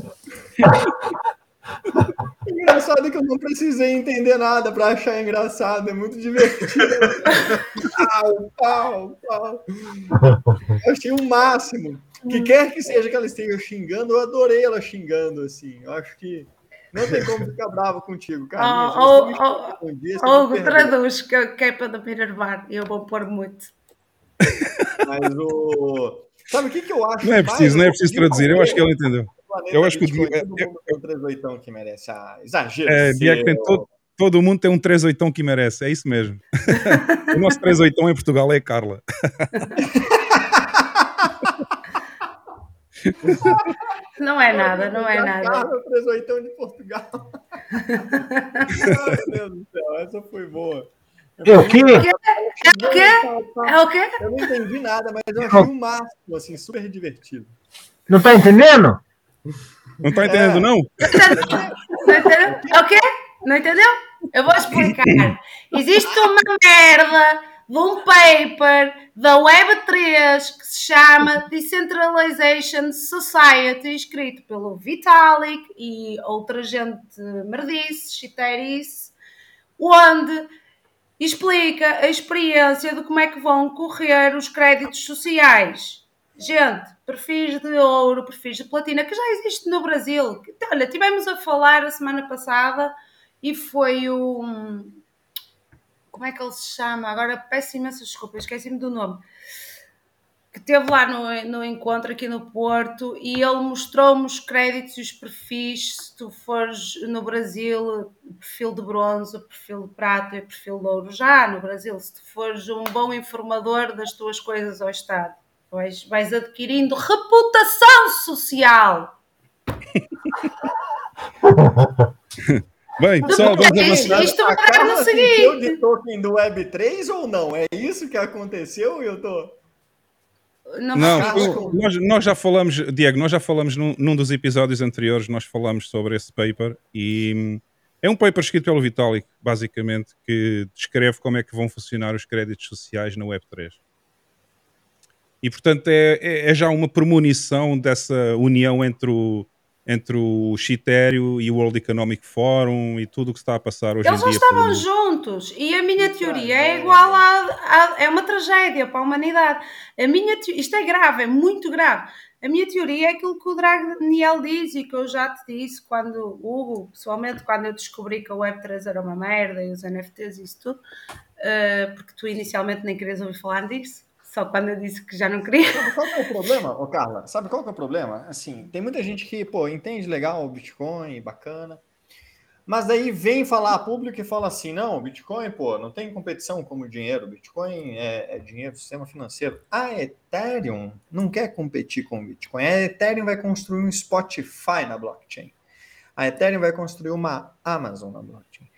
Engraçado é que eu não precisei entender nada para achar engraçado, é muito divertido. Pau, pau, pau. Eu achei o máximo. Que quer que seja que ela esteja xingando, eu adorei ela xingando, assim. Eu acho que não tem como ficar bravo contigo, Carlinhos. Se você me xingar um dia, você me Ou perdoa. traduz, que, que é para não me enervar. Eu vou pôr muito. Mas o... Sabe o que, que eu acho? Não é preciso, mais? não é Eu preciso podia traduzir. Eu morrer. acho que ele entendeu. Planeta Eu acho que o Bitcoin, Diego- todo mundo tem um trezentoitão que merece. Ah, exagero É, seu. Diego tem todo, todo mundo tem um três oitão que merece, é isso mesmo. O nosso três oitão em Portugal é a Carla. Não é nada, não é nada. Carla, três oitão de Portugal. Ai, meu Deus do céu, essa foi boa. É o quê? É o quê? É o quê? Eu não entendi nada, mas eu achei o máximo, assim, super divertido. Não tá entendendo? Não tá entendendo, É. não? Não entendeu? É o quê? Não entendeu? Eu vou explicar. Existe uma merda de um paper da Web três que se chama Decentralization Society, escrito pelo Vitalik e outra gente merdice, chiterice, onde explica a experiência de como é que vão correr os créditos sociais. Gente, perfis de ouro, perfis de platina, que já existe no Brasil. Olha, tivemos a falar a semana passada e foi o... Como é que ele se chama? Agora peço imensas desculpas, esqueci-me do nome. Que esteve lá no, no encontro aqui no Porto e ele mostrou-me os créditos e os perfis. Se tu fores no Brasil, o perfil de bronze, o perfil de prata e o perfil de ouro. Já no Brasil, se tu fores um bom informador das tuas coisas ao Estado, vais, vais adquirindo reputação social. Bem, pessoal, vamos avançar. Isto vai dar no seguinte. de token do Web três ou não? É isso que aconteceu e eu tô... Não, Não, Carla, nós, nós já falamos, Diego, nós já falamos num, num dos episódios anteriores, nós falamos sobre esse paper e hum, é um paper escrito pelo Vitalik, basicamente, que descreve como é que vão funcionar os créditos sociais na Web três. E, portanto, é, é, é já uma premonição dessa união entre o, entre o Citério e o World Economic Forum e tudo o que está a passar hoje Eles em já dia. estavam pelo- juntos e a minha teoria é tragédia. igual a, a- é uma tragédia para a humanidade. A minha te- isto é grave, é muito grave. A minha teoria é aquilo que o Daniel diz e que eu já te disse quando, Hugo, pessoalmente, quando eu descobri que a Web três era uma merda e os N F Ts e isso tudo, uh, porque tu inicialmente nem querias ouvir falar disso, só quando eu disse que já não queria. Sabe qual que é o problema, ô Carla? Sabe qual que é o problema? Assim, tem muita gente que, pô, entende legal o Bitcoin, bacana, mas daí vem falar a público e fala assim, não, o Bitcoin, pô, não tem competição como o dinheiro, o Bitcoin é, é dinheiro, sistema financeiro. A Ethereum não quer competir com o Bitcoin, a Ethereum vai construir um Spotify na blockchain, a Ethereum vai construir uma Amazon na blockchain.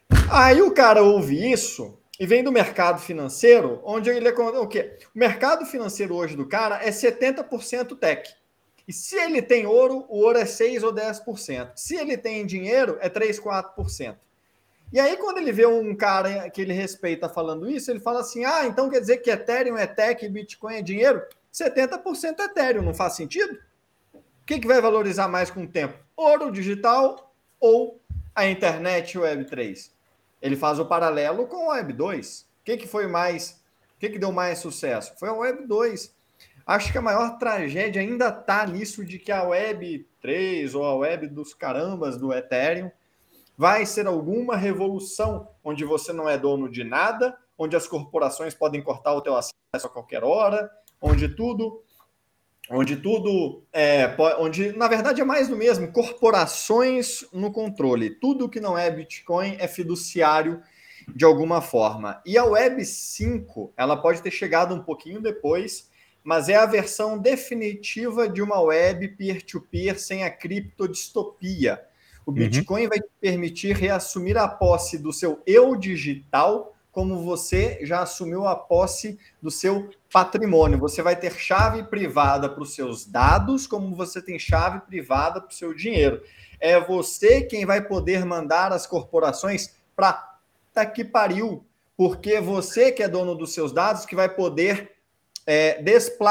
Aí o cara ouve isso e vem do mercado financeiro, onde ele é o quê? O mercado financeiro hoje do cara é setenta por cento tech. E se ele tem ouro, o ouro é seis ou dez por cento. Se ele tem dinheiro, é três, quatro por cento. E aí, quando ele vê um cara que ele respeita falando isso, ele fala assim, ah, então quer dizer que Ethereum é tech e Bitcoin é dinheiro? setenta por cento é Ethereum, não faz sentido? O que, que vai valorizar mais com o tempo? Ouro digital ou a internet Web três? Ele faz o paralelo com a Web dois. O que, que foi mais... O que, que deu mais sucesso? Foi a Web dois. Acho que a maior tragédia ainda está nisso de que a Web três ou a Web dos carambas do Ethereum vai ser alguma revolução onde você não é dono de nada, onde as corporações podem cortar o teu acesso a qualquer hora, onde tudo... Onde tudo... É, onde, na verdade, é mais do mesmo. Corporações no controle. Tudo que não é Bitcoin é fiduciário de alguma forma. E a Web cinco, ela pode ter chegado um pouquinho depois, mas é a versão definitiva de uma web peer-to-peer sem a criptodistopia. O Bitcoin uhum. vai te permitir reassumir a posse do seu eu digital como você já assumiu a posse do seu patrimônio. Você vai ter chave privada para os seus dados, como você tem chave privada para o seu dinheiro. É você quem vai poder mandar as corporações para tá que pariu, porque você que é dono dos seus dados que vai poder é,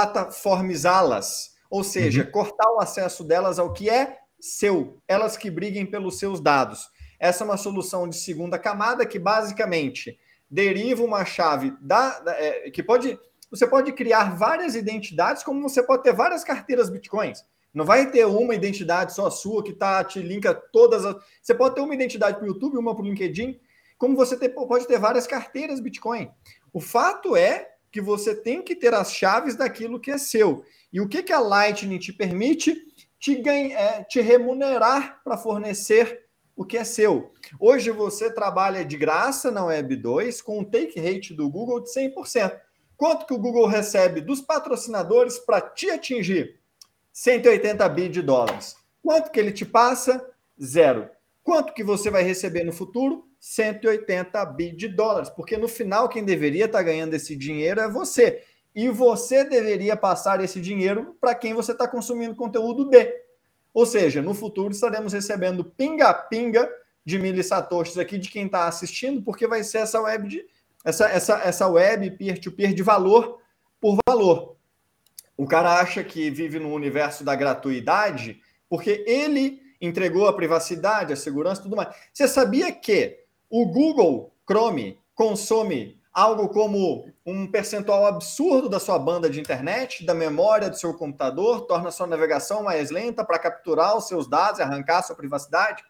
desplataformizá-las, ou seja, uhum. cortar o acesso delas ao que é seu, elas que briguem pelos seus dados. Essa é uma solução de segunda camada que basicamente deriva uma chave da, da é, que pode, você pode criar várias identidades, como você pode ter várias carteiras Bitcoins. Não vai ter uma identidade só sua que tá, te linka todas as... Você pode ter uma identidade para o YouTube, uma para o LinkedIn, como você ter, pode ter várias carteiras Bitcoin. O fato é que você tem que ter as chaves daquilo que é seu. E o que, que a Lightning te permite? Te, ganha, é, te remunerar para fornecer o que é seu. Hoje você trabalha de graça na Web dois com um take rate do Google de cem por cento. Quanto que o Google recebe dos patrocinadores para te atingir? cento e oitenta bi de dólares. Quanto que ele te passa? Zero. Quanto que você vai receber no futuro? cento e oitenta bi de dólares. Porque no final quem deveria estar ganhando esse dinheiro é você. E você deveria passar esse dinheiro para quem você está consumindo conteúdo de. Ou seja, no futuro estaremos recebendo pinga-pinga de milissatoshis aqui de quem está assistindo, porque vai ser essa web, de, essa, essa, essa web peer-to-peer de valor por valor. O cara acha que vive no universo da gratuidade porque ele entregou a privacidade, a segurança e tudo mais. Você sabia que o Google Chrome consome algo como um percentual absurdo da sua banda de internet, da memória do seu computador, torna a sua navegação mais lenta para capturar os seus dados e arrancar a sua privacidade?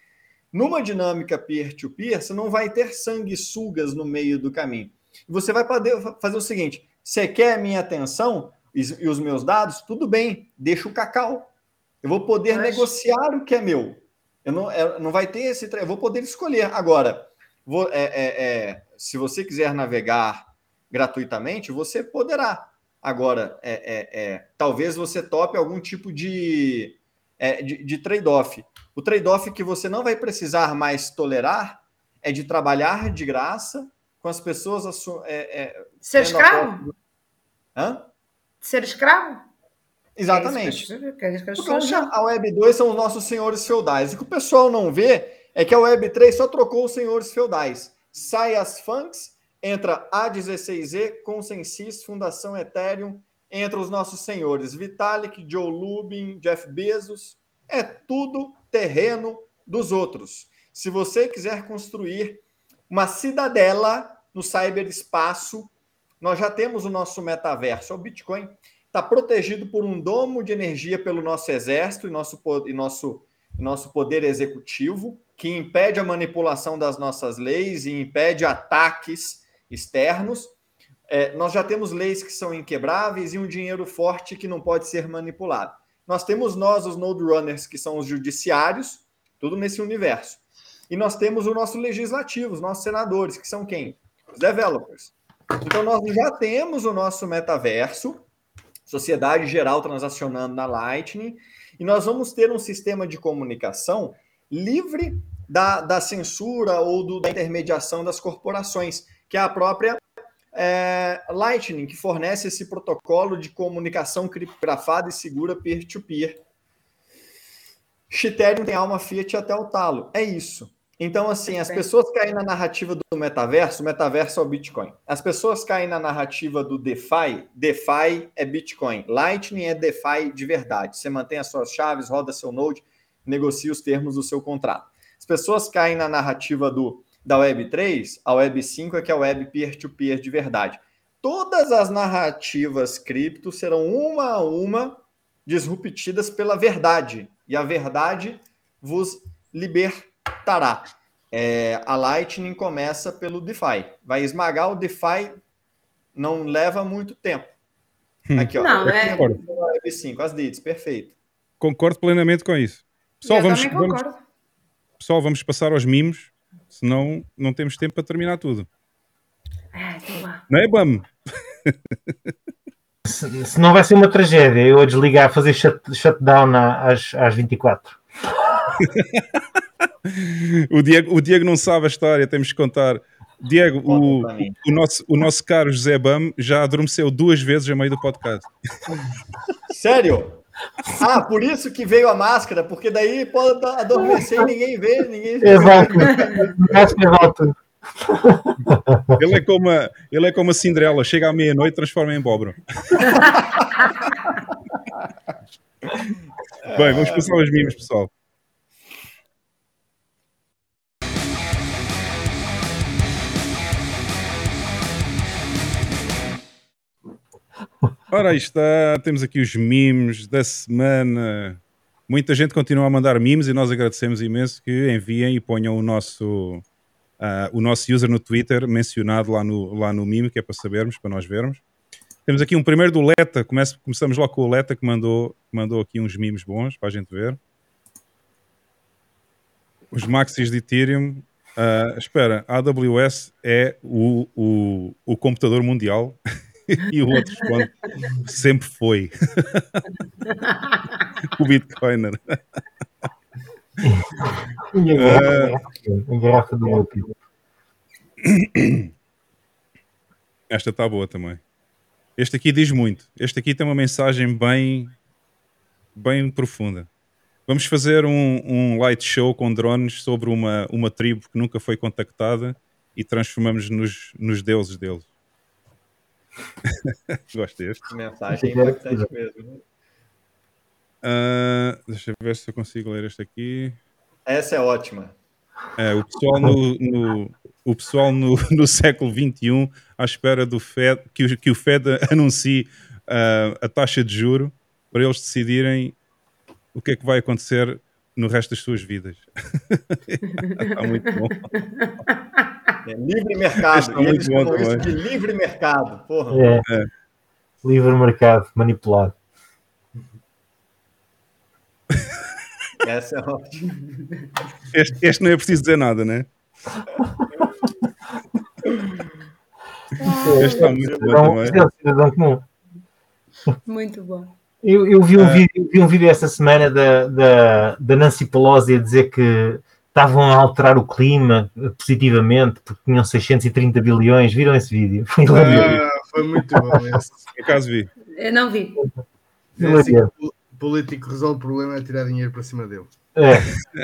Numa dinâmica peer-to-peer, você não vai ter sanguessugas no meio do caminho. Você vai poder fazer o seguinte: você quer a minha atenção e os meus dados? Tudo bem, deixa o cacau. Eu vou poder Mas... negociar o que é meu. Eu não, eu, não vai ter esse... Eu vou poder escolher. Agora, vou, é, é, é, se você quiser navegar gratuitamente, você poderá. Agora, é, é, é, talvez você tope algum tipo de, é, de, de trade-off. O trade-off que você não vai precisar mais tolerar é de trabalhar de graça com as pessoas... Assu- é, é, Ser escravo? Hã? Ser escravo? Exatamente. É isso que as, que as Porque hoje a Web dois são os nossos senhores feudais. O que o pessoal não vê é que a Web três só trocou os senhores feudais. Sai as funks, entra A dezesseis E, Consensys, Fundação Ethereum, entra os nossos senhores Vitalik, Joe Lubin, Jeff Bezos. É tudo terreno dos outros. Se você quiser construir uma cidadela no ciberespaço, nós já temos o nosso metaverso. O Bitcoin está protegido por um domo de energia pelo nosso exército e nosso, e nosso, nosso poder executivo, que impede a manipulação das nossas leis e impede ataques externos. É, nós já temos leis que são inquebráveis e um dinheiro forte que não pode ser manipulado. Nós temos nós, os Node Runners, que são os judiciários, tudo nesse universo. E nós temos o nosso legislativo, os nossos senadores, que são quem? Os developers. Então, nós já temos o nosso metaverso, sociedade geral transacionando na Lightning, e nós vamos ter um sistema de comunicação livre da, da censura ou do, da intermediação das corporações, que é a própria é, Lightning, que fornece esse protocolo de comunicação criptografada e segura peer-to-peer. Ethereum tem alma fiat até o talo. É isso. Então, assim, as pessoas caem na narrativa do metaverso, o metaverso é o Bitcoin. As pessoas caem na narrativa do DeFi, DeFi é Bitcoin. Lightning é DeFi de verdade. Você mantém as suas chaves, roda seu node, negocia os termos do seu contrato. As pessoas caem na narrativa do, da Web três, a Web cinco é que é a Web peer-to-peer de verdade. Todas as narrativas cripto serão uma a uma disruptidas pela verdade. E a verdade vos libertará. É, a Lightning começa pelo DeFi. Vai esmagar o DeFi, não leva muito tempo. Aqui, ó. Não, é... Web cinco, as leads, perfeito. Concordo plenamente com isso. Pessoal, Eu vamos, também vamos, concordo. pessoal, vamos passar aos mimos, senão não temos tempo para terminar tudo. Ah, então vá. Não é, Bam? Se, se não vai ser uma tragédia, eu a desligar, fazer shut, shutdown às, às vinte e quatro. o, Diego, o Diego não sabe a história, temos que contar. Diego, o, o, o, nosso, o nosso caro José Bam já adormeceu duas vezes a meio do podcast. Sério? Ah, por isso que veio a máscara, porque daí pode adormecer e ninguém vê, ninguém vê. Exato. Exato. Ele é como a, ele é como a Cinderela, chega à meia-noite e transforma em abóbora. Bem, vamos passar aos mimos, pessoal. Ora, aí está, temos aqui os mimos da semana. Muita gente continua a mandar mimos e nós agradecemos imenso que enviem e ponham o nosso, uh, o nosso user no Twitter mencionado lá no, lá no mimo, que é para sabermos, para nós vermos. Temos aqui um primeiro do Leta, Comece, começamos logo com o Leta, que mandou, mandou aqui uns mimos bons para a gente ver. os maxis de Ethereum. Uh, espera, a AWS é o, o, o computador mundial e o outro responde, sempre foi. O Bitcoiner. E agora, uh, a garrafa do outro. Esta está boa também. Este aqui diz muito. Este aqui tem uma mensagem bem, bem profunda. Vamos fazer um, um light show com drones sobre uma, uma tribo que nunca foi contactada e transformamos nos, nos deuses deles. Gosto deste. Mensagem impactante mesmo. Uh, deixa eu ver se eu consigo ler este aqui. Essa é ótima. É, o pessoal no, no, o pessoal no, no século vinte e um à espera do Fed, que o, que o Fed anuncie uh, a taxa de juro para eles decidirem o que é que vai acontecer no resto das suas vidas. Está muito bom. É, livre mercado. Está e muito eles bom chamam isso também. de livre mercado. Porra. É. É. Livre mercado, manipulado. Essa é ótima. Este, este não é preciso dizer nada, né? Este está muito bom Não, também. é um cidadão comum. Muito bom. Eu, eu, vi um Ah. vídeo, eu vi um vídeo esta semana da, da, da Nancy Pelosi a dizer que estavam a alterar o clima positivamente porque tinham seiscentos e trinta bilhões. Viram esse vídeo? Foi hilariante. Ah, foi muito bom esse. Por acaso vi. Eu não vi. É assim que o político resolve o problema é tirar dinheiro para cima dele. É.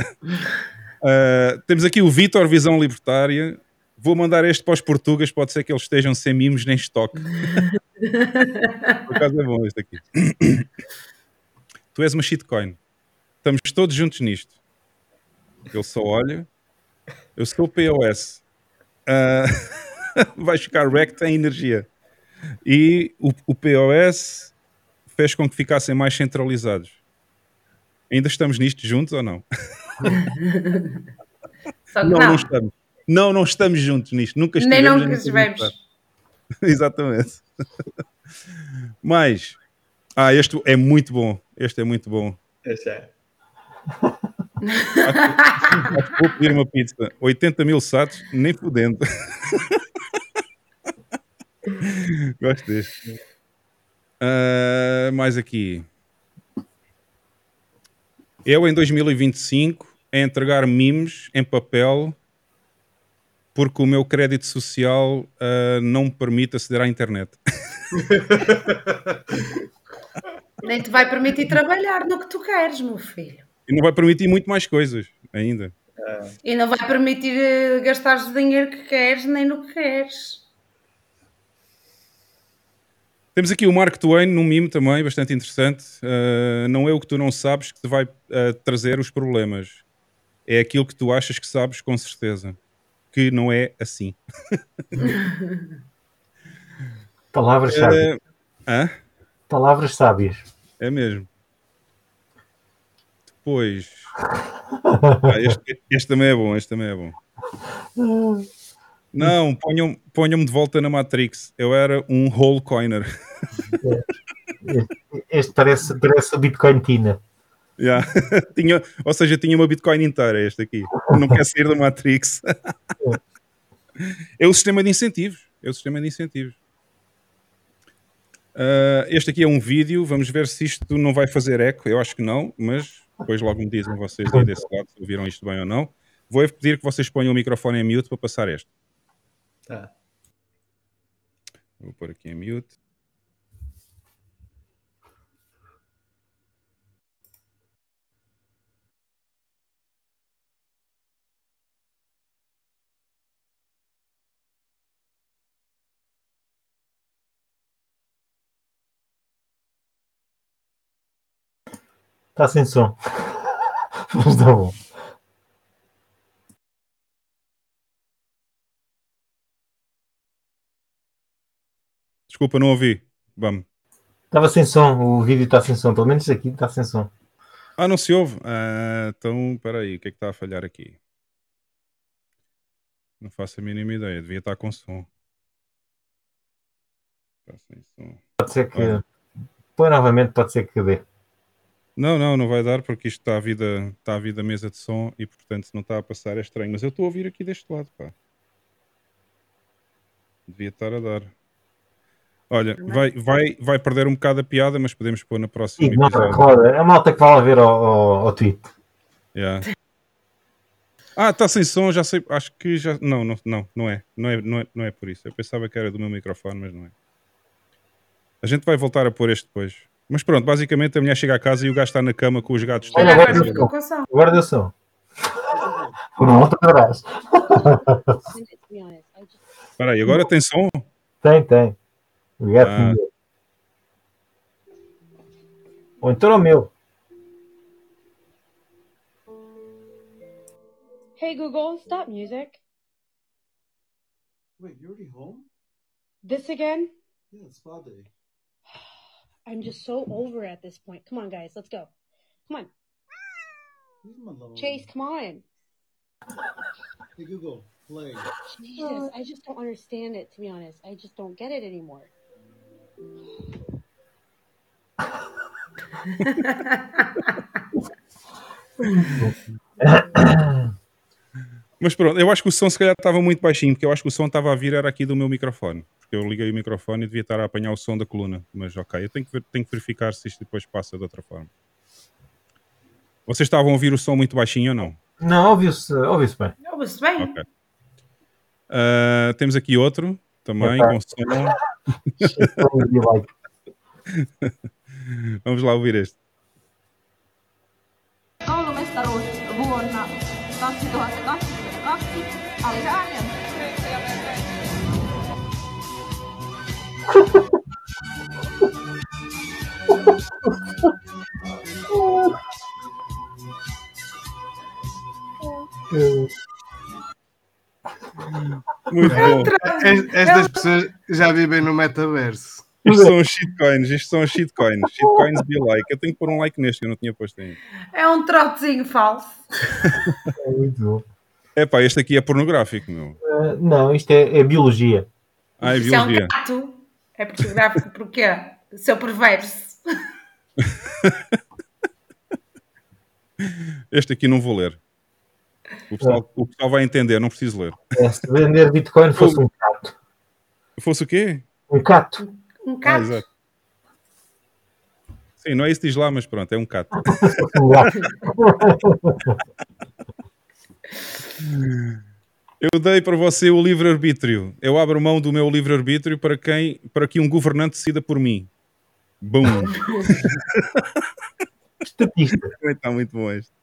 Uh, temos aqui o Vitor, Visão Libertária. Vou mandar este para os portugueses, pode ser que eles estejam sem mimos nem estoque. Por acaso é bom este aqui. Tu és uma shitcoin. Estamos todos juntos nisto. Ele só olha. Eu sou o P O S. Uh, vais ficar wrecked em energia. E o, o P O S fez com que ficassem mais centralizados. Ainda estamos nisto juntos ou não? Só que Não, não. não estamos. Não, não estamos juntos nisto. Nunca Nem estivemos. nunca nem estivemos. estar. Exatamente. Mas, ah, este é muito bom. Este é muito bom. Esse é. Acho que vou pedir uma pizza. oitenta mil satos, nem fudendo. Gosto deste. Uh, mais aqui. Eu, em dois mil e vinte e cinco, a entregar memes em papel porque o meu crédito social uh, não me permite aceder à internet. Nem te vai permitir trabalhar no que tu queres, meu filho. E não vai permitir muito mais coisas ainda. É. E não vai permitir uh, gastar o dinheiro que queres, nem no que queres. Temos aqui o Mark Twain num meme também, bastante interessante. Uh, não é o que tu não sabes que te vai uh, trazer os problemas. É aquilo que tu achas que sabes com certeza. Que não é assim. Palavras sábias. Uh, hã? Palavras sábias. É mesmo. Depois... Ah, este, este também é bom, este também é bom. Não, ponham, ponham-me de volta na Matrix. Eu era um whole coiner. Este, este parece, parece o Bitcoin Tina. Yeah. tinha, ou seja, tinha uma Bitcoin inteira este aqui. Não quer sair da Matrix. É o sistema de incentivos. É o sistema de incentivos. Uh, este aqui é um vídeo. Vamos ver se isto não vai fazer eco. Eu acho que não, mas depois logo me dizem vocês aí desse lado se ouviram isto bem ou não. Vou pedir que vocês ponham o microfone em mute para passar este. Tá. Vou pôr aqui em mute. Está sem som. Mas está bom. Desculpa, não ouvi. Vamos. Estava sem som. O vídeo está sem som. Pelo menos aqui está sem som. Ah, não se ouve? Ah, então, espera aí. O que é que está a falhar aqui? Não faço a mínima ideia. Devia estar com som. Está sem som. Pode ser que... Olha. Põe novamente, pode ser que dê. Não, não, não vai dar porque isto está a vida, está a vida mesa de som e portanto se não está a passar é estranho. Mas eu estou a ouvir aqui deste lado, pá. Devia estar a dar. Olha, vai, vai, vai perder um bocado a piada, mas podemos pôr na próxima Ignora, episódio. roda. É a malta que vai lá ver ao, ao, ao tweet. Yeah. Ah, está sem som, já sei. Acho que já. Não, não, não, não é. Não é, não é. Não é por isso. Eu pensava que era do meu microfone, mas não é. A gente vai voltar a pôr este depois. Mas pronto, basicamente a mulher chega a casa e o gajo está na cama com os gatos todos. Olha, Agora agora ficou com som. Agora deu som. Não, outra vez. Espera aí, agora tem som? Tem, tem. O gato Ah. meu. Ou então é o meu. Hey Google, stop music. Wait, you're already home? This again? Yeah, it's spa day. I'm just so over it at this point. Come on, guys, let's go. Come on. Leave him alone. Chase, come on. Hey Google, play. Jesus, I just don't understand it, to be honest. I just don't get it anymore. Mas pronto, eu acho que o som se calhar estava muito baixinho, porque eu acho que o som estava a vir era aqui do meu microfone. Porque eu liguei o microfone e devia estar a apanhar o som da coluna. Mas ok, eu tenho que, ver, tenho que verificar se isto depois passa de outra forma. Vocês estavam a ouvir o som muito baixinho ou não? Não, ouviu-se ouviu bem. Ouve-se bem? Ok. Uh, temos aqui outro, também, Opa. com som. Vamos lá ouvir este. Koulumestaruus vuonna kaksituhattakaksikymmentäkaksi. Alisa Arjan. Muito bom. Estas pessoas já vivem no metaverso. Isto são os shitcoins, isto são os shitcoins. Shitcoins be like. Eu tenho que pôr um like neste que eu não tinha posto ainda. É um trotezinho falso. É muito bom. É pá, este aqui é pornográfico, meu. Uh, não, isto é, é biologia. Ah, é Isso é um biologia. gato. É pornográfico porquê? Seu perverso. Este aqui não vou ler. O pessoal, o pessoal vai entender, não preciso ler. É, se vender Bitcoin fosse um cato. Fosse o quê? Um cato. Um Ah, gato. exato. Sim, não é isso que diz lá, mas pronto, é um cato. Um gato. Eu dei para você o livre-arbítrio. Eu abro mão do meu livre-arbítrio para, quem, para que um governante decida por mim. Bum! Estatista. Está muito bom este.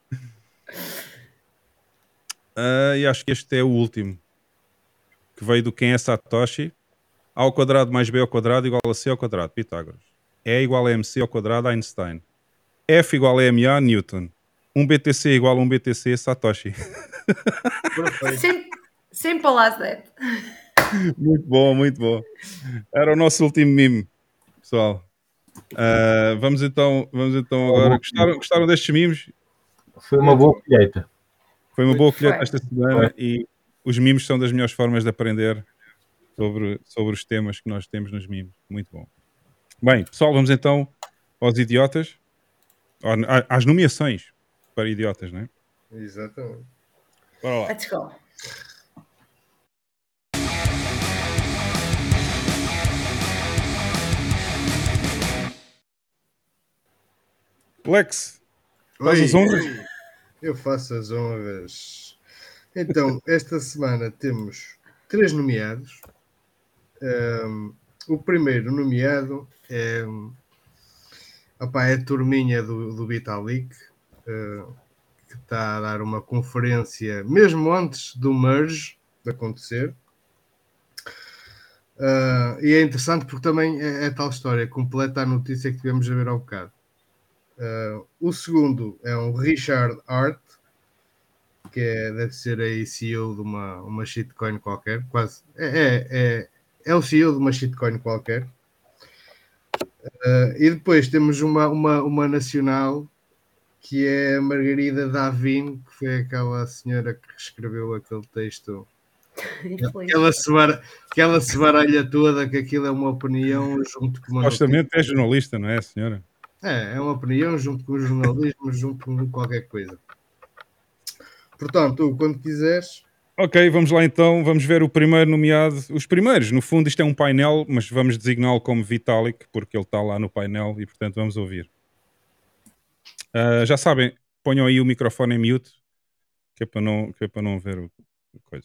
Uh, e acho que este é o último. Que veio do quem é Satoshi. A ao quadrado mais B ao quadrado igual a C ao quadrado. Pitágoras. E igual a mc ao quadrado, Einstein. F igual a ma, Newton. Um B T C igual a um B T C, Satoshi. Sem, sem palavras. Muito bom, muito bom. Era o nosso último meme, pessoal. Uh, vamos então, vamos então agora. Gostaram, gostaram destes memes? Foi uma boa colheita. Foi uma boa colheita Foi. esta semana e os memes são das melhores formas de aprender sobre, sobre os temas que nós temos nos memes. Muito bom. Bem, pessoal, vamos então aos idiotas, às nomeações para idiotas, não é? Exatamente. Bora lá. Let's go. Lex, faz Oi, as honras. eu faço as honras. Então, esta semana temos três nomeados. Um, o primeiro nomeado é, opa, é a turminha do, do Vitalik, uh, que está a dar uma conferência mesmo antes do merge de acontecer. Uh, e é interessante porque também é, é tal história, completa a notícia que tivemos a ver ao bocado. Uh, o segundo é um Richard Hart, que é, deve ser a C E O de uma, uma shitcoin qualquer, quase. É, é, é, é o C E O de uma shitcoin qualquer. Uh, e depois temos uma, uma, uma nacional, que é a Margarida Davin, que foi aquela senhora que escreveu aquele texto. Aquela se, bar, aquela se baralha toda, que aquilo é uma opinião junto com uma Supostamente notícia. é jornalista, não é, senhora? É, é uma opinião junto com o jornalismo, junto com qualquer coisa. Portanto, tu, quando quiseres. Ok, vamos lá então, vamos ver o primeiro nomeado. Os primeiros, no fundo, isto é um painel, mas vamos designá-lo como Vitalik, porque ele está lá no painel e, portanto, vamos ouvir. Uh, já sabem, ponham aí o microfone em mute, que é para não, que é para não ver o a coisa.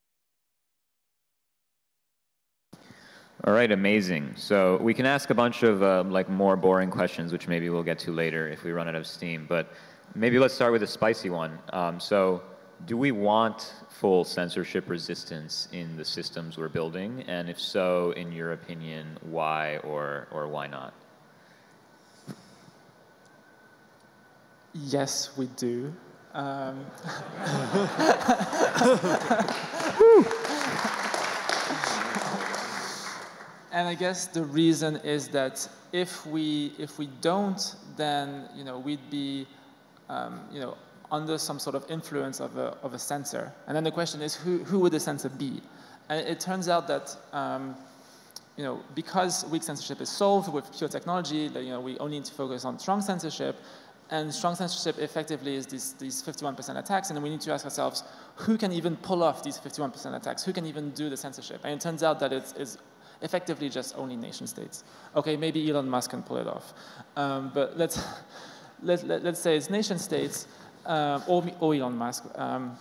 All right, amazing. So we can ask a bunch of uh, like more boring questions, which maybe we'll get to later if we run out of steam. But maybe let's start with a spicy one. Um, so, do we want full censorship resistance in the systems we're building? And if so, in your opinion, why or or why not? Yes, we do. Um, and I guess the reason is that if we if we don't, then you know we'd be um, you know under some sort of influence of a of a censor. And then the question is, who who would the censor be? And it turns out that um, you know because weak censorship is solved with pure technology, that you know we only need to focus on strong censorship. And strong censorship effectively is these, these fifty-one percent attacks, and then we need to ask ourselves, who can even pull off these fifty-one percent attacks? Who can even do the censorship? And it turns out that it's, it's effectively just only nation states. Okay, maybe Elon Musk can pull it off. Um, but let's, let, let, let's say it's nation states, um, or, or Elon Musk. Um,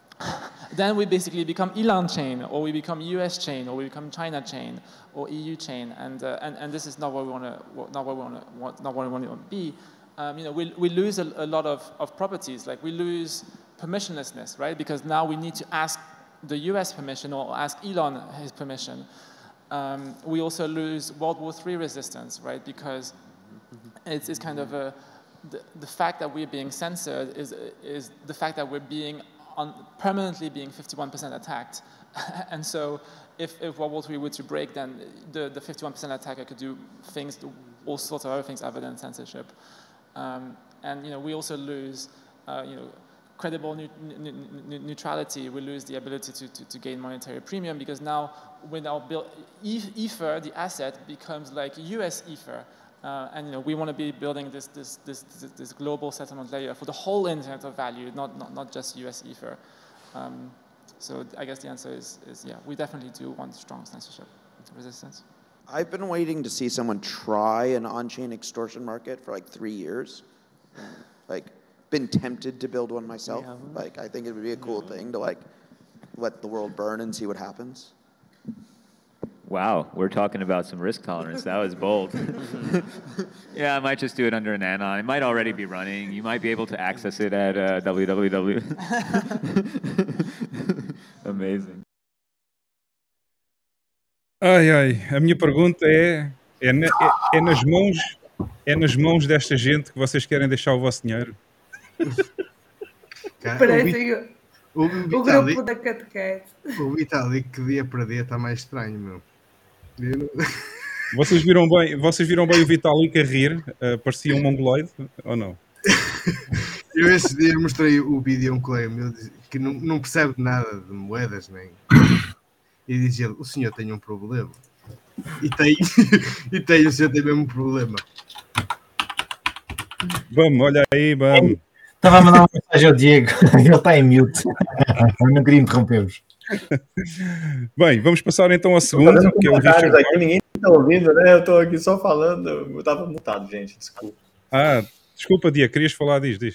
then we basically become Elon chain, or we become U S chain, or we become China chain, or E U chain, and, uh, and, and this is not what we want to, not what we want to, not what we want to be. Um, you know, we, we lose a, a lot of, of properties, like we lose permissionlessness, right? Because now we need to ask the U S permission or ask Elon his permission. Um, we also lose World War Three resistance, right? Because it's, it's kind of a, the, the fact that we're being censored is, is the fact that we're being on, permanently being fifty-one percent attacked. And so if, if World War Three were to break, then the, the fifty-one percent attacker could do things, all sorts of other things other than censorship. Um, and you know, we also lose, uh, you know, credible ne ne ne neutrality. We lose the ability to, to, to gain monetary premium because now, when our bill, Ether, the asset, becomes like U S Ether, uh, and you know, we want to be building this this, this this this global settlement layer for the whole internet of value, not not not just U S Ether. Um, so I guess the answer is is yeah, we definitely do want strong censorship resistance. I've been waiting to see someone try an on-chain extortion market for like three years. Like, been tempted to build one myself. Yeah. Like, I think it would be a cool thing to like let the world burn and see what happens. Wow, we're talking about some risk tolerance. That was bold. Yeah, I might just do it under an anon. It might already be running. You might be able to access it at uh, w w w. Amazing. Ai, ai, a minha pergunta é, é, na, é, é, nas mãos, é nas mãos desta gente que vocês querem deixar o vosso dinheiro? Parece o, o, o, o grupo da catequese. O Vitalik que dia para dia está mais estranho, meu. Eu... Vocês viram bem, vocês viram bem o Vitalik a rir? Uh, parecia um mongoloide, ou não? Eu esse dia mostrei o vídeo a um colega meu que não, não percebe nada de moedas, nem... E dizia ele, o senhor tem um problema. E tem, e tem, o senhor tem mesmo um problema. Vamos, olha aí, vamos. Estava a mandar uma mensagem ao Diego, ele está em mute. Eu não queria interromper-vos. Bem, vamos passar então ao segundo. Que é o Richard... aqui, ninguém está ouvindo, né? Eu estou aqui só falando, eu estava mutado, gente, desculpa. Ah, desculpa, Diego, querias falar, diz, diz.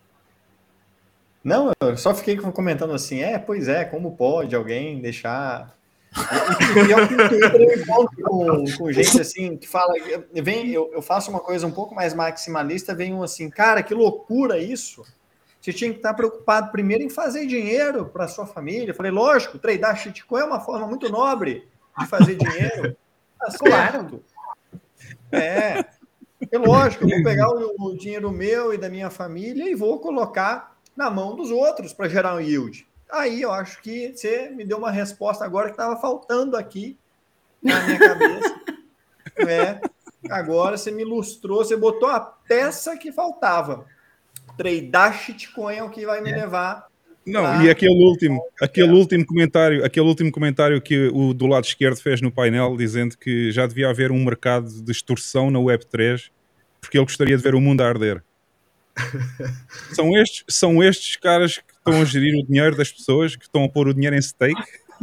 Não, eu só fiquei comentando assim, é, pois é, como pode alguém deixar... E eu, eu encontro com, com gente assim, que fala, vem, eu, eu faço uma coisa um pouco mais maximalista, vem um assim, cara, que loucura isso, você tinha que estar preocupado primeiro em fazer dinheiro para sua família. Eu falei, lógico, tradar shitcoin é uma forma muito nobre de fazer dinheiro. Tá certo. É, é lógico, eu vou pegar o, o dinheiro meu e da minha família e vou colocar na mão dos outros para gerar um yield. Aí eu acho que você me deu uma resposta agora que estava faltando aqui na minha cabeça. É, agora você me ilustrou, você botou a peça que faltava. Tradar shitcoin é o que vai me levar. Não, pra... e aquele último, aquele último comentário, aquele último comentário que o do lado esquerdo fez no painel, dizendo que já devia haver um mercado de extorsão na web três porque ele gostaria de ver o mundo a arder. São estes, são estes caras que estão a gerir o dinheiro das pessoas, que estão a pôr o dinheiro em stake.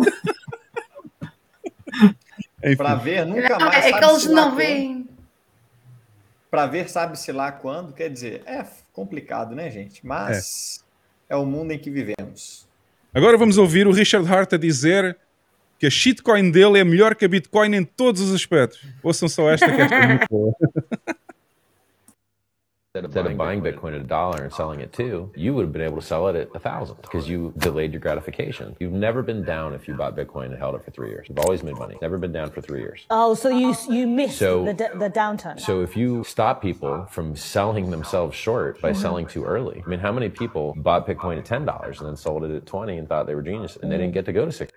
Para ver, nunca mais. É que eles não veem. Para ver, sabe-se lá quando. Quer dizer, é complicado, né, gente? Mas é. é o mundo em que vivemos. Agora vamos ouvir o Richard Hart a dizer que a shitcoin dele é melhor que a Bitcoin em todos os aspectos. Ouçam só esta, que esta é muito boa. Instead of buying Bitcoin at a dollar and selling it two, you would have been able to sell it at a thousand because you delayed your gratification. You've never been down if you bought Bitcoin and held it for three years. You've always made money. Never been down for three years. Oh, so you you missed So- the the downturn. So if you stop people from selling themselves short by selling too early, I mean, how many people bought Bitcoin at ten dollars and then sold it at twenty and thought they were geniuses and they didn't get to go to sixty?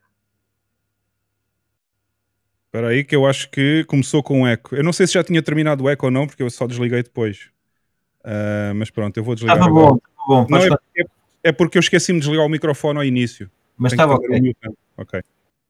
Espera aí que eu acho que começou com um eco. Eu não sei se já tinha terminado o eco ou não, porque eu só desliguei depois. Ah, mas pronto, eu vou desligar Estava agora. bom, estava bom. Não, Podes é, é- é porque eu esqueci-me de desligar o microfone ao início. Mas Tenho que estava fazer ok. o mute. Ok.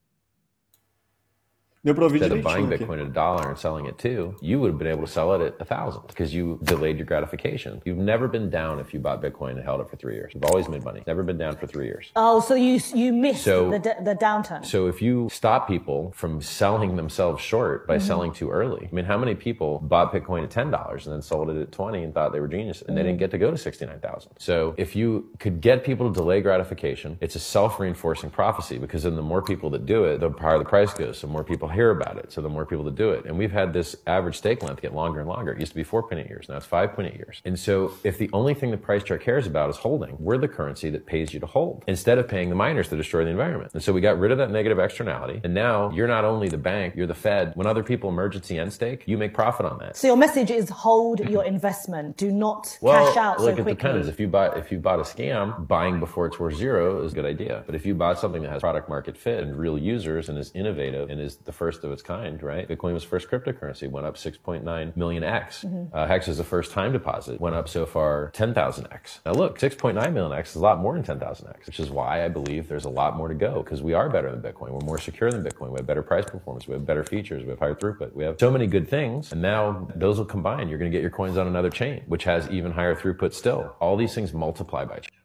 Deu para ouvir Instead of direitinho buying aqui. Bitcoin at a dollar and selling it two, you would have been able to sell it at a thousand because you delayed your gratification. You've never been down if you bought Bitcoin and held it for three years. You've always made money. Never been down for three years. Oh, so you you missed So- the the downturn. So if you stop people from selling themselves short by Mhm. selling too early, I mean, how many people bought Bitcoin at ten dollars and then sold it at twenty and thought they were geniuses and they didn't get to go to sixty-nine thousand? So if you could get people to delay gratification, it's a self-reinforcing prophecy because then the more people that do it, the higher the price goes. So more people hear about it. So the more people that do it. And we've had this average stake length get longer and longer. It used to be four point eight years. Now it's five point eight years. And so if the only thing the price chart cares about is holding, we're the currency that pays you to hold instead of paying the miners to destroy the environment. And so we got rid of that negative externality. And now you're not only the bank, you're the Fed. When other people emergency end stake, you make profit on that. So your message is hold your investment. Do not Well, cash out look, so it quickly. depends. If you bought if you bought a scam, buying before it's worth zero is a good idea. But if you bought something that has product market fit and real users and is innovative and is the first of its kind, right? Bitcoin was first cryptocurrency, went up six point nine million X. Mhm. Uh, Hex is the first time deposit, went up so far ten thousand X. Now look, six point nine million X is a lot more than ten thousand X, which is why I believe there's a lot more to go because we are better than Bitcoin. We're more secure than Bitcoin. We have better price performance. We have better features. We have higher throughput. We have so many good things. And now those will combine. You're going to get your coins on another chain, which has even higher throughput still. All these things multiply by chain.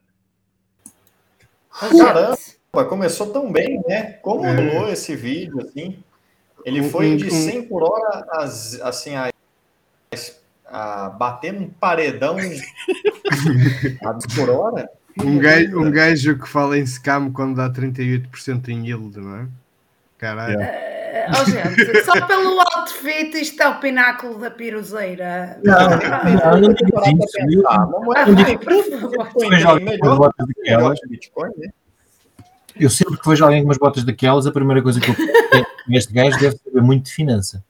Caramba, começou tão bem, né? Como rolou esse vídeo, assim? Ele foi de cem por hora, as- assim, a, a bater num paredão a por hora. Um gajo, um gajo que fala em scam quando dá trinta e oito por cento em yield, não é? Caralho. Eh, oh, gente, só pelo outfit isto é o pináculo da piruzeira. Não, não, não digo isso. Eu- eu digo que vejo alguém com umas botas daquelas, eu sempre que vejo alguém com umas botas daquelas, a primeira coisa que eu penso é este gajo deve saber muito de finança.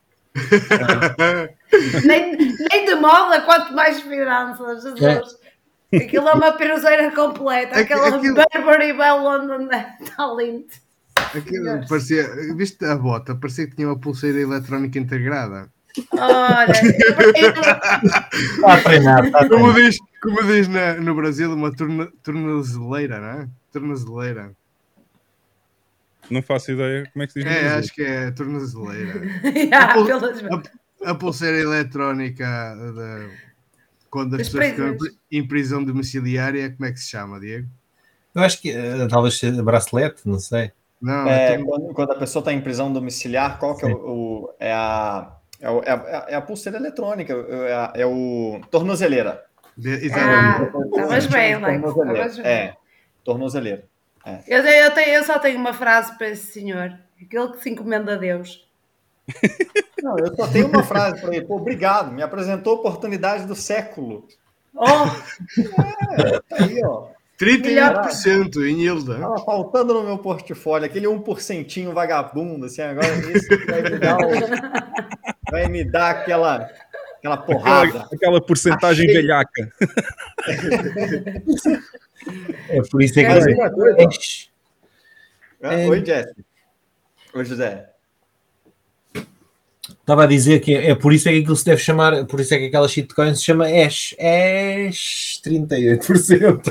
nem, nem de moda, quanto mais finanças, Jesus. Aquilo é uma piruzeira completa. Aquela Burberry Bell London está lindo. Aquilo parecia, viste a bota? Parecia que tinha uma pulseira eletrónica integrada. Olha, Está a treinar, está a Como treinar. diz, como diz na- no Brasil, uma torno, tornozeleira, não é? Tornozeleira. Não faço ideia como é que se diz. no É, Brasil. acho que é tornozeleira. Yeah, a, pul- pelas- a- a pulseira eletrónica de, quando as Dos pessoas ficam em prisões. pri- em prisão domiciliária, como é que se chama, Diego? Eu acho que eh, talvez seja bracelete, não sei. Não, É, é quando, quando a pessoa está em prisão domiciliar, qual que é o, o- é a é, o- é a é a pulseira eletrônica, é, a- é o tornozeleira. Ah, estavas bem, Leco, Tornozeleira. estavas bem. É, tornozeleira. É. Eu, eu, tenho, eu só tenho uma frase para esse senhor: aquele que se encomenda a Deus. Não, eu só tenho uma frase para ele. Pô, obrigado, me apresentou a oportunidade do século. Oh, É, tá aí, ó. trinta e oito por cento em yield. hein? Tava faltando no meu portfólio, aquele um por cento vagabundo, assim, agora esse vai me dar, um- vai me dar aquela, aquela porrada. Aquela, aquela porcentagem Achei. velhaca. É por isso é Mas que uma coisa, ó. É. Oi, Jesse. Oi, José. estava a dizer que é, é por isso é que aquilo se deve chamar, por isso é que aquela shitcoin se chama Ash. Ash trinta e oito por cento.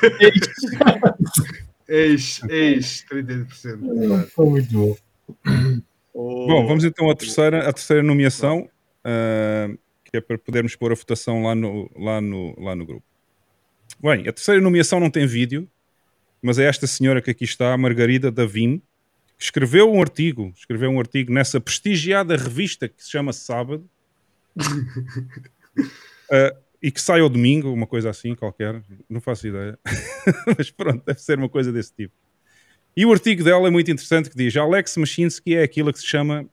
Ex, ex, trinta e oito por cento. Foi muito bom. Bom, vamos então à terceira, à terceira nomeação. Uh, que é para podermos pôr a votação lá no, lá no, lá no grupo. Bem, a terceira nomeação não tem vídeo, mas é esta senhora que aqui está, a Margarida Davim, que escreveu um artigo, escreveu um artigo nessa prestigiada revista que se chama Sábado, uh, e que sai ao domingo, uma coisa assim qualquer, não faço ideia, mas pronto, deve ser uma coisa desse tipo. E o artigo dela é muito interessante, que diz: Alex Mashinsky é aquilo que se chama...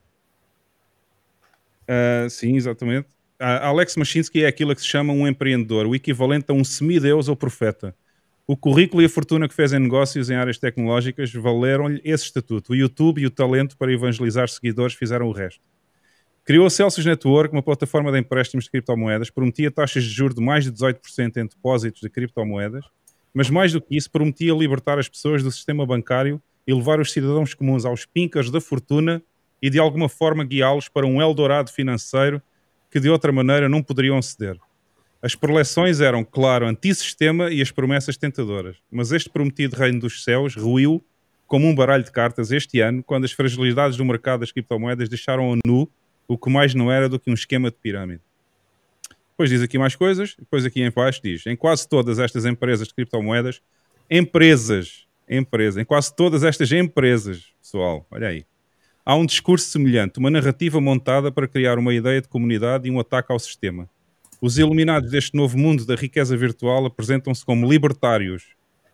Uh, sim, exatamente. Uh, Alex Mashinsky é aquilo que se chama um empreendedor, o equivalente a um semideus ou profeta. O currículo e a fortuna que fez em negócios em áreas tecnológicas valeram-lhe esse estatuto. O YouTube e o talento para evangelizar seguidores fizeram o resto. Criou a Celsius Network, uma plataforma de empréstimos de criptomoedas, prometia taxas de juros de mais de dezoito por cento em depósitos de criptomoedas, mas mais do que isso, prometia libertar as pessoas do sistema bancário e levar os cidadãos comuns aos pincas da fortuna e de alguma forma guiá-los para um Eldorado financeiro que de outra maneira não poderiam ceder. As preleções eram, claro, antissistema e as promessas tentadoras, mas este prometido reino dos céus ruiu como um baralho de cartas este ano, quando as fragilidades do mercado das criptomoedas deixaram a nu o que mais não era do que um esquema de pirâmide. Depois diz aqui mais coisas, depois aqui em baixo diz: em quase todas estas empresas de criptomoedas, empresas, empresas, em quase todas estas empresas, pessoal, olha aí, há um discurso semelhante, uma narrativa montada para criar uma ideia de comunidade e um ataque ao sistema. Os iluminados deste novo mundo da riqueza virtual apresentam-se como libertários.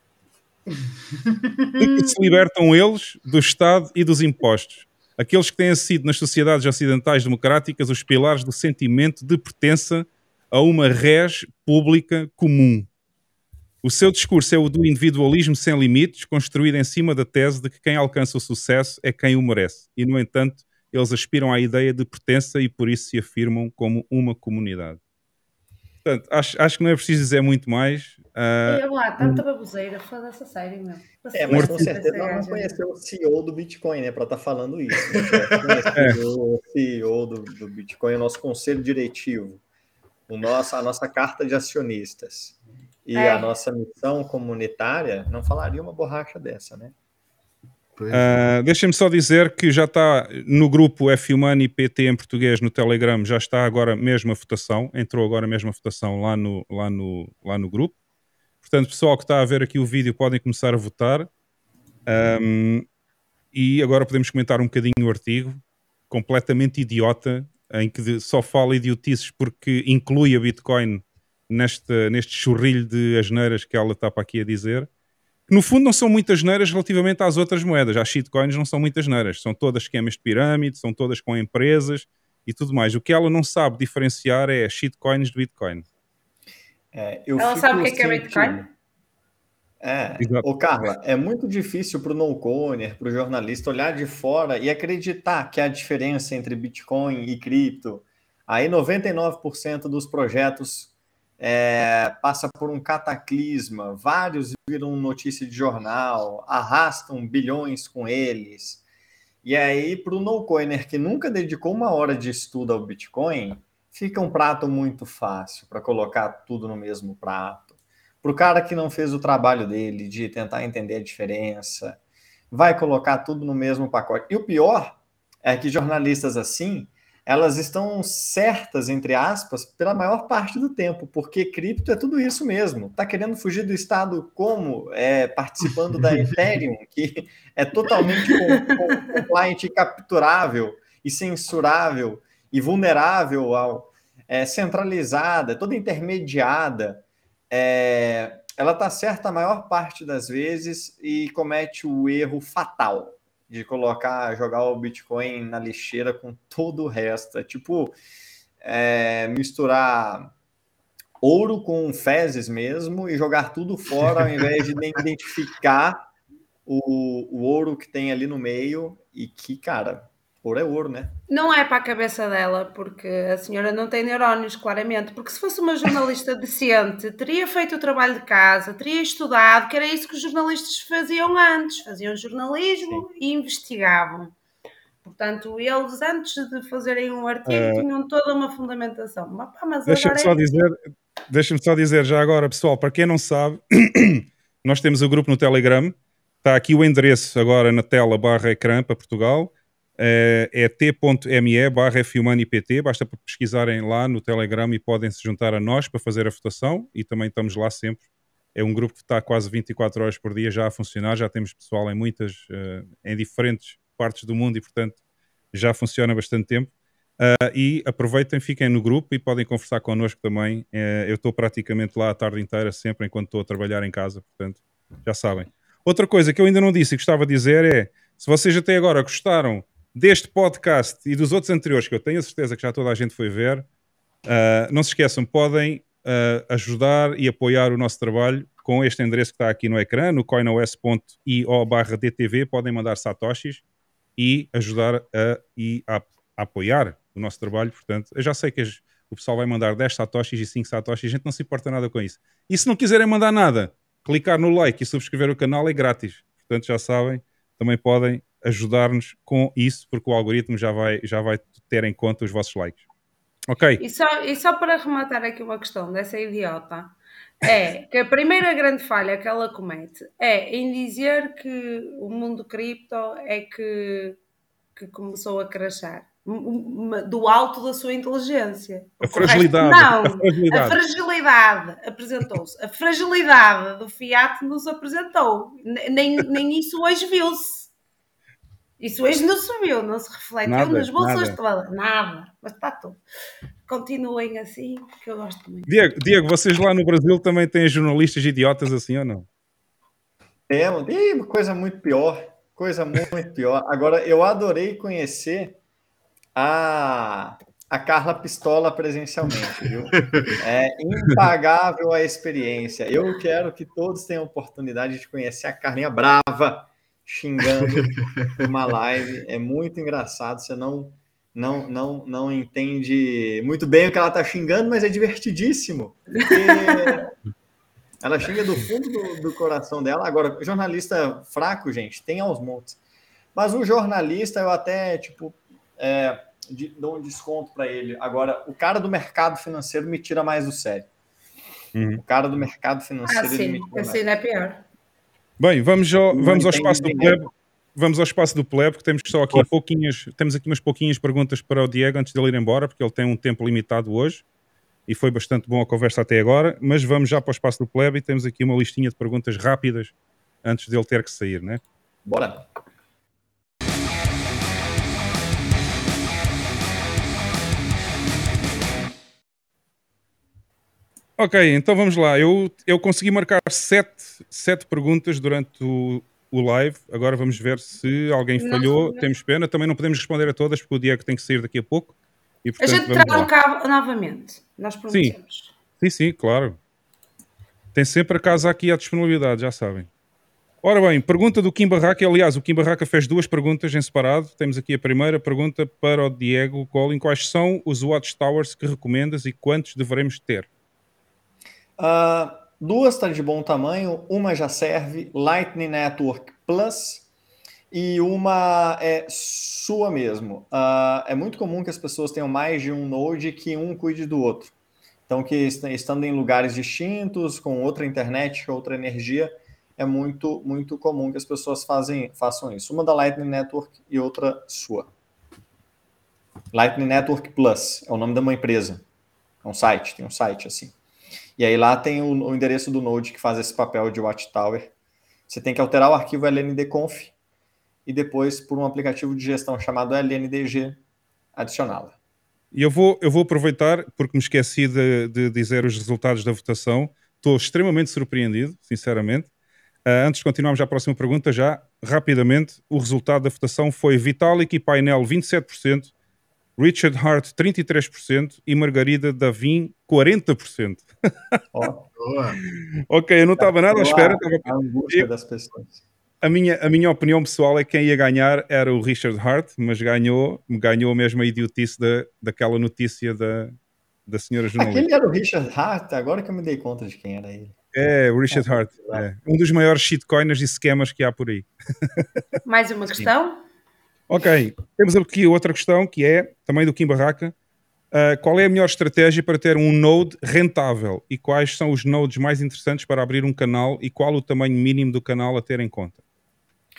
De que se libertam eles do Estado e dos impostos. Aqueles que têm sido nas sociedades ocidentais democráticas os pilares do sentimento de pertença a uma res pública comum. O seu discurso é o do individualismo sem limites, construído em cima da tese de que quem alcança o sucesso é quem o merece. E, no entanto, eles aspiram à ideia de pertença e por isso se afirmam como uma comunidade. Portanto, acho, acho que não é preciso dizer muito mais. Uh, Olha lá, tanta baboseira, foda-se a sério, meu. É, mas com certeza ela não conheceu o C E O do Bitcoin, né, para estar falando isso. Né? É. O C E O do, do Bitcoin, o nosso conselho diretivo, o nosso, a nossa carta de acionistas e é. a nossa missão comunitária, não falaria uma borracha dessa, né? Uh, Deixem-me só dizer que já está no grupo F Money P T em português no Telegram, já está agora mesmo a votação, entrou agora mesmo a votação lá no, lá no, lá no grupo. Portanto, pessoal que está a ver aqui o vídeo podem começar a votar. Um, e agora podemos comentar um bocadinho o artigo, completamente idiota, em que só fala idiotices porque inclui a Bitcoin neste, neste churrilho de asneiras que ela está para aqui a dizer. Que no fundo não são muitas neiras relativamente às outras moedas. As shitcoins não são muitas neiras. São todas esquemas de pirâmide, são todas com empresas e tudo mais. O que ela não sabe diferenciar é shitcoins de Bitcoin. É, eu ela sabe o que é, que é sentindo... Bitcoin? É. Ô, Carla, é muito difícil para o no-coiner, para o jornalista olhar de fora e acreditar que há diferença entre Bitcoin e cripto. Aí noventa e nove por cento dos projetos É, passa por um cataclisma, vários viram notícia de jornal, arrastam bilhões com eles. E aí, para o no-coiner que nunca dedicou uma hora de estudo ao Bitcoin, fica um prato muito fácil para colocar tudo no mesmo prato. Para o cara que não fez o trabalho dele de tentar entender a diferença, vai colocar tudo no mesmo pacote. E o pior é que jornalistas assim, elas estão certas, entre aspas, pela maior parte do tempo, porque cripto é tudo isso mesmo. Está querendo fugir do Estado como? É, participando da Ethereum, que é totalmente compliant e capturável, e censurável, e vulnerável, ao, é, centralizada, toda intermediada. É, ela está certa a maior parte das vezes e comete o erro fatal de colocar, jogar o Bitcoin na lixeira com todo o resto. É tipo é, misturar ouro com fezes mesmo e jogar tudo fora ao invés de identificar o, o ouro que tem ali no meio e que, cara, ouro é ouro, né? Não é para a cabeça dela, porque a senhora não tem neurónios, claramente, porque se fosse uma jornalista decente, teria feito o trabalho de casa, teria estudado, que era isso que os jornalistas faziam antes, faziam jornalismo Sim. e investigavam. Portanto, eles antes de fazerem um artigo uh, tinham toda uma fundamentação. Mas, pá, mas deixa-me só, é... dizer, deixa-me só dizer já agora, pessoal, para quem não sabe, nós temos o grupo no Telegram, está aqui o endereço agora na tela barra ecrã para Portugal. Uh, é t.me barra fhumanipt, basta pesquisarem lá no Telegram e podem se juntar a nós para fazer a votação, e também estamos lá sempre. É um grupo que está quase vinte e quatro horas por dia já a funcionar, já temos pessoal em muitas, uh, em diferentes partes do mundo e portanto já funciona há bastante tempo. Uh, e aproveitem, fiquem no grupo e podem conversar connosco também. Uh, eu estou praticamente lá a tarde inteira sempre enquanto estou a trabalhar em casa, portanto já sabem. Outra coisa que eu ainda não disse e gostava de dizer é, se vocês até agora gostaram deste podcast e dos outros anteriores, que eu tenho a certeza que já toda a gente foi ver, uh, não se esqueçam, podem uh, ajudar e apoiar o nosso trabalho com este endereço que está aqui no ecrã, no coinos ponto io barra d t v, podem mandar satoshis e ajudar a, e a, a apoiar o nosso trabalho. Portanto, eu já sei que as, o pessoal vai mandar dez satoshis e cinco satoshis, a gente não se importa nada com isso. E se não quiserem mandar nada, clicar no like e subscrever o canal é grátis. Portanto, já sabem, também podem ajudar-nos com isso, porque o algoritmo já vai, já vai ter em conta os vossos likes. Ok? E só, e só para rematar aqui uma questão dessa idiota, é que a primeira grande falha que ela comete é em dizer que o mundo cripto é que, que começou a crashar do alto da sua inteligência. A fragilidade. Não, a fragilidade, a fragilidade apresentou-se. A fragilidade do fiat nos apresentou. Nem, nem isso hoje viu-se. Isso hoje não subiu, não se refletiu nada, nas bolsas nada. todas. Nada. Mas está tudo. Continuem assim, que eu gosto muito. Diego, Diego, vocês lá no Brasil também têm jornalistas idiotas assim ou não? Temos. Ih, coisa muito pior. Coisa muito pior. Agora, eu adorei conhecer a, a Carla Pistola presencialmente, viu? É impagável a experiência. Eu quero que todos tenham oportunidade de conhecer a Carlinha brava, xingando uma live. É muito engraçado. Você não, não, não, não entende muito bem o que ela está xingando, mas é divertidíssimo. Porque ela xinga do fundo do, do coração dela. Agora, jornalista fraco, gente, tem aos montes. Mas o jornalista, eu até, tipo, é, de, dou um desconto para ele. Agora, o cara do mercado financeiro me tira mais do sério. Uhum. O cara do mercado financeiro... Ah, sim, ele me tira assim mais. Não é pior. Bem, vamos ao, vamos ao espaço do plebe. Vamos ao espaço do plebe, que temos só aqui pouquinhas, temos aqui umas pouquinhas perguntas para o Diego antes de ele ir embora, porque ele tem um tempo limitado hoje e foi bastante bom a conversa até agora, mas vamos já para o espaço do plebe e temos aqui uma listinha de perguntas rápidas antes dele ter que sair, né? Bora! Ok, então vamos lá. Eu, eu consegui marcar sete, sete perguntas durante o, o live. Agora vamos ver se alguém Não, falhou. não. Temos pena. Também não podemos responder a todas porque o Diego tem que sair daqui a pouco. E, A portanto, gente vamos terá lá. um cabo novamente. Nós prometemos. Sim, sim, claro. Tem sempre a casa aqui à disponibilidade, já sabem. Ora bem, pergunta do Kim Barraca. Aliás, o Kim Barraca fez duas perguntas em separado. Temos aqui a primeira pergunta para o Diego Colin. Quais são os watchtowers que recomendas e quantos devemos ter? Uh, duas estão de bom tamanho, uma já serve, Lightning Network Plus, e uma é sua mesmo. Uh, é muito comum que as pessoas tenham mais de um node que um cuide do outro. Então, que estando em lugares distintos, com outra internet, outra energia, é muito, muito comum que as pessoas fazem, façam isso. Uma da Lightning Network e outra sua. Lightning Network Plus é o nome de uma empresa. É um site, tem um site assim. E aí lá tem o, o endereço do Node que faz esse papel de Watchtower. Você tem que alterar o arquivo lndconf e depois, por um aplicativo de gestão chamado L N D G, adicioná-la. E eu vou, eu vou aproveitar, porque me esqueci de, de dizer os resultados da votação. Estou extremamente surpreendido, sinceramente. Uh, antes de continuarmos à próxima pergunta, já, rapidamente, o resultado da votação foi Vitalik e Painel vinte e sete por cento, Richard Hart trinta e três por cento e Margarida Davin quarenta por cento. Oh. Ok, eu não estava nada à espera. Estava... A angústia das pessoas. A minha, a minha opinião pessoal é que quem ia ganhar era o Richard Hart, mas ganhou, ganhou mesmo a idiotice da, daquela notícia da, da senhora jornalista. Aquele era o Richard Hart, agora que eu me dei conta de quem era ele. É, o Richard Hart. É. Um dos maiores shitcoiners e scammers que há por aí. Mais uma questão? Ok, temos aqui outra questão que é, também do Kim Barraca. Uh, qual é a melhor estratégia para ter um node rentável? E quais são os nodes mais interessantes para abrir um canal? E qual o tamanho mínimo do canal a ter em conta?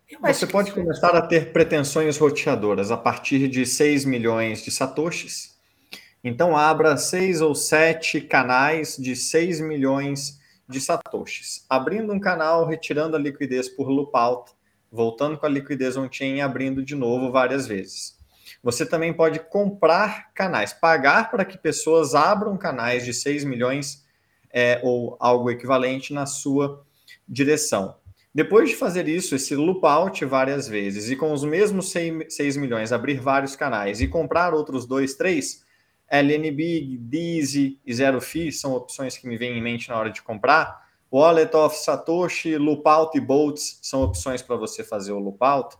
Você pode começar a ter pretensões roteadoras a partir de seis milhões de satoshis. Então, abra seis ou sete canais de seis milhões de satoshis. Abrindo um canal, retirando a liquidez por loopout, voltando com a liquidez on-chain e abrindo de novo várias vezes. Você também pode comprar canais, pagar para que pessoas abram canais de seis milhões é, ou algo equivalente na sua direção. Depois de fazer isso, esse loopout várias vezes, e com os mesmos seis milhões, abrir vários canais e comprar outros dois, três, L N B, Dizzy e Zero Fee são opções que me vêm em mente na hora de comprar. Wallet of Satoshi, Loopout e Bolts são opções para você fazer o loopout.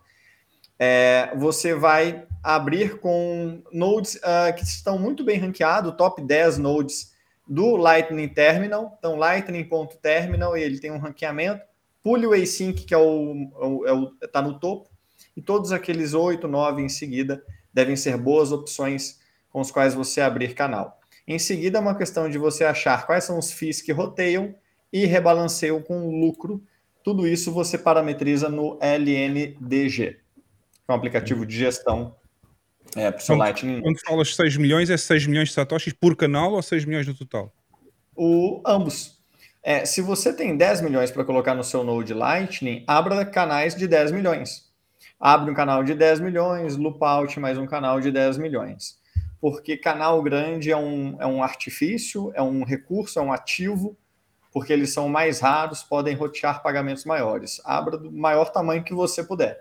É, você vai abrir com nodes uh, que estão muito bem ranqueados, top dez nodes do Lightning Terminal. Então, lightning.terminal, e ele tem um ranqueamento. Pule o async, que é o, é o, tá no topo, e todos aqueles oito, nove em seguida devem ser boas opções com os quais você abrir canal. Em seguida, é uma questão de você achar quais são os fees que roteiam e rebalanceiam com lucro. Tudo isso você parametriza no L N D G, que é um aplicativo de gestão é, para o seu Quando, Lightning. quando falas seis milhões, é seis milhões de satoshis por canal ou seis milhões no total? O, ambos. É, se você tem dez milhões para colocar no seu Node Lightning, abra canais de dez milhões. Abre um canal de dez milhões, loopout mais um canal de dez milhões. Porque canal grande é um, é um artifício, é um recurso, é um ativo, porque eles são mais raros, podem rotear pagamentos maiores. Abra do maior tamanho que você puder.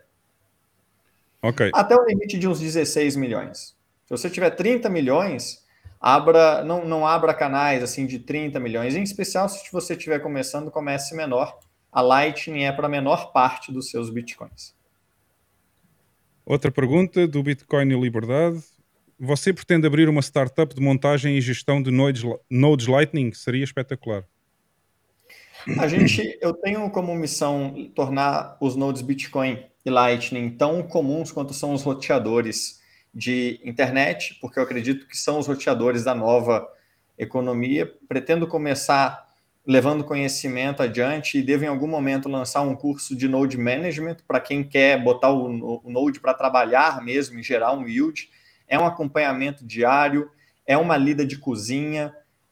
Okay. Até o limite de uns dezesseis milhões. Se você tiver trinta milhões, abra, não, não abra canais assim de trinta milhões. Em especial, se você estiver começando, comece menor. A Lightning é para a menor parte dos seus bitcoins. Outra pergunta do Bitcoin e Liberdade. Você pretende abrir uma startup de montagem e gestão de nodes, nodes Lightning? Seria espetacular. A gente, eu tenho como missão tornar os nodes Bitcoin e Lightning tão comuns quanto são os roteadores de internet, porque eu acredito que são os roteadores da nova economia. Pretendo começar levando conhecimento adiante e devo em algum momento lançar um curso de Node Management para quem quer botar o, o Node para trabalhar mesmo e gerar um yield. É um acompanhamento diário, é uma lida de cozinha,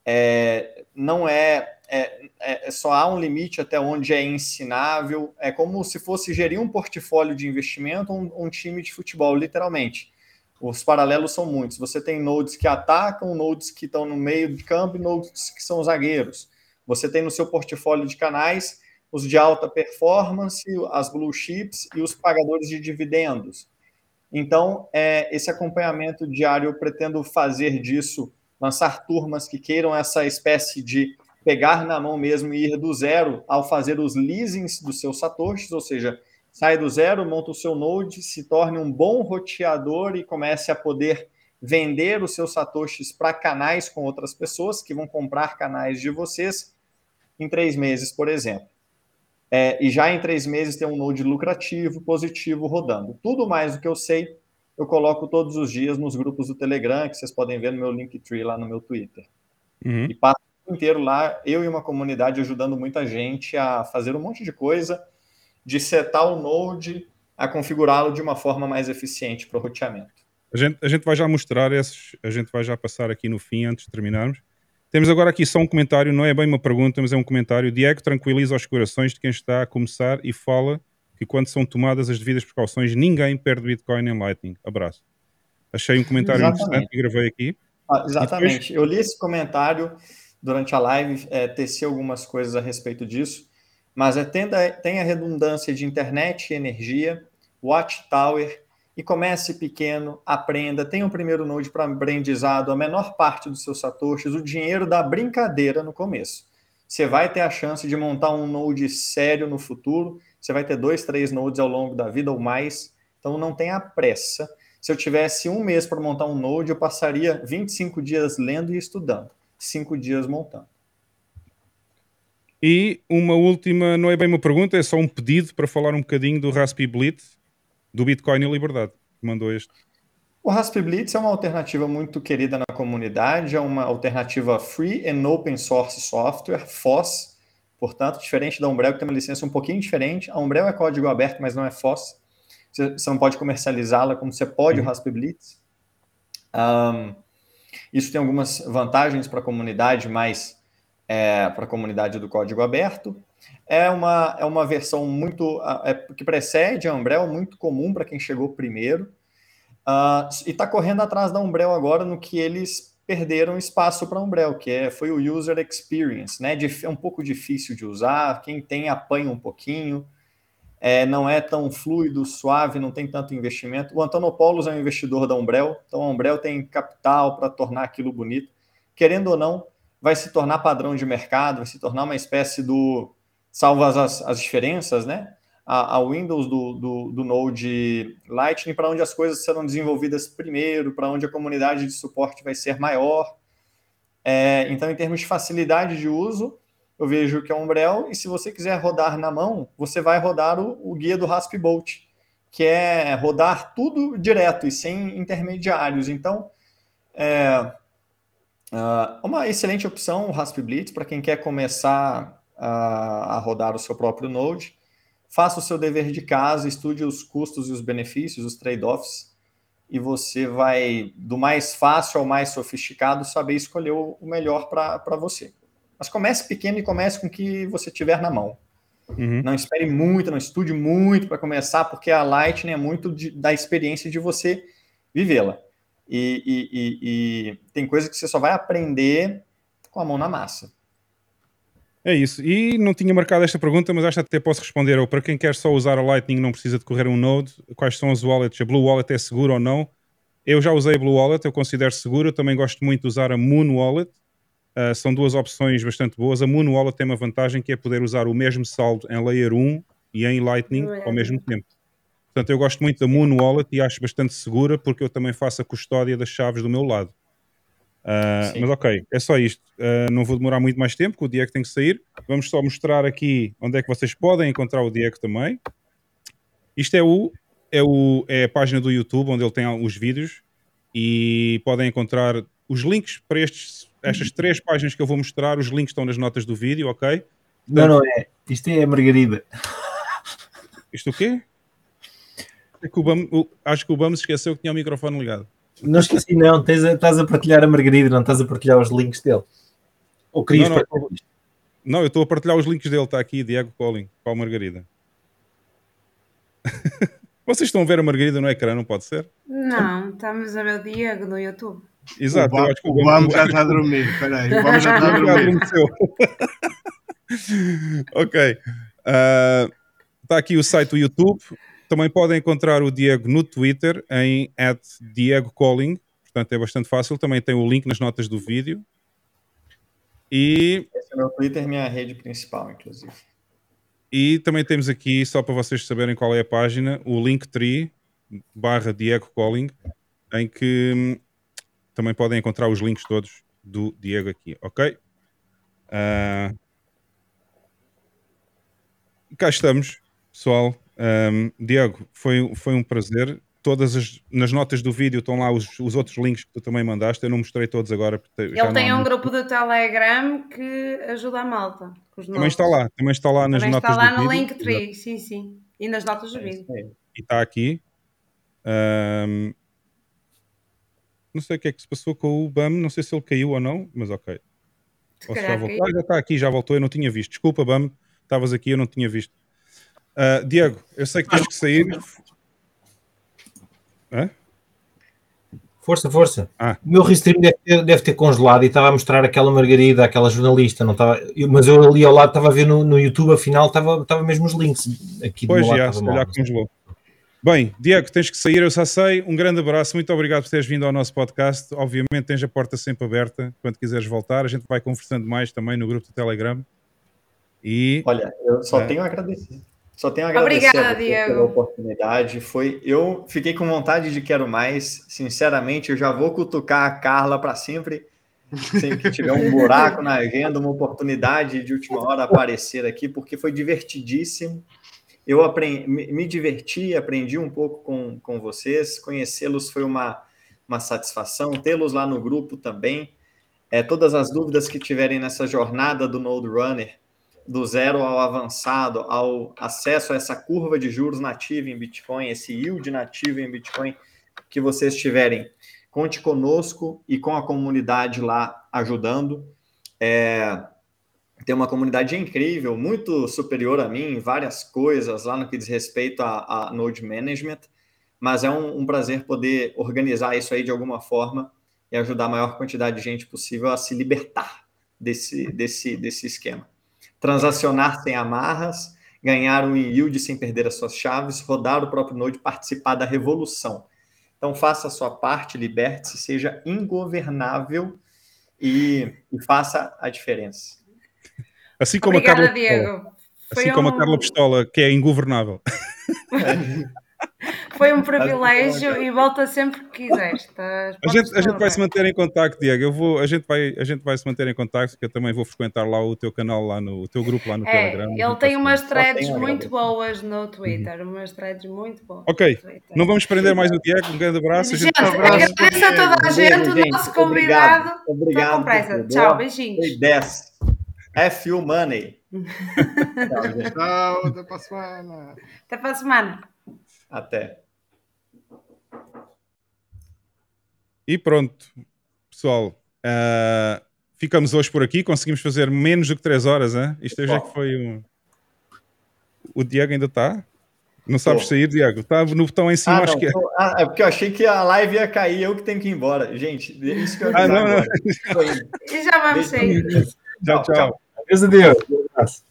é, não é, é, é só há um limite até onde é ensinável, é como se fosse gerir um portfólio de investimento ou um, um time de futebol, literalmente. Os paralelos são muitos. Você tem nodes que atacam, nodes que estão no meio de campo e nodes que são zagueiros. Você tem no seu portfólio de canais os de alta performance, as blue chips e os pagadores de dividendos. Então, é, esse acompanhamento diário, eu pretendo fazer disso, lançar turmas que queiram essa espécie de pegar na mão mesmo e ir do zero ao fazer os leasings dos seus satoshis, ou seja, sai do zero, monta o seu node, se torne um bom roteador e comece a poder vender os seus satoshis para canais com outras pessoas que vão comprar canais de vocês em três meses, por exemplo. É, e já em três meses ter um node lucrativo, positivo, rodando. Tudo mais do que eu sei, eu coloco todos os dias nos grupos do Telegram, que vocês podem ver no meu Linktree lá no meu Twitter. Uhum. E passo o dia inteiro lá, eu e uma comunidade ajudando muita gente a fazer um monte de coisa, de setar o node, a configurá-lo de uma forma mais eficiente para o roteamento. A gente, a gente vai já mostrar esses, a gente vai já passar aqui no fim, antes de terminarmos. Temos agora aqui só um comentário, não é bem uma pergunta, mas é um comentário. Diego tranquiliza os corações de quem está a começar e fala que quando são tomadas as devidas precauções, ninguém perde Bitcoin em Lightning. Abraço. Achei um comentário Exatamente. interessante e gravei aqui. Ah, exatamente. Depois... Eu li esse comentário durante a live, é, teci algumas coisas a respeito disso, mas é, tenda, tem a redundância de internet e energia, watchtower, e comece pequeno, aprenda, tenha um primeiro node para aprendizado, a menor parte dos seus satoshis, o dinheiro da brincadeira no começo. Você vai ter a chance de montar um node sério no futuro, você vai ter dois, três nodes ao longo da vida ou mais, então não tenha pressa. Se eu tivesse um mês para montar um node, eu passaria vinte e cinco dias lendo e estudando, cinco dias montando. E uma última, não é bem uma pergunta, é só um pedido para falar um bocadinho do Raspberry do Bitcoin e Liberdade, que mandou este. O Raspberry é uma alternativa muito querida na comunidade, é uma alternativa free and open source software, F O S, Portanto, diferente da Umbrel, que tem uma licença um pouquinho diferente, a Umbrel é código aberto, mas não é F O S. Você, você não pode comercializá-la como você pode o Raspberry. Um, isso tem algumas vantagens para a comunidade, mas é, para a comunidade do código aberto. É uma, é uma versão muito é, que precede a Umbrel, muito comum para quem chegou primeiro. Uh, e está correndo atrás da Umbrel agora no que eles perderam espaço para a Umbrel, que é, foi o User Experience, né? É um pouco difícil de usar, quem tem apanha um pouquinho, é, não é tão fluido, suave, não tem tanto investimento. O Antonopoulos é um investidor da Umbrel, então a Umbrel tem capital para tornar aquilo bonito. Querendo ou não, vai se tornar padrão de mercado, vai se tornar uma espécie do... salvo as, as diferenças, né? A, a Windows do, do, do Node Lightning, para onde as coisas serão desenvolvidas primeiro, para onde a comunidade de suporte vai ser maior. É, então, em termos de facilidade de uso, eu vejo que é um Umbrel, e se você quiser rodar na mão, você vai rodar o, o guia do Raspbolt, que é rodar tudo direto e sem intermediários. Então, é uh, uma excelente opção o Raspblitz para quem quer começar a, a rodar o seu próprio Node. Faça o seu dever de casa, estude os custos e os benefícios, os trade-offs, e você vai, do mais fácil ao mais sofisticado, saber escolher o melhor para você. Mas comece pequeno e comece com o que você tiver na mão. Uhum. Não espere muito, não estude muito para começar, porque a Lightning é muito de, da experiência de você vivê-la. E, e, e, e tem coisa que você só vai aprender com a mão na massa. É isso. E não tinha marcado esta pergunta, mas acho que até posso responder. Ou para quem quer só usar a Lightning não precisa de correr um Node, quais são as wallets? A Blue Wallet é segura ou não? Eu já usei a Blue Wallet, eu considero segura. Eu também gosto muito de usar a Moon Wallet. Uh, são duas opções bastante boas. A Moon Wallet tem uma vantagem que é poder usar o mesmo saldo em Layer um e em Lightning é. ao mesmo tempo. Portanto, eu gosto muito da Moon Wallet e acho bastante segura porque eu também faço a custódia das chaves do meu lado. Uh, mas ok, é só isto. Uh, não vou demorar muito mais tempo, que o Diego tem que sair. Vamos só mostrar aqui onde é que vocês podem encontrar o Diego também. Isto é, o, é, o, é a página do YouTube onde ele tem os vídeos e podem encontrar os links para estes, estas três páginas que eu vou mostrar. Os links estão nas notas do vídeo, ok? Portanto, não, não é. Isto é a Margarida. Isto o quê? É que o Bam, o, acho que o Bam se esqueceu que tinha o microfone ligado. Não esqueci, não. Tens a, estás a partilhar a Margarida, não estás a partilhar os links dele. Ou querias não, não, não, eu estou a partilhar os links dele. Está aqui, Diego Colling, para a Margarida. Vocês estão a ver a Margarida no ecrã, não pode ser? Não, estamos a ver o Diego no YouTube. Exato, o eu acho que o Bam já está a dormir. Espera aí, o Bam já está a dormir. Ok. Uh, está aqui o site do YouTube. Também podem encontrar o Diego no Twitter em at Diego Colling, portanto é bastante fácil. Também tem o link nas notas do vídeo. E... Esse é o meu Twitter, minha rede principal, inclusive. E também temos aqui, só para vocês saberem qual é a página, o Linktree barra Diego Colling, em que hum, também podem encontrar os links todos do Diego aqui, ok? Uh... Cá estamos, pessoal. Um, Diego, foi, foi um prazer. Todas as nas notas do vídeo estão lá os, os outros links que tu também mandaste. Eu não mostrei todos agora. Ele já tem um muito... grupo de Telegram que ajuda a malta. Também está lá, também está lá nas também notas está lá do no vídeo. Linktree, sim, sim. E nas notas do é vídeo. E está aqui. Um, não sei o que é que se passou com o Bam. Não sei se ele caiu ou não, mas ok. Ou se já, voltou. Ah, já está aqui, já voltou. Eu não tinha visto. Desculpa, Bam. Estavas aqui, eu não tinha visto. Uh, Diego, eu sei que tens que sair. Hã? Força, força. Ah. O meu restream deve ter, deve ter congelado e estava a mostrar aquela Margarida, aquela jornalista, não estava, eu, mas eu ali ao lado estava a ver no, no YouTube, afinal estava, estava mesmo os links. Aqui pois do já, se calhar congelou. Bem, Diego, tens que sair, eu já sei. Um grande abraço, muito obrigado por teres vindo ao nosso podcast. Obviamente tens a porta sempre aberta, quando quiseres voltar. A gente vai conversando mais também no grupo do Telegram. E, olha, eu só é. tenho a agradecer. Só tenho a agradecer Obrigada, a você Diego. pela oportunidade. Foi, eu fiquei com vontade de quero mais. Sinceramente, eu já vou cutucar a Carla para sempre. Sempre que tiver um buraco na agenda, uma oportunidade de última hora aparecer aqui, porque foi divertidíssimo. Eu aprendi, me diverti, aprendi um pouco com, com vocês. Conhecê-los foi uma, uma satisfação. Tê-los lá no grupo também. É, todas as dúvidas que tiverem nessa jornada do Node Runner, do zero ao avançado, ao acesso a essa curva de juros nativa em Bitcoin, esse yield nativo em Bitcoin, que vocês tiverem, conte conosco e com a comunidade lá ajudando. É, tem uma comunidade incrível, muito superior a mim em várias coisas lá no que diz respeito a, a Node Management, mas é um, um prazer poder organizar isso aí de alguma forma e ajudar a maior quantidade de gente possível a se libertar desse, desse, desse esquema. Transacionar sem amarras, ganhar um yield sem perder as suas chaves, rodar o próprio Node, participar da revolução. Então, faça a sua parte, liberte-se, seja ingovernável e, e faça a diferença. Assim como Obrigada, a Carla Diego. Pistola. Foi Assim como um- a Carla Pistola, que é ingovernável. Foi um privilégio e volta sempre que quiseres. Estás- A podes gente, a gente estar vai se bem. manter em contacto, Diego. Eu vou, a, gente vai, a gente vai se manter em contacto, que eu também vou frequentar lá o teu canal, lá no o teu grupo lá no É, Telegram. A gente ele vai tem se umas manter. threads tenho a muito agradecer. boas no Twitter, umas threads muito boas. Ok, no Twitter. não vamos prender mais o Diego. Um grande abraço. A gente... Gente, agradeço a toda a Um gente, beijo, o gente. nosso convidado. Obrigado. Obrigado Estou com pressa. por tudo. Tchau, Ó, beijinhos. Foi dez. F U Money. Tchau, gente. Tchau, até para a semana. Até para a semana. Até. E pronto, pessoal. ah, ficamos hoje por aqui. Conseguimos fazer menos do que três horas, hein? Isto hoje é que foi um... O Diego ainda está? Não sabes Tô. sair, Diego? Está no botão em cima Ah, à não, esquerda. tô- ah, é porque eu achei que a live ia cair, eu que tenho que ir embora. Gente, isso que eu ia Ah, avisar não, não. agora. Tô indo. E já vamos sair. Tchau, tchau. Deus a Deus. Um abraço.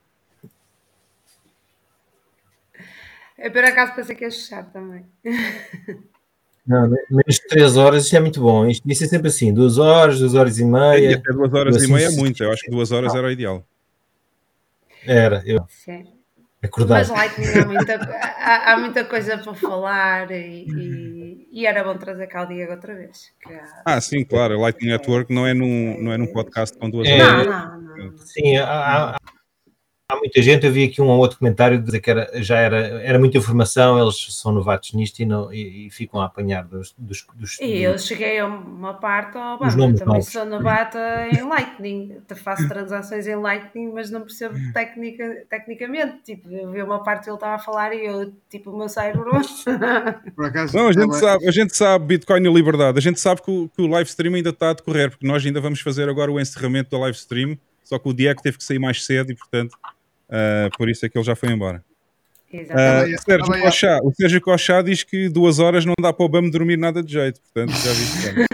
Eu por acaso pensei que ia fechar também. Não, menos de três horas, isto é muito bom. Isto devia ser sempre assim, duas horas, duas horas e E meia. até duas horas Eu e assim, meia é se- muito. Eu acho que duas horas era o ideal. Era, eu Sim. acordava. Mas Lightning há muita, há, há muita coisa para falar e, e, e era bom trazer cá o Diego outra vez. que há- Ah, sim, claro. A Lightning Network não é num, não é num podcast com duas É, horas. Não, não, não. Sim, há, há- há muita gente. Eu vi aqui um ou outro comentário de dizer que era, já era, era muita informação, eles são novatos nisto e, não, e, e ficam a apanhar dos. dos, dos E eu cheguei a uma parte, oh, Os bom, eu nomes também novos. sou novata em Lightning, te faço transações em Lightning, mas não percebo tecnica, tecnicamente. Tipo, eu vi uma parte que ele estava a falar e eu, tipo, o meu cérebro. Por acaso, Não, a gente, estava- sabe, a gente sabe Bitcoin e liberdade. A gente sabe que o, que o live stream ainda está a decorrer, porque nós ainda vamos fazer agora o encerramento da live stream, só que o Diego teve que sair mais cedo e, portanto, ah, por isso é que ele já foi embora. Ah, Exatamente. Estava- Sérgio estava- Cochá, o Sérgio Cochá diz que duas horas não dá para o B A M dormir nada de jeito, portanto, já viste bem.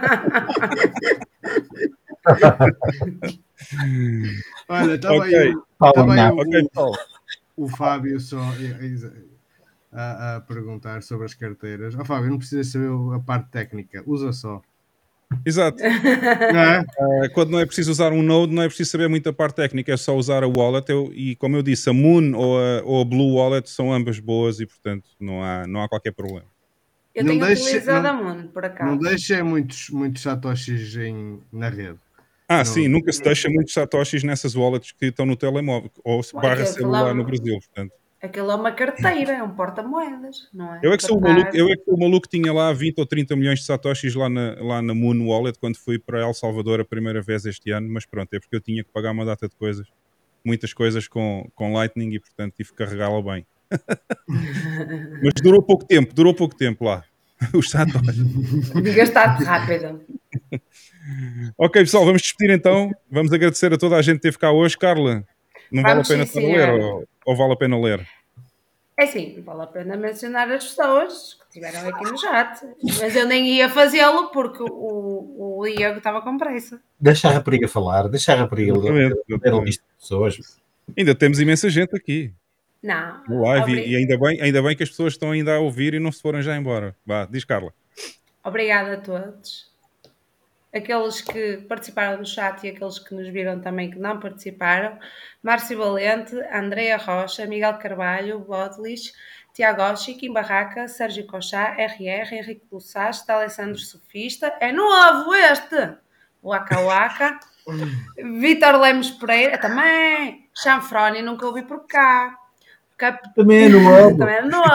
Olha, estava Ok. aí, o- Fala, estava aí não. o, Ok, pessoal. o Fábio só a, a perguntar sobre as carteiras. Ó Fábio, não precisas saber a parte técnica, usa só. Exato. Não é? Ah, quando não é preciso usar um Node, não é preciso saber muita parte técnica, é só usar a wallet. Eu, e como eu disse, a Moon ou a, ou a Blue Wallet são ambas boas e, portanto, não há, não há qualquer problema. Eu Não tenho deixe- utilizado não- a Moon, por acaso. Não deixem muitos, muitos satoshis em, na rede. Ah, Não. sim, nunca se deixa muitos satoshis nessas wallets que estão no telemóvel ou Ué, barra aquilo- celular aquilo é- no Brasil, portanto. Aquilo é uma carteira, é um porta-moedas, não é? Eu é que sou o Para maluco, estar- eu é que sou o maluco que tinha lá vinte ou trinta milhões de satoshis lá na, lá na Moon Wallet quando fui para El Salvador a primeira vez este ano, mas pronto, é porque eu tinha que pagar uma data de coisas, muitas coisas com, com Lightning e portanto tive que carregá-la bem. Mas durou pouco tempo, durou pouco tempo lá, os satoshis. Gastar rápido. Ok pessoal, vamos despedir então, vamos agradecer a toda a gente que esteve cá hoje. Carla, não vale a Vamos pena sim, estar a ler senhor. ou, ou vale a pena ler? É assim, vale a pena mencionar as pessoas que estiveram aqui no chat, mas eu nem ia fazê-lo porque o, o Diego estava com pressa. Deixa a rapariga falar, deixa a rapariga ler Exatamente, ler a exatamente. lista de pessoas. Ainda temos imensa gente aqui Não. no live obri- e, e ainda, bem, ainda bem que as pessoas estão ainda a ouvir e não se foram já embora. Vá, diz Carla. Obrigada a todos. Aqueles que participaram do chat e aqueles que nos viram também que não participaram. Márcio Valente, Andréa Rocha, Miguel Carvalho, Bodlis, Tiago Ochi, Kim Barraca, Sérgio Cochá, R R, Henrique Lussasta, Alessandro Sofista. É novo este! Waka Waka. Vítor Lemos Pereira, também. Chanfroni, nunca ouvi por cá. Cap... Também é novo. Também é novo.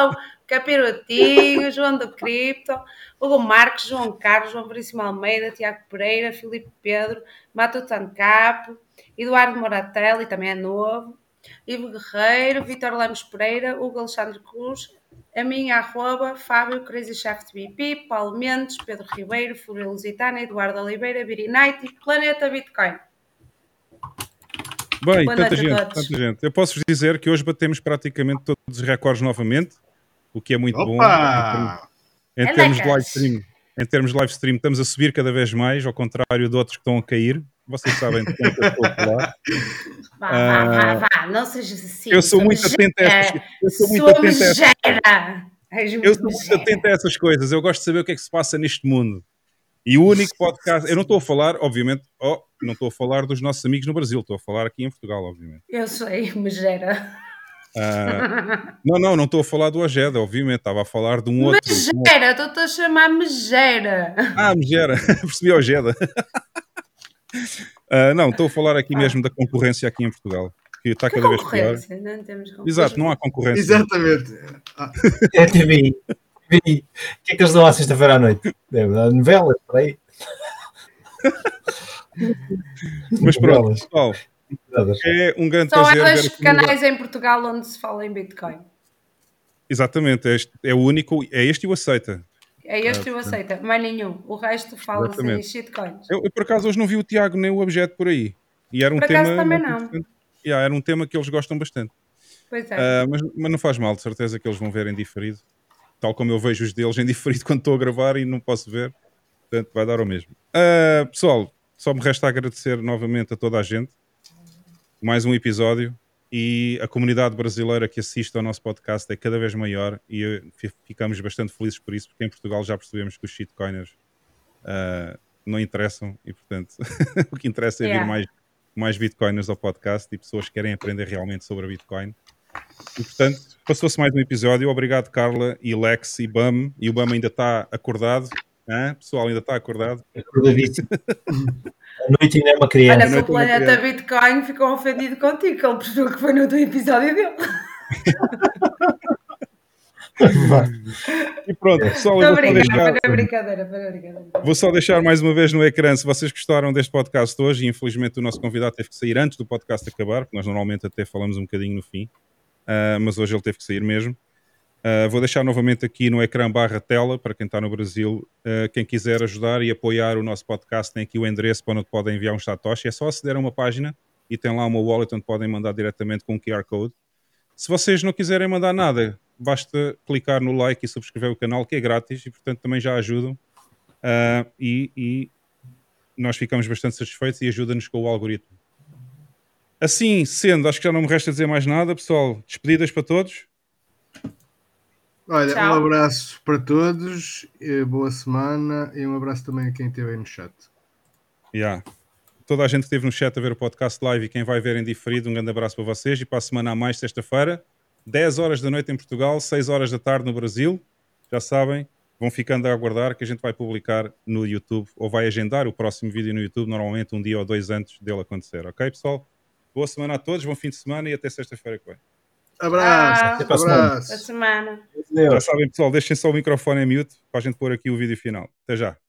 Capirotinho, João do Cripto, Hugo Marques, João Carlos, João Veríssimo Almeida, Tiago Pereira, Filipe Pedro, Matutan Capo, Eduardo Moratelli, também é novo, Ivo Guerreiro, Vitor Lemos Pereira, Hugo Alexandre Cruz, a minha arroba, Fábio Crazy Chef de B P, Paulo Mendes, Pedro Ribeiro, Flúria Lusitana, Eduardo Oliveira, Birinite, Planeta Bitcoin. Bem, Boa tanta noite a gente, todos. tanta gente. Eu posso-vos dizer que hoje batemos praticamente todos os recordes novamente, o que é muito bom. Opa! Em termos de live stream, em termos de live stream, estamos a subir cada vez mais, ao contrário de outros que estão a cair. Vocês sabem de quem é que eu estou a falar. Vá, vá, vá, Ah, vá, não sejas assim. eu sou muito atento a essas, eu sou muito atento a essas coisas. Eu sou muito atento a essas coisas. Eu gosto de saber o que é que se passa neste mundo. E o único podcast, eu não estou a falar, obviamente, oh, não estou a falar dos nossos amigos no Brasil, estou a falar aqui em Portugal, obviamente. Eu sei, megera. Ah, não, não, não estou a falar do Ojeda, obviamente, estava a falar de um outro. Megera, estou-te a chamar megera. Ah, megera, percebi Ojeda. Ah, não, estou a falar aqui mesmo da concorrência aqui em Portugal, que está Que cada vez pior. concorrência? Não temos concorrência. Exato, não há concorrência. Exatamente. Ah, É T V I. T V I. O que é que eles dão à sexta-feira à noite? Deve dar novelas, por aí. Mas pronto, Novelas. pessoal, é um grande Só há prazer ver a dois comunidade. canais em Portugal onde se fala em Bitcoin. Exatamente, é, este, é o único, é este e o aceita. É este Ah, eu portanto, aceito, mais nenhum. O resto fala-se em exatamente. shitcoins. Eu, eu, por acaso, hoje não vi o Tiago nem o Objeto por aí. E era um Por acaso tema. também muito não. interessante. Yeah, era um tema que eles gostam bastante. Pois é. Ah, mas, mas não faz mal, de certeza que eles vão ver em diferido. Tal como eu vejo os deles em diferido quando estou a gravar e não posso ver. Portanto, vai dar ao mesmo. Ah, pessoal, só me resta agradecer novamente a toda a gente. Mais um episódio. E a comunidade brasileira que assiste ao nosso podcast é cada vez maior e eh, fi- ficamos bastante felizes por isso, porque em Portugal já percebemos que os shitcoiners ah, não interessam e, portanto, o que interessa é vir Yeah. mais, mais bitcoiners ao podcast e pessoas que querem aprender realmente sobre a Bitcoin. E, portanto, passou-se mais um episódio. Obrigado, Carla e Lex e Bam. E o Bam ainda está acordado. Hã? Pessoal, ainda está acordado. Acordadíssimo. A noite ainda é uma criança. Olha, A que o noite é uma Planeta criança. Bitcoin ficou ofendido contigo, que ele percebeu que foi no teu episódio dele. E pronto, pessoal, Estou eu a vou só brincar, deixar. foi na brincadeira, foi na brincadeira. Vou só deixar mais uma vez no ecrã, se vocês gostaram deste podcast hoje, e infelizmente o nosso convidado teve que sair antes do podcast acabar, porque nós normalmente até falamos um bocadinho no fim, ah, mas hoje ele teve que sair mesmo. Ah, vou deixar novamente aqui no ecrã barra tela, para quem está no Brasil, ah, quem quiser ajudar e apoiar o nosso podcast, tem aqui o endereço para onde podem enviar um satoshi, é só aceder a uma página e tem lá uma wallet onde podem mandar diretamente com um Q R Code. Se vocês não quiserem mandar nada, basta clicar no like e subscrever o canal, que é grátis e, portanto, também já ajudam. Ah, e, e nós ficamos bastante satisfeitos e ajuda-nos com o algoritmo. Assim sendo, acho que já não me resta dizer mais nada, pessoal. Despedidas para todos. Olha, Tchau. um abraço para todos, eh, boa semana e um abraço também a quem esteve aí no chat. Yeah. Toda a gente que esteve no chat a ver o podcast live e quem vai ver em diferido, um grande abraço para vocês e para a semana a mais, sexta-feira, dez horas da noite em Portugal, seis horas da tarde no Brasil. Já sabem, vão ficando a aguardar que a gente vai publicar no YouTube ou vai agendar o próximo vídeo no YouTube, normalmente um dia ou dois antes dele acontecer. Ok, pessoal? Boa semana a todos, bom fim de semana e até sexta-feira que vem. Abraço, Ah, Até para a semana. abraço. Boa semana. Já sabem, pessoal, deixem só o microfone em mute para a gente pôr aqui o vídeo final. Até já.